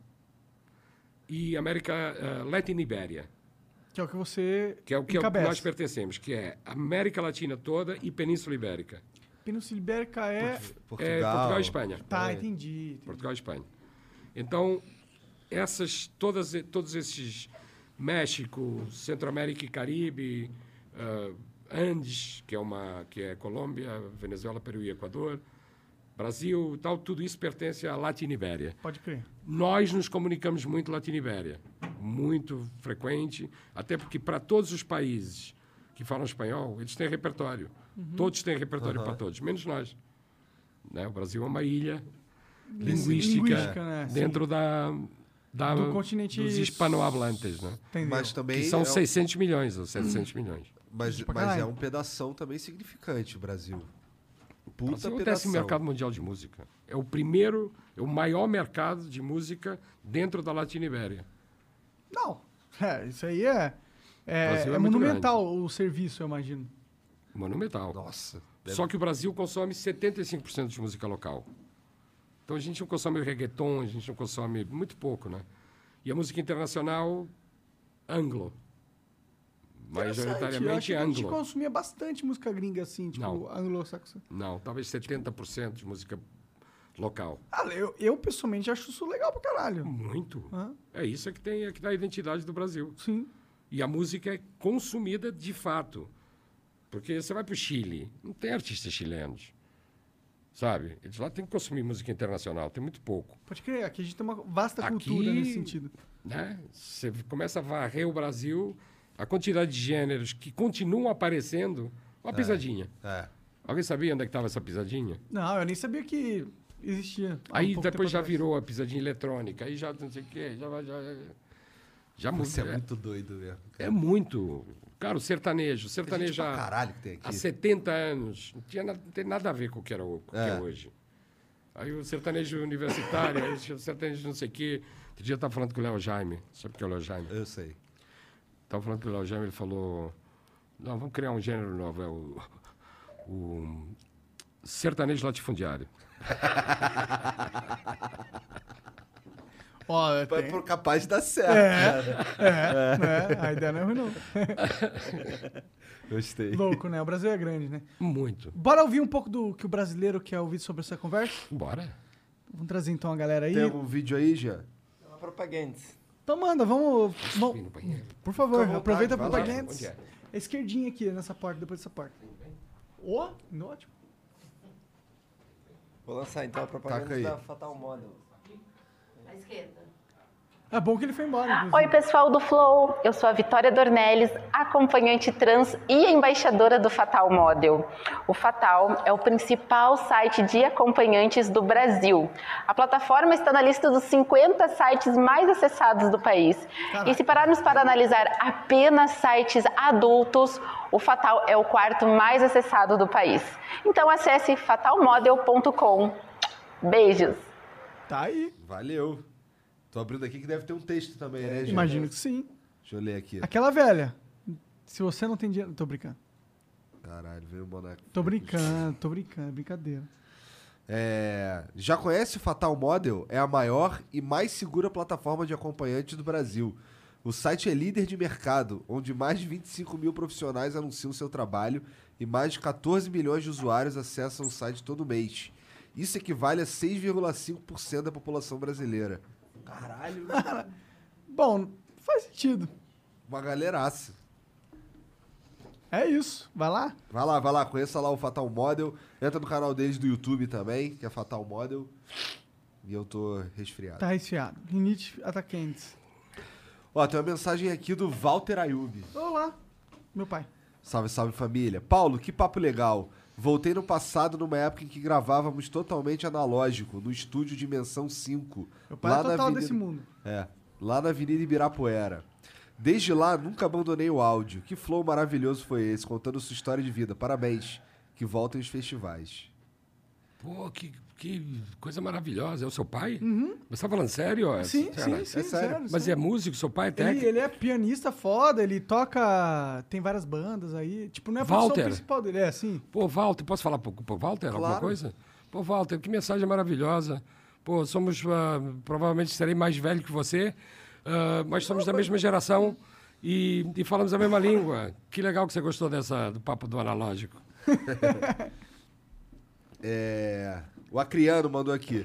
e América uh, Latina Ibéria, que é o que você que é o que, é o que encabeça. nós pertencemos, que é América Latina toda e Península Ibérica. Península Ibérica é... Portugal. É Portugal e Espanha. Tá, É. entendi. entendi. Portugal e Espanha. Então, essas, todas, todos esses, México, Centro-América e Caribe, uh, Andes, que é, uma, que é Colômbia, Venezuela, Peru e Equador, Brasil, tal, tudo isso pertence à Latino-Ibéria. Pode crer. Nós nos comunicamos muito Latino-Ibéria, muito frequente, até porque para todos os países que falam espanhol, eles têm repertório. Uhum. Todos têm repertório uhum. para todos, menos nós. Né? O Brasil é uma ilha linguística, linguística né? dentro da, da, do continente dos hispanohablantes, né? Mas também que são é um... seiscentos milhões ou setecentos hum. milhões. Mas, mas é um pedação também significante, o Brasil. Puta o Brasil é o décimo mercado mundial de música. É o primeiro, é o maior mercado de música dentro da Latino-Ibéria. Não, é, isso aí é, é, é, é monumental grande. O serviço, eu imagino. Monumental. Nossa. Deve... Só que o Brasil consome setenta e cinco por cento de música local. Então a gente não consome reggaeton, a gente não consome muito pouco, né? E a música internacional, anglo. Majoritariamente anglo. A gente consumia bastante música gringa, assim, tipo não. anglo-saxão. Não, talvez setenta por cento de música local. Ah, eu, eu pessoalmente acho isso legal pra caralho. Muito. Ah. É isso que tem, é que dá a identidade do Brasil. Sim. E a música é consumida de fato. Porque você vai pro Chile, não tem artistas chilenos. Sabe? Eles lá têm que consumir música internacional, tem muito pouco. Pode crer, aqui a gente tem uma vasta aqui, cultura nesse sentido. Né? Você começa a varrer o Brasil, a quantidade de gêneros que continuam aparecendo, uma é, pisadinha. É. Alguém sabia onde é que estava essa pisadinha? Não, eu nem sabia que existia. Aí um depois já virou a pisadinha eletrônica, aí já não sei o quê, já vai... Já, já Você muito, é muito doido mesmo. É muito... Cara, o sertanejo. O sertanejo já, caralho que tem aqui. há setenta anos. Não, tinha nada, não tem nada a ver com o que, era, com o é. que é hoje. Aí o sertanejo universitário, aí o sertanejo não sei o quê. Outro dia eu estava falando com o Léo Jaime. Sabe o que é o Léo Jaime? Eu sei. Estava falando com o Léo Jaime, ele falou... Não, vamos criar um gênero novo. É o, o sertanejo latifundiário. Ó, tem... Por capaz de dar certo. É, é, é, a ideia não é ruim, não. Gostei. Louco, né? O Brasil é grande, né? Muito. Bora ouvir um pouco do que o brasileiro quer ouvir sobre essa conversa? Bora. Vamos trazer então a galera aí. Tem algum vídeo aí, já? Uma propaganda. Então manda, vamos... vamos... Por favor, vontade, aproveita a vai lá. propaganda. Onde é? É esquerdinha aqui, nessa porta, depois dessa porta. Ó, oh, ótimo. Vou lançar então a propaganda da Fatal Model. À esquerda. É bom que ele foi embora, inclusive. Oi, pessoal do Flow. Eu sou a Vitória Dornelles, acompanhante trans e embaixadora do Fatal Model. O Fatal é o principal site de acompanhantes do Brasil. A plataforma está na lista dos cinquenta sites mais acessados do país. Caraca. E se pararmos para analisar apenas sites adultos, o Fatal é o quarto mais acessado do país. Então acesse fatal model ponto com. Beijos. Tá aí. Valeu. Tô abrindo aqui que deve ter um texto também, né, gente? Imagino que sim. Deixa eu ler aqui. Aquela velha. Se você não tem dinheiro... Tô brincando. Caralho, veio o boneco. Tô brincando, tô brincando. Brincadeira. É... Já conhece o Fatal Model? É a maior e mais segura plataforma de acompanhante do Brasil. O site é líder de mercado, onde mais de vinte e cinco mil profissionais anunciam seu trabalho e mais de quatorze milhões de usuários acessam o site todo mês. Isso equivale a seis vírgula cinco por cento da população brasileira. Caralho. Bom, faz sentido. Uma galeraça. É isso. Vai lá. Vai lá, vai lá. Conheça lá o Fatal Model. Entra no canal deles do YouTube também, que é Fatal Model. E eu tô resfriado. Tá resfriado. Rinite atacantes. Ó, tem uma mensagem aqui do Walter Ayub. Olá, meu pai. Salve, salve família. Paulo, que papo legal. Voltei no passado, numa época em que gravávamos totalmente analógico, no estúdio Dimensão cinco. Meu pai lá é total na Avenida... desse mundo. É, lá na Avenida Ibirapuera. Desde lá, nunca abandonei o áudio. Que flow maravilhoso foi esse, contando sua história de vida. Parabéns. Que voltem os festivais. Pô, que, que coisa maravilhosa. É o seu pai? Uhum. Você tá falando sério? ó? Sim, Sério? sim, sim, é sério. sério. Mas sério. é músico? Seu pai é técnico? Ele, ele é pianista foda, ele toca... Tem várias bandas aí. Tipo, não é a profissão Walter. principal dele, é assim. Pô, Walter, posso falar pro, pro Walter alguma Claro. coisa? Pô, Walter, que mensagem maravilhosa. Pô, somos... Uh, provavelmente serei mais velho que você, uh, mas somos da mesma geração e, e falamos a mesma língua. Que legal que você gostou dessa, do papo do analógico. É... O Acriano mandou aqui.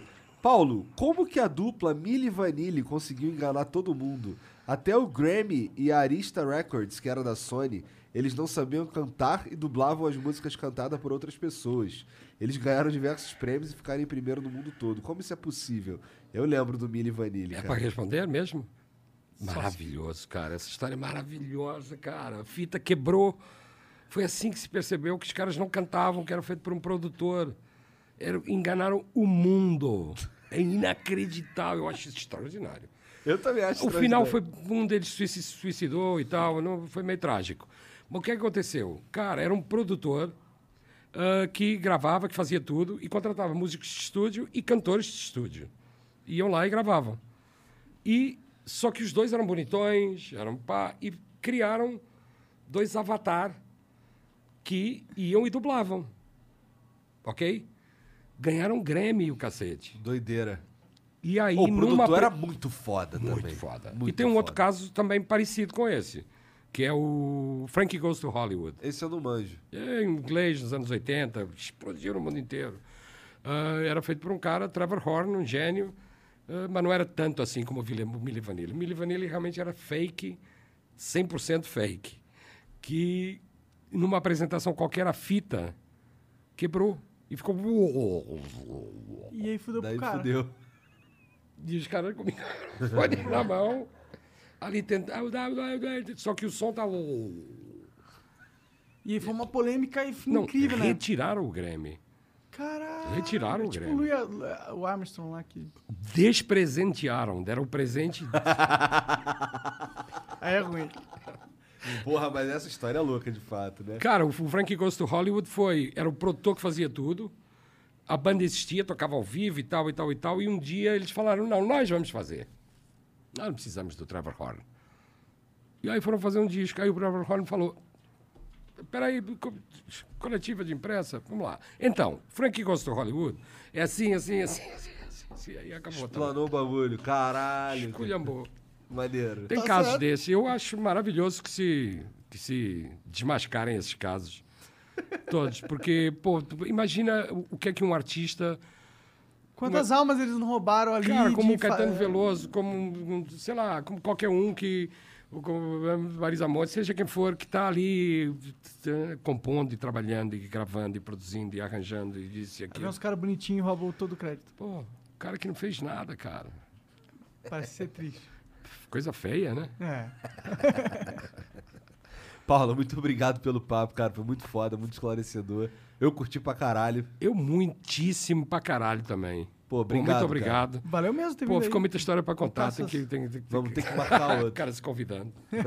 Paulo, como que a dupla Milli Vanilli conseguiu enganar todo mundo? Até o Grammy e a Arista Records, que era da Sony, eles não sabiam cantar e dublavam as músicas cantadas por outras pessoas. Eles ganharam diversos prêmios e ficaram em primeiro no mundo todo. Como isso é possível? Eu lembro do Milli Vanilli, É cara. para responder mesmo? Maravilhoso, cara. Essa história é maravilhosa, cara. A fita quebrou. Foi assim que se percebeu que os caras não cantavam, que era feito por um produtor. Era, enganaram o mundo. É inacreditável. Eu acho isso extraordinário. Eu também acho O final extraordinário. foi... Um deles se suicidou e tal. Não, foi meio trágico. Mas o que aconteceu? Cara, era um produtor uh, que gravava, que fazia tudo e contratava músicos de estúdio e cantores de estúdio. Iam lá e gravavam. E... Só que os dois eram bonitões, eram pá, e criaram dois avatar que iam e dublavam. Ok? Ganharam Grammy, o cacete. Doideira. E aí, O numa... produtor era muito foda Muito também. foda. Muito e tem um foda. outro caso também parecido com esse, que é o Frankie Goes to Hollywood. Esse eu não manjo. É, em inglês, nos anos oitenta, explodiu no mundo inteiro. Ah, era feito por um cara, Trevor Horn, um gênio, ah, mas não era tanto assim como o Milli o Milli Vanilli. O Milli Vanilli realmente era fake, cem por cento fake, que numa apresentação qualquer a fita quebrou e ficou... E aí fudeu Daí pro cara. fudeu. E os caras com o microfone na mão, ali tentando... Só que o som tava... E aí foi uma polêmica e Não, incrível, né? retiraram o Grammy. Caralho. retiraram o tipo Grêmio. o Louis- o Armstrong lá que... Despresentearam, deram o presente. Aí é ruim. Porra, mas essa história é louca, de fato, né? Cara, o Frankie Goes to Hollywood foi... Era o produtor que fazia tudo. A banda existia, tocava ao vivo e tal, e tal, e tal. E um dia eles falaram, não, nós vamos fazer. Nós não precisamos do Trevor Horn. E aí foram fazer um disco. Aí o Trevor Horn falou... Peraí, co- coletiva de imprensa, vamos lá. Então, Frankie Goes to Hollywood é assim, assim, assim, assim, assim, assim. Aí acabou. Tá? Explanou o bagulho. Caralho. Esculhambou. Maneiro. Tem Tá casos certo. desses. Eu acho maravilhoso que se, que se desmascarem esses casos. Todos. Porque, pô, tu imagina o, o que é que um artista... Quantas almas eles não roubaram ali? Cara, como de o Caetano fa- Veloso, como, um, sei lá, como qualquer um que... Como Marisa Monte, seja quem for, que está ali eh, compondo e trabalhando, e gravando, e produzindo, e arranjando, e isso e Vem aquilo. uns caras bonitinhos e roubou todo o crédito. Pô, o cara que não fez nada, cara. Parece ser triste. Coisa feia, né? É. Paula, muito obrigado pelo papo, cara. Foi muito foda, muito esclarecedor. Eu curti pra caralho. Eu muitíssimo pra caralho também. Pô, Pô, obrigado, muito cara. obrigado. Valeu mesmo ter Pô, vindo ficou aí. muita história pra contar. Contar Tem que, essas- tem, tem, Vamos ter que marcar outro. cara se convidando.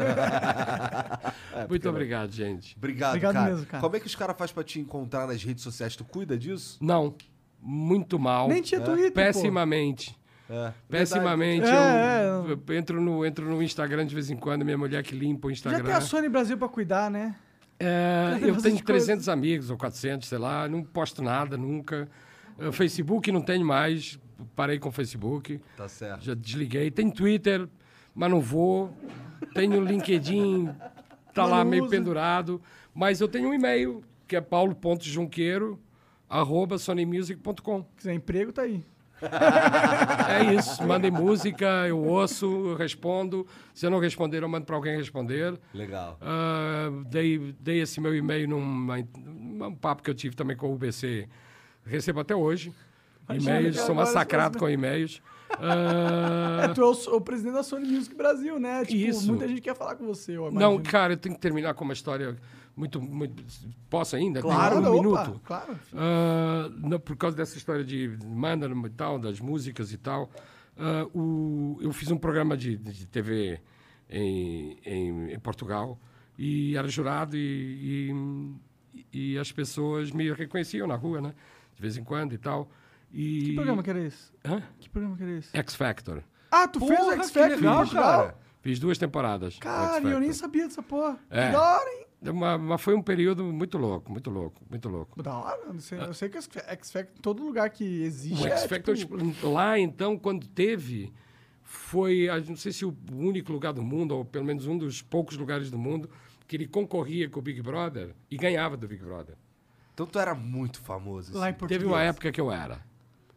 É, Muito porque- obrigado, gente. Obrigado, Obrigado cara. mesmo, cara. Como é que os caras fazem pra te encontrar nas redes sociais? Tu cuida disso? Não, muito mal. Nem tinha Twitter, pô. Pessimamente. É. Pessimamente. É, eu, eu entro, no, entro no Instagram de vez em quando, minha mulher que limpa o Já Instagram. tem a Sony Brasil pra cuidar, né? É, Já tem eu bastante tenho trezentos amigos ou quatrocentos, sei lá, não posto nada nunca. Uh, Facebook não tenho mais, parei com o Facebook, Tá certo. já desliguei. Tem Twitter, mas não vou. Tenho LinkedIn, tá Mas lá não meio usa. pendurado. Mas eu tenho um e-mail, que é paulo ponto junqueiro arroba sonymusic ponto com. Se quiser emprego, tá aí. É isso, mandem música, eu ouço, eu respondo. Se eu não responder, eu mando para alguém responder. Legal. Ah, dei, dei esse meu e-mail numa, num papo que eu tive também com o U B C. Recebo até hoje. Imagina, E-mails, cara, sou agora massacrado você- com e-mails. Ah, É, tu é o, o presidente da Sony Music Brasil, né? Tipo, Isso. muita gente quer falar com você, eu não, imagino. cara, eu tenho que terminar com uma história muito. muito posso ainda? Tem Claro, um opa, minuto? claro. Ah, não, por causa dessa história de manda e tal, das músicas e tal, ah, o, eu fiz um programa de, de T V em, em, em Portugal e era jurado e, e, e as pessoas me reconheciam na rua, né? De vez em quando e tal. E, Que programa que era esse? Hã? Que programa que era esse? X Factor. Ah, tu fez o Porra, X que Factor legal, em Portugal? cara. Fiz duas temporadas. do Cara, X e eu nem Factor. sabia dessa porra. É. Que da hora, hein? Uma- mas foi um período muito louco, muito louco, muito louco. Da hora. Eu sei, eu sei que o X X Factor, todo lugar que existe. O é, X Factor, tipo, tipo, lá, então, quando teve, foi, ah, não sei se o único lugar do mundo, ou pelo menos um dos poucos lugares do mundo, que ele concorria com o Big Brother e ganhava do Big Brother. Então tu era muito famoso. lá em assim. Portugal. Teve uma época que eu era.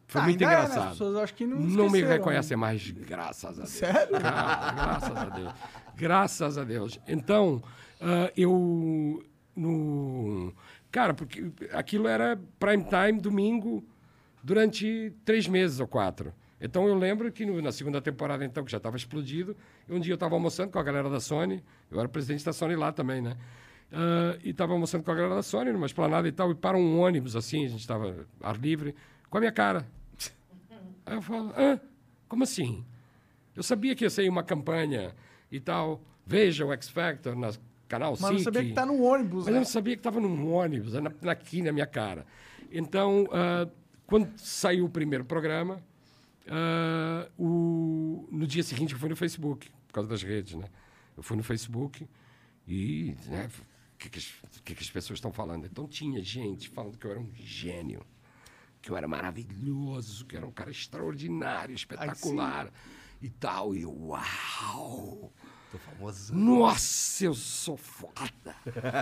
Foi Ah, muito ainda é, né? engraçado. As pessoas acho que não Não me esqueceram, né? reconhecem mais, graças a Deus. Sério? Ah, graças a Deus. Graças a Deus. Então, ah, eu... No... Cara, porque aquilo era prime time, domingo, durante três meses ou quatro. Então, eu lembro que no, na segunda temporada, então, que já estava explodido, um dia eu estava almoçando com a galera da Sony, eu era presidente da Sony lá também, né? Uh, e estava almoçando com a galera da Sony, numa esplanada e tal, e para um ônibus, assim, a gente estava ar livre, com a minha cara. Aí eu falo, hã? Como assim? Eu sabia que ia sair uma campanha e tal, veja o X Factor na canal Mas não SIC. sabia que tá no ônibus, Mas eu né? não sabia que estava num ônibus, na, na- aqui na minha cara. Então, ah, quando saiu o primeiro programa, ah, o- no dia seguinte eu fui no Facebook, por causa das redes, né? Eu fui no Facebook e... Né, o que, que, as- o que que as pessoas estão falando? Então, tinha gente falando que eu era um gênio, que eu era maravilhoso, que eu era um cara extraordinário, espetacular e tal. E eu, uau! Tô famoso. Nossa, eu sou foda.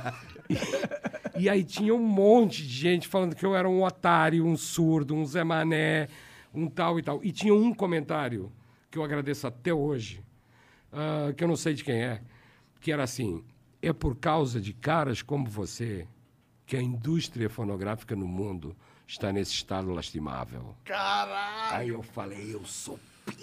e, e aí tinha um monte de gente falando que eu era um otário, um surdo, um Zé Mané, um tal e tal. E tinha um comentário que eu agradeço até hoje, ah, que eu não sei de quem é, que era assim: é por causa de caras como você que a indústria fonográfica no mundo está nesse estado lastimável. Caralho! Aí eu falei, eu sou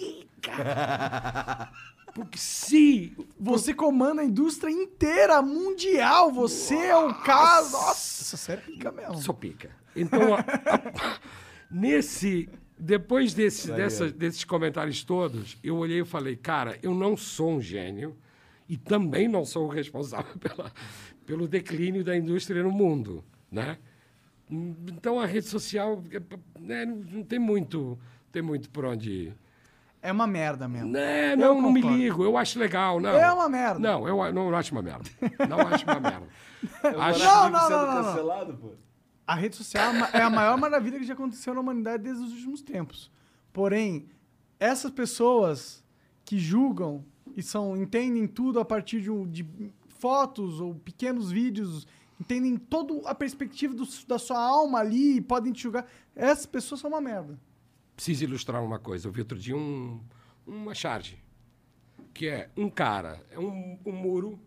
pica. Porque se... Você comanda a indústria inteira, mundial. Você é o cara... Nossa, você é pica mesmo. Sou pica. Então, a- a- nesse... Depois desse, dessa- desses comentários todos, eu olhei e falei, cara, eu não sou um gênio e também não sou o responsável pela, pelo declínio da indústria no mundo, né? Então, a rede social, né, não, não tem muito, tem muito por onde ir. É uma merda mesmo. Né, Eu não, não me concordo. ligo, eu acho legal, não. É uma merda. Não, eu não acho uma merda. Não acho uma merda. Acho... Não, não, sendo não, não, não. cancelado, pô. A rede social é a ma- é a maior maravilha que já aconteceu na humanidade desde os últimos tempos. Porém, essas pessoas que julgam e são, entendem tudo a partir de, um- de fotos ou pequenos vídeos, entendem toda a perspectiva do- da sua alma ali e podem te julgar, essas pessoas são uma merda. Preciso ilustrar uma coisa. Eu vi outro dia um, uma charge, que é um cara, é um, um muro,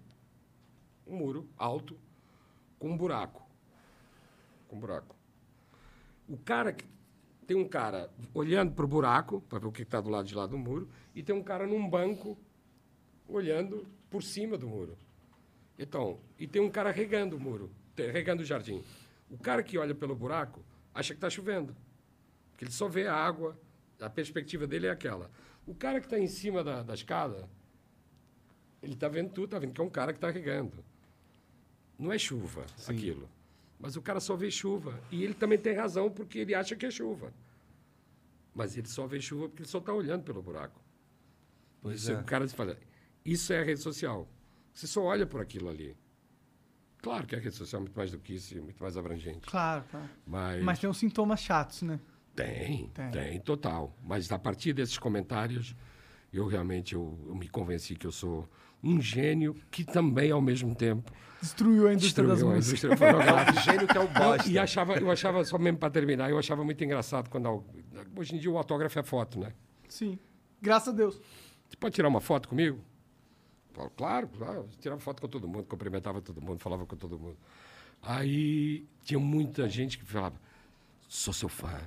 um muro alto, com um buraco. Com um buraco. O cara que... Tem um cara olhando para o buraco, para ver o que está do lado de lá do muro, e tem um cara num banco olhando por cima do muro. Então, e tem um cara regando o muro, te- regando o jardim. O cara que olha pelo buraco acha que está chovendo. Porque ele só vê a água, a perspectiva dele é aquela. O cara que está em cima da, da escada, ele está vendo tudo, está vendo que é um cara que está regando. Não é chuva, aquilo. Mas o cara só vê chuva. E ele também tem razão, porque ele acha que é chuva. Mas ele só vê chuva porque ele só está olhando pelo buraco. Pois Isso, é. O cara fala, isso é a rede social. Você só olha por aquilo ali. Claro que a rede social é muito mais do que isso, é muito mais abrangente. Claro, claro. Mas, Mas tem uns sintomas chatos, né? tem, Tem. tem, total. Mas a partir desses comentários, eu realmente eu, eu me convenci que eu sou um gênio que também, ao mesmo tempo, Destruiu a indústria das destruiu a músicas. indústria fonográfica. Gênio que é um bosta. E achava, eu achava, só mesmo para terminar, eu achava muito engraçado quando... al- Hoje em dia o autógrafo é foto, né? Sim. Graças a Deus. Você pode tirar uma foto comigo? Falo, claro, claro. Eu tirava foto com todo mundo, cumprimentava todo mundo, falava com todo mundo. Aí tinha muita gente que falava, sou seu fã.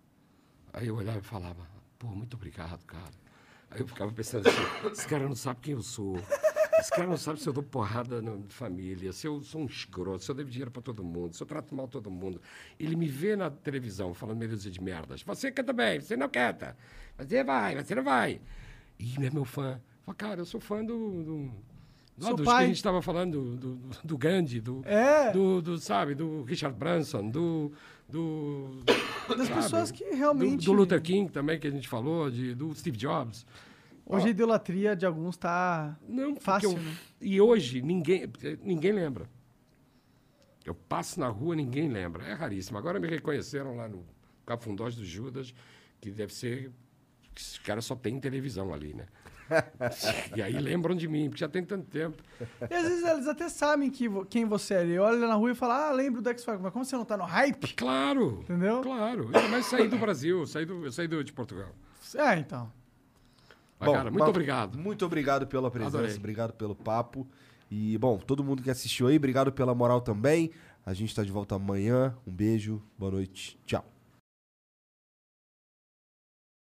Aí eu olhava e falava, pô, muito obrigado, cara. Aí eu ficava pensando assim, esse cara não sabe quem eu sou. Esse cara não sabe se eu dou porrada na família, se eu sou um escroto, se eu devo dinheiro para todo mundo, se eu trato mal todo mundo. Ele me vê na televisão falando meio dúzia de merdas. Você canta bem, você não canta. Você vai, você não vai. E é meu fã. Fala, cara, eu sou fã do... do lá Seu dos pai. que a gente estava falando, do, do, do Gandhi, do, É. do, do, sabe, do Richard Branson, do... do Das sabe, pessoas que do, realmente... do Luther King também, que a gente falou, de, do Steve Jobs. Hoje a idolatria de alguns tá Não, porque fácil, eu- né? E hoje ninguém, ninguém lembra. Eu passo na rua, ninguém lembra. É raríssimo. Agora me reconheceram lá no Cafundós do Judas, que deve ser... que Esse cara só tem televisão ali, né? E aí lembram de mim, porque já tem tanto tempo. E às vezes eles até sabem que, vo- quem você é. Ele olha na rua e fala, ah, lembro do X-Factor. Mas como você não tá no hype? Claro. Entendeu? Claro. Eu, mas saí do Brasil, eu saí, do, eu saí do, de Portugal. É, então. Mas, Bom, cara, muito mas obrigado. Muito obrigado pela presença, Adorei. obrigado pelo papo. E, bom, todo mundo que assistiu aí, obrigado pela moral também. A gente tá de volta amanhã. Um beijo, boa noite, tchau.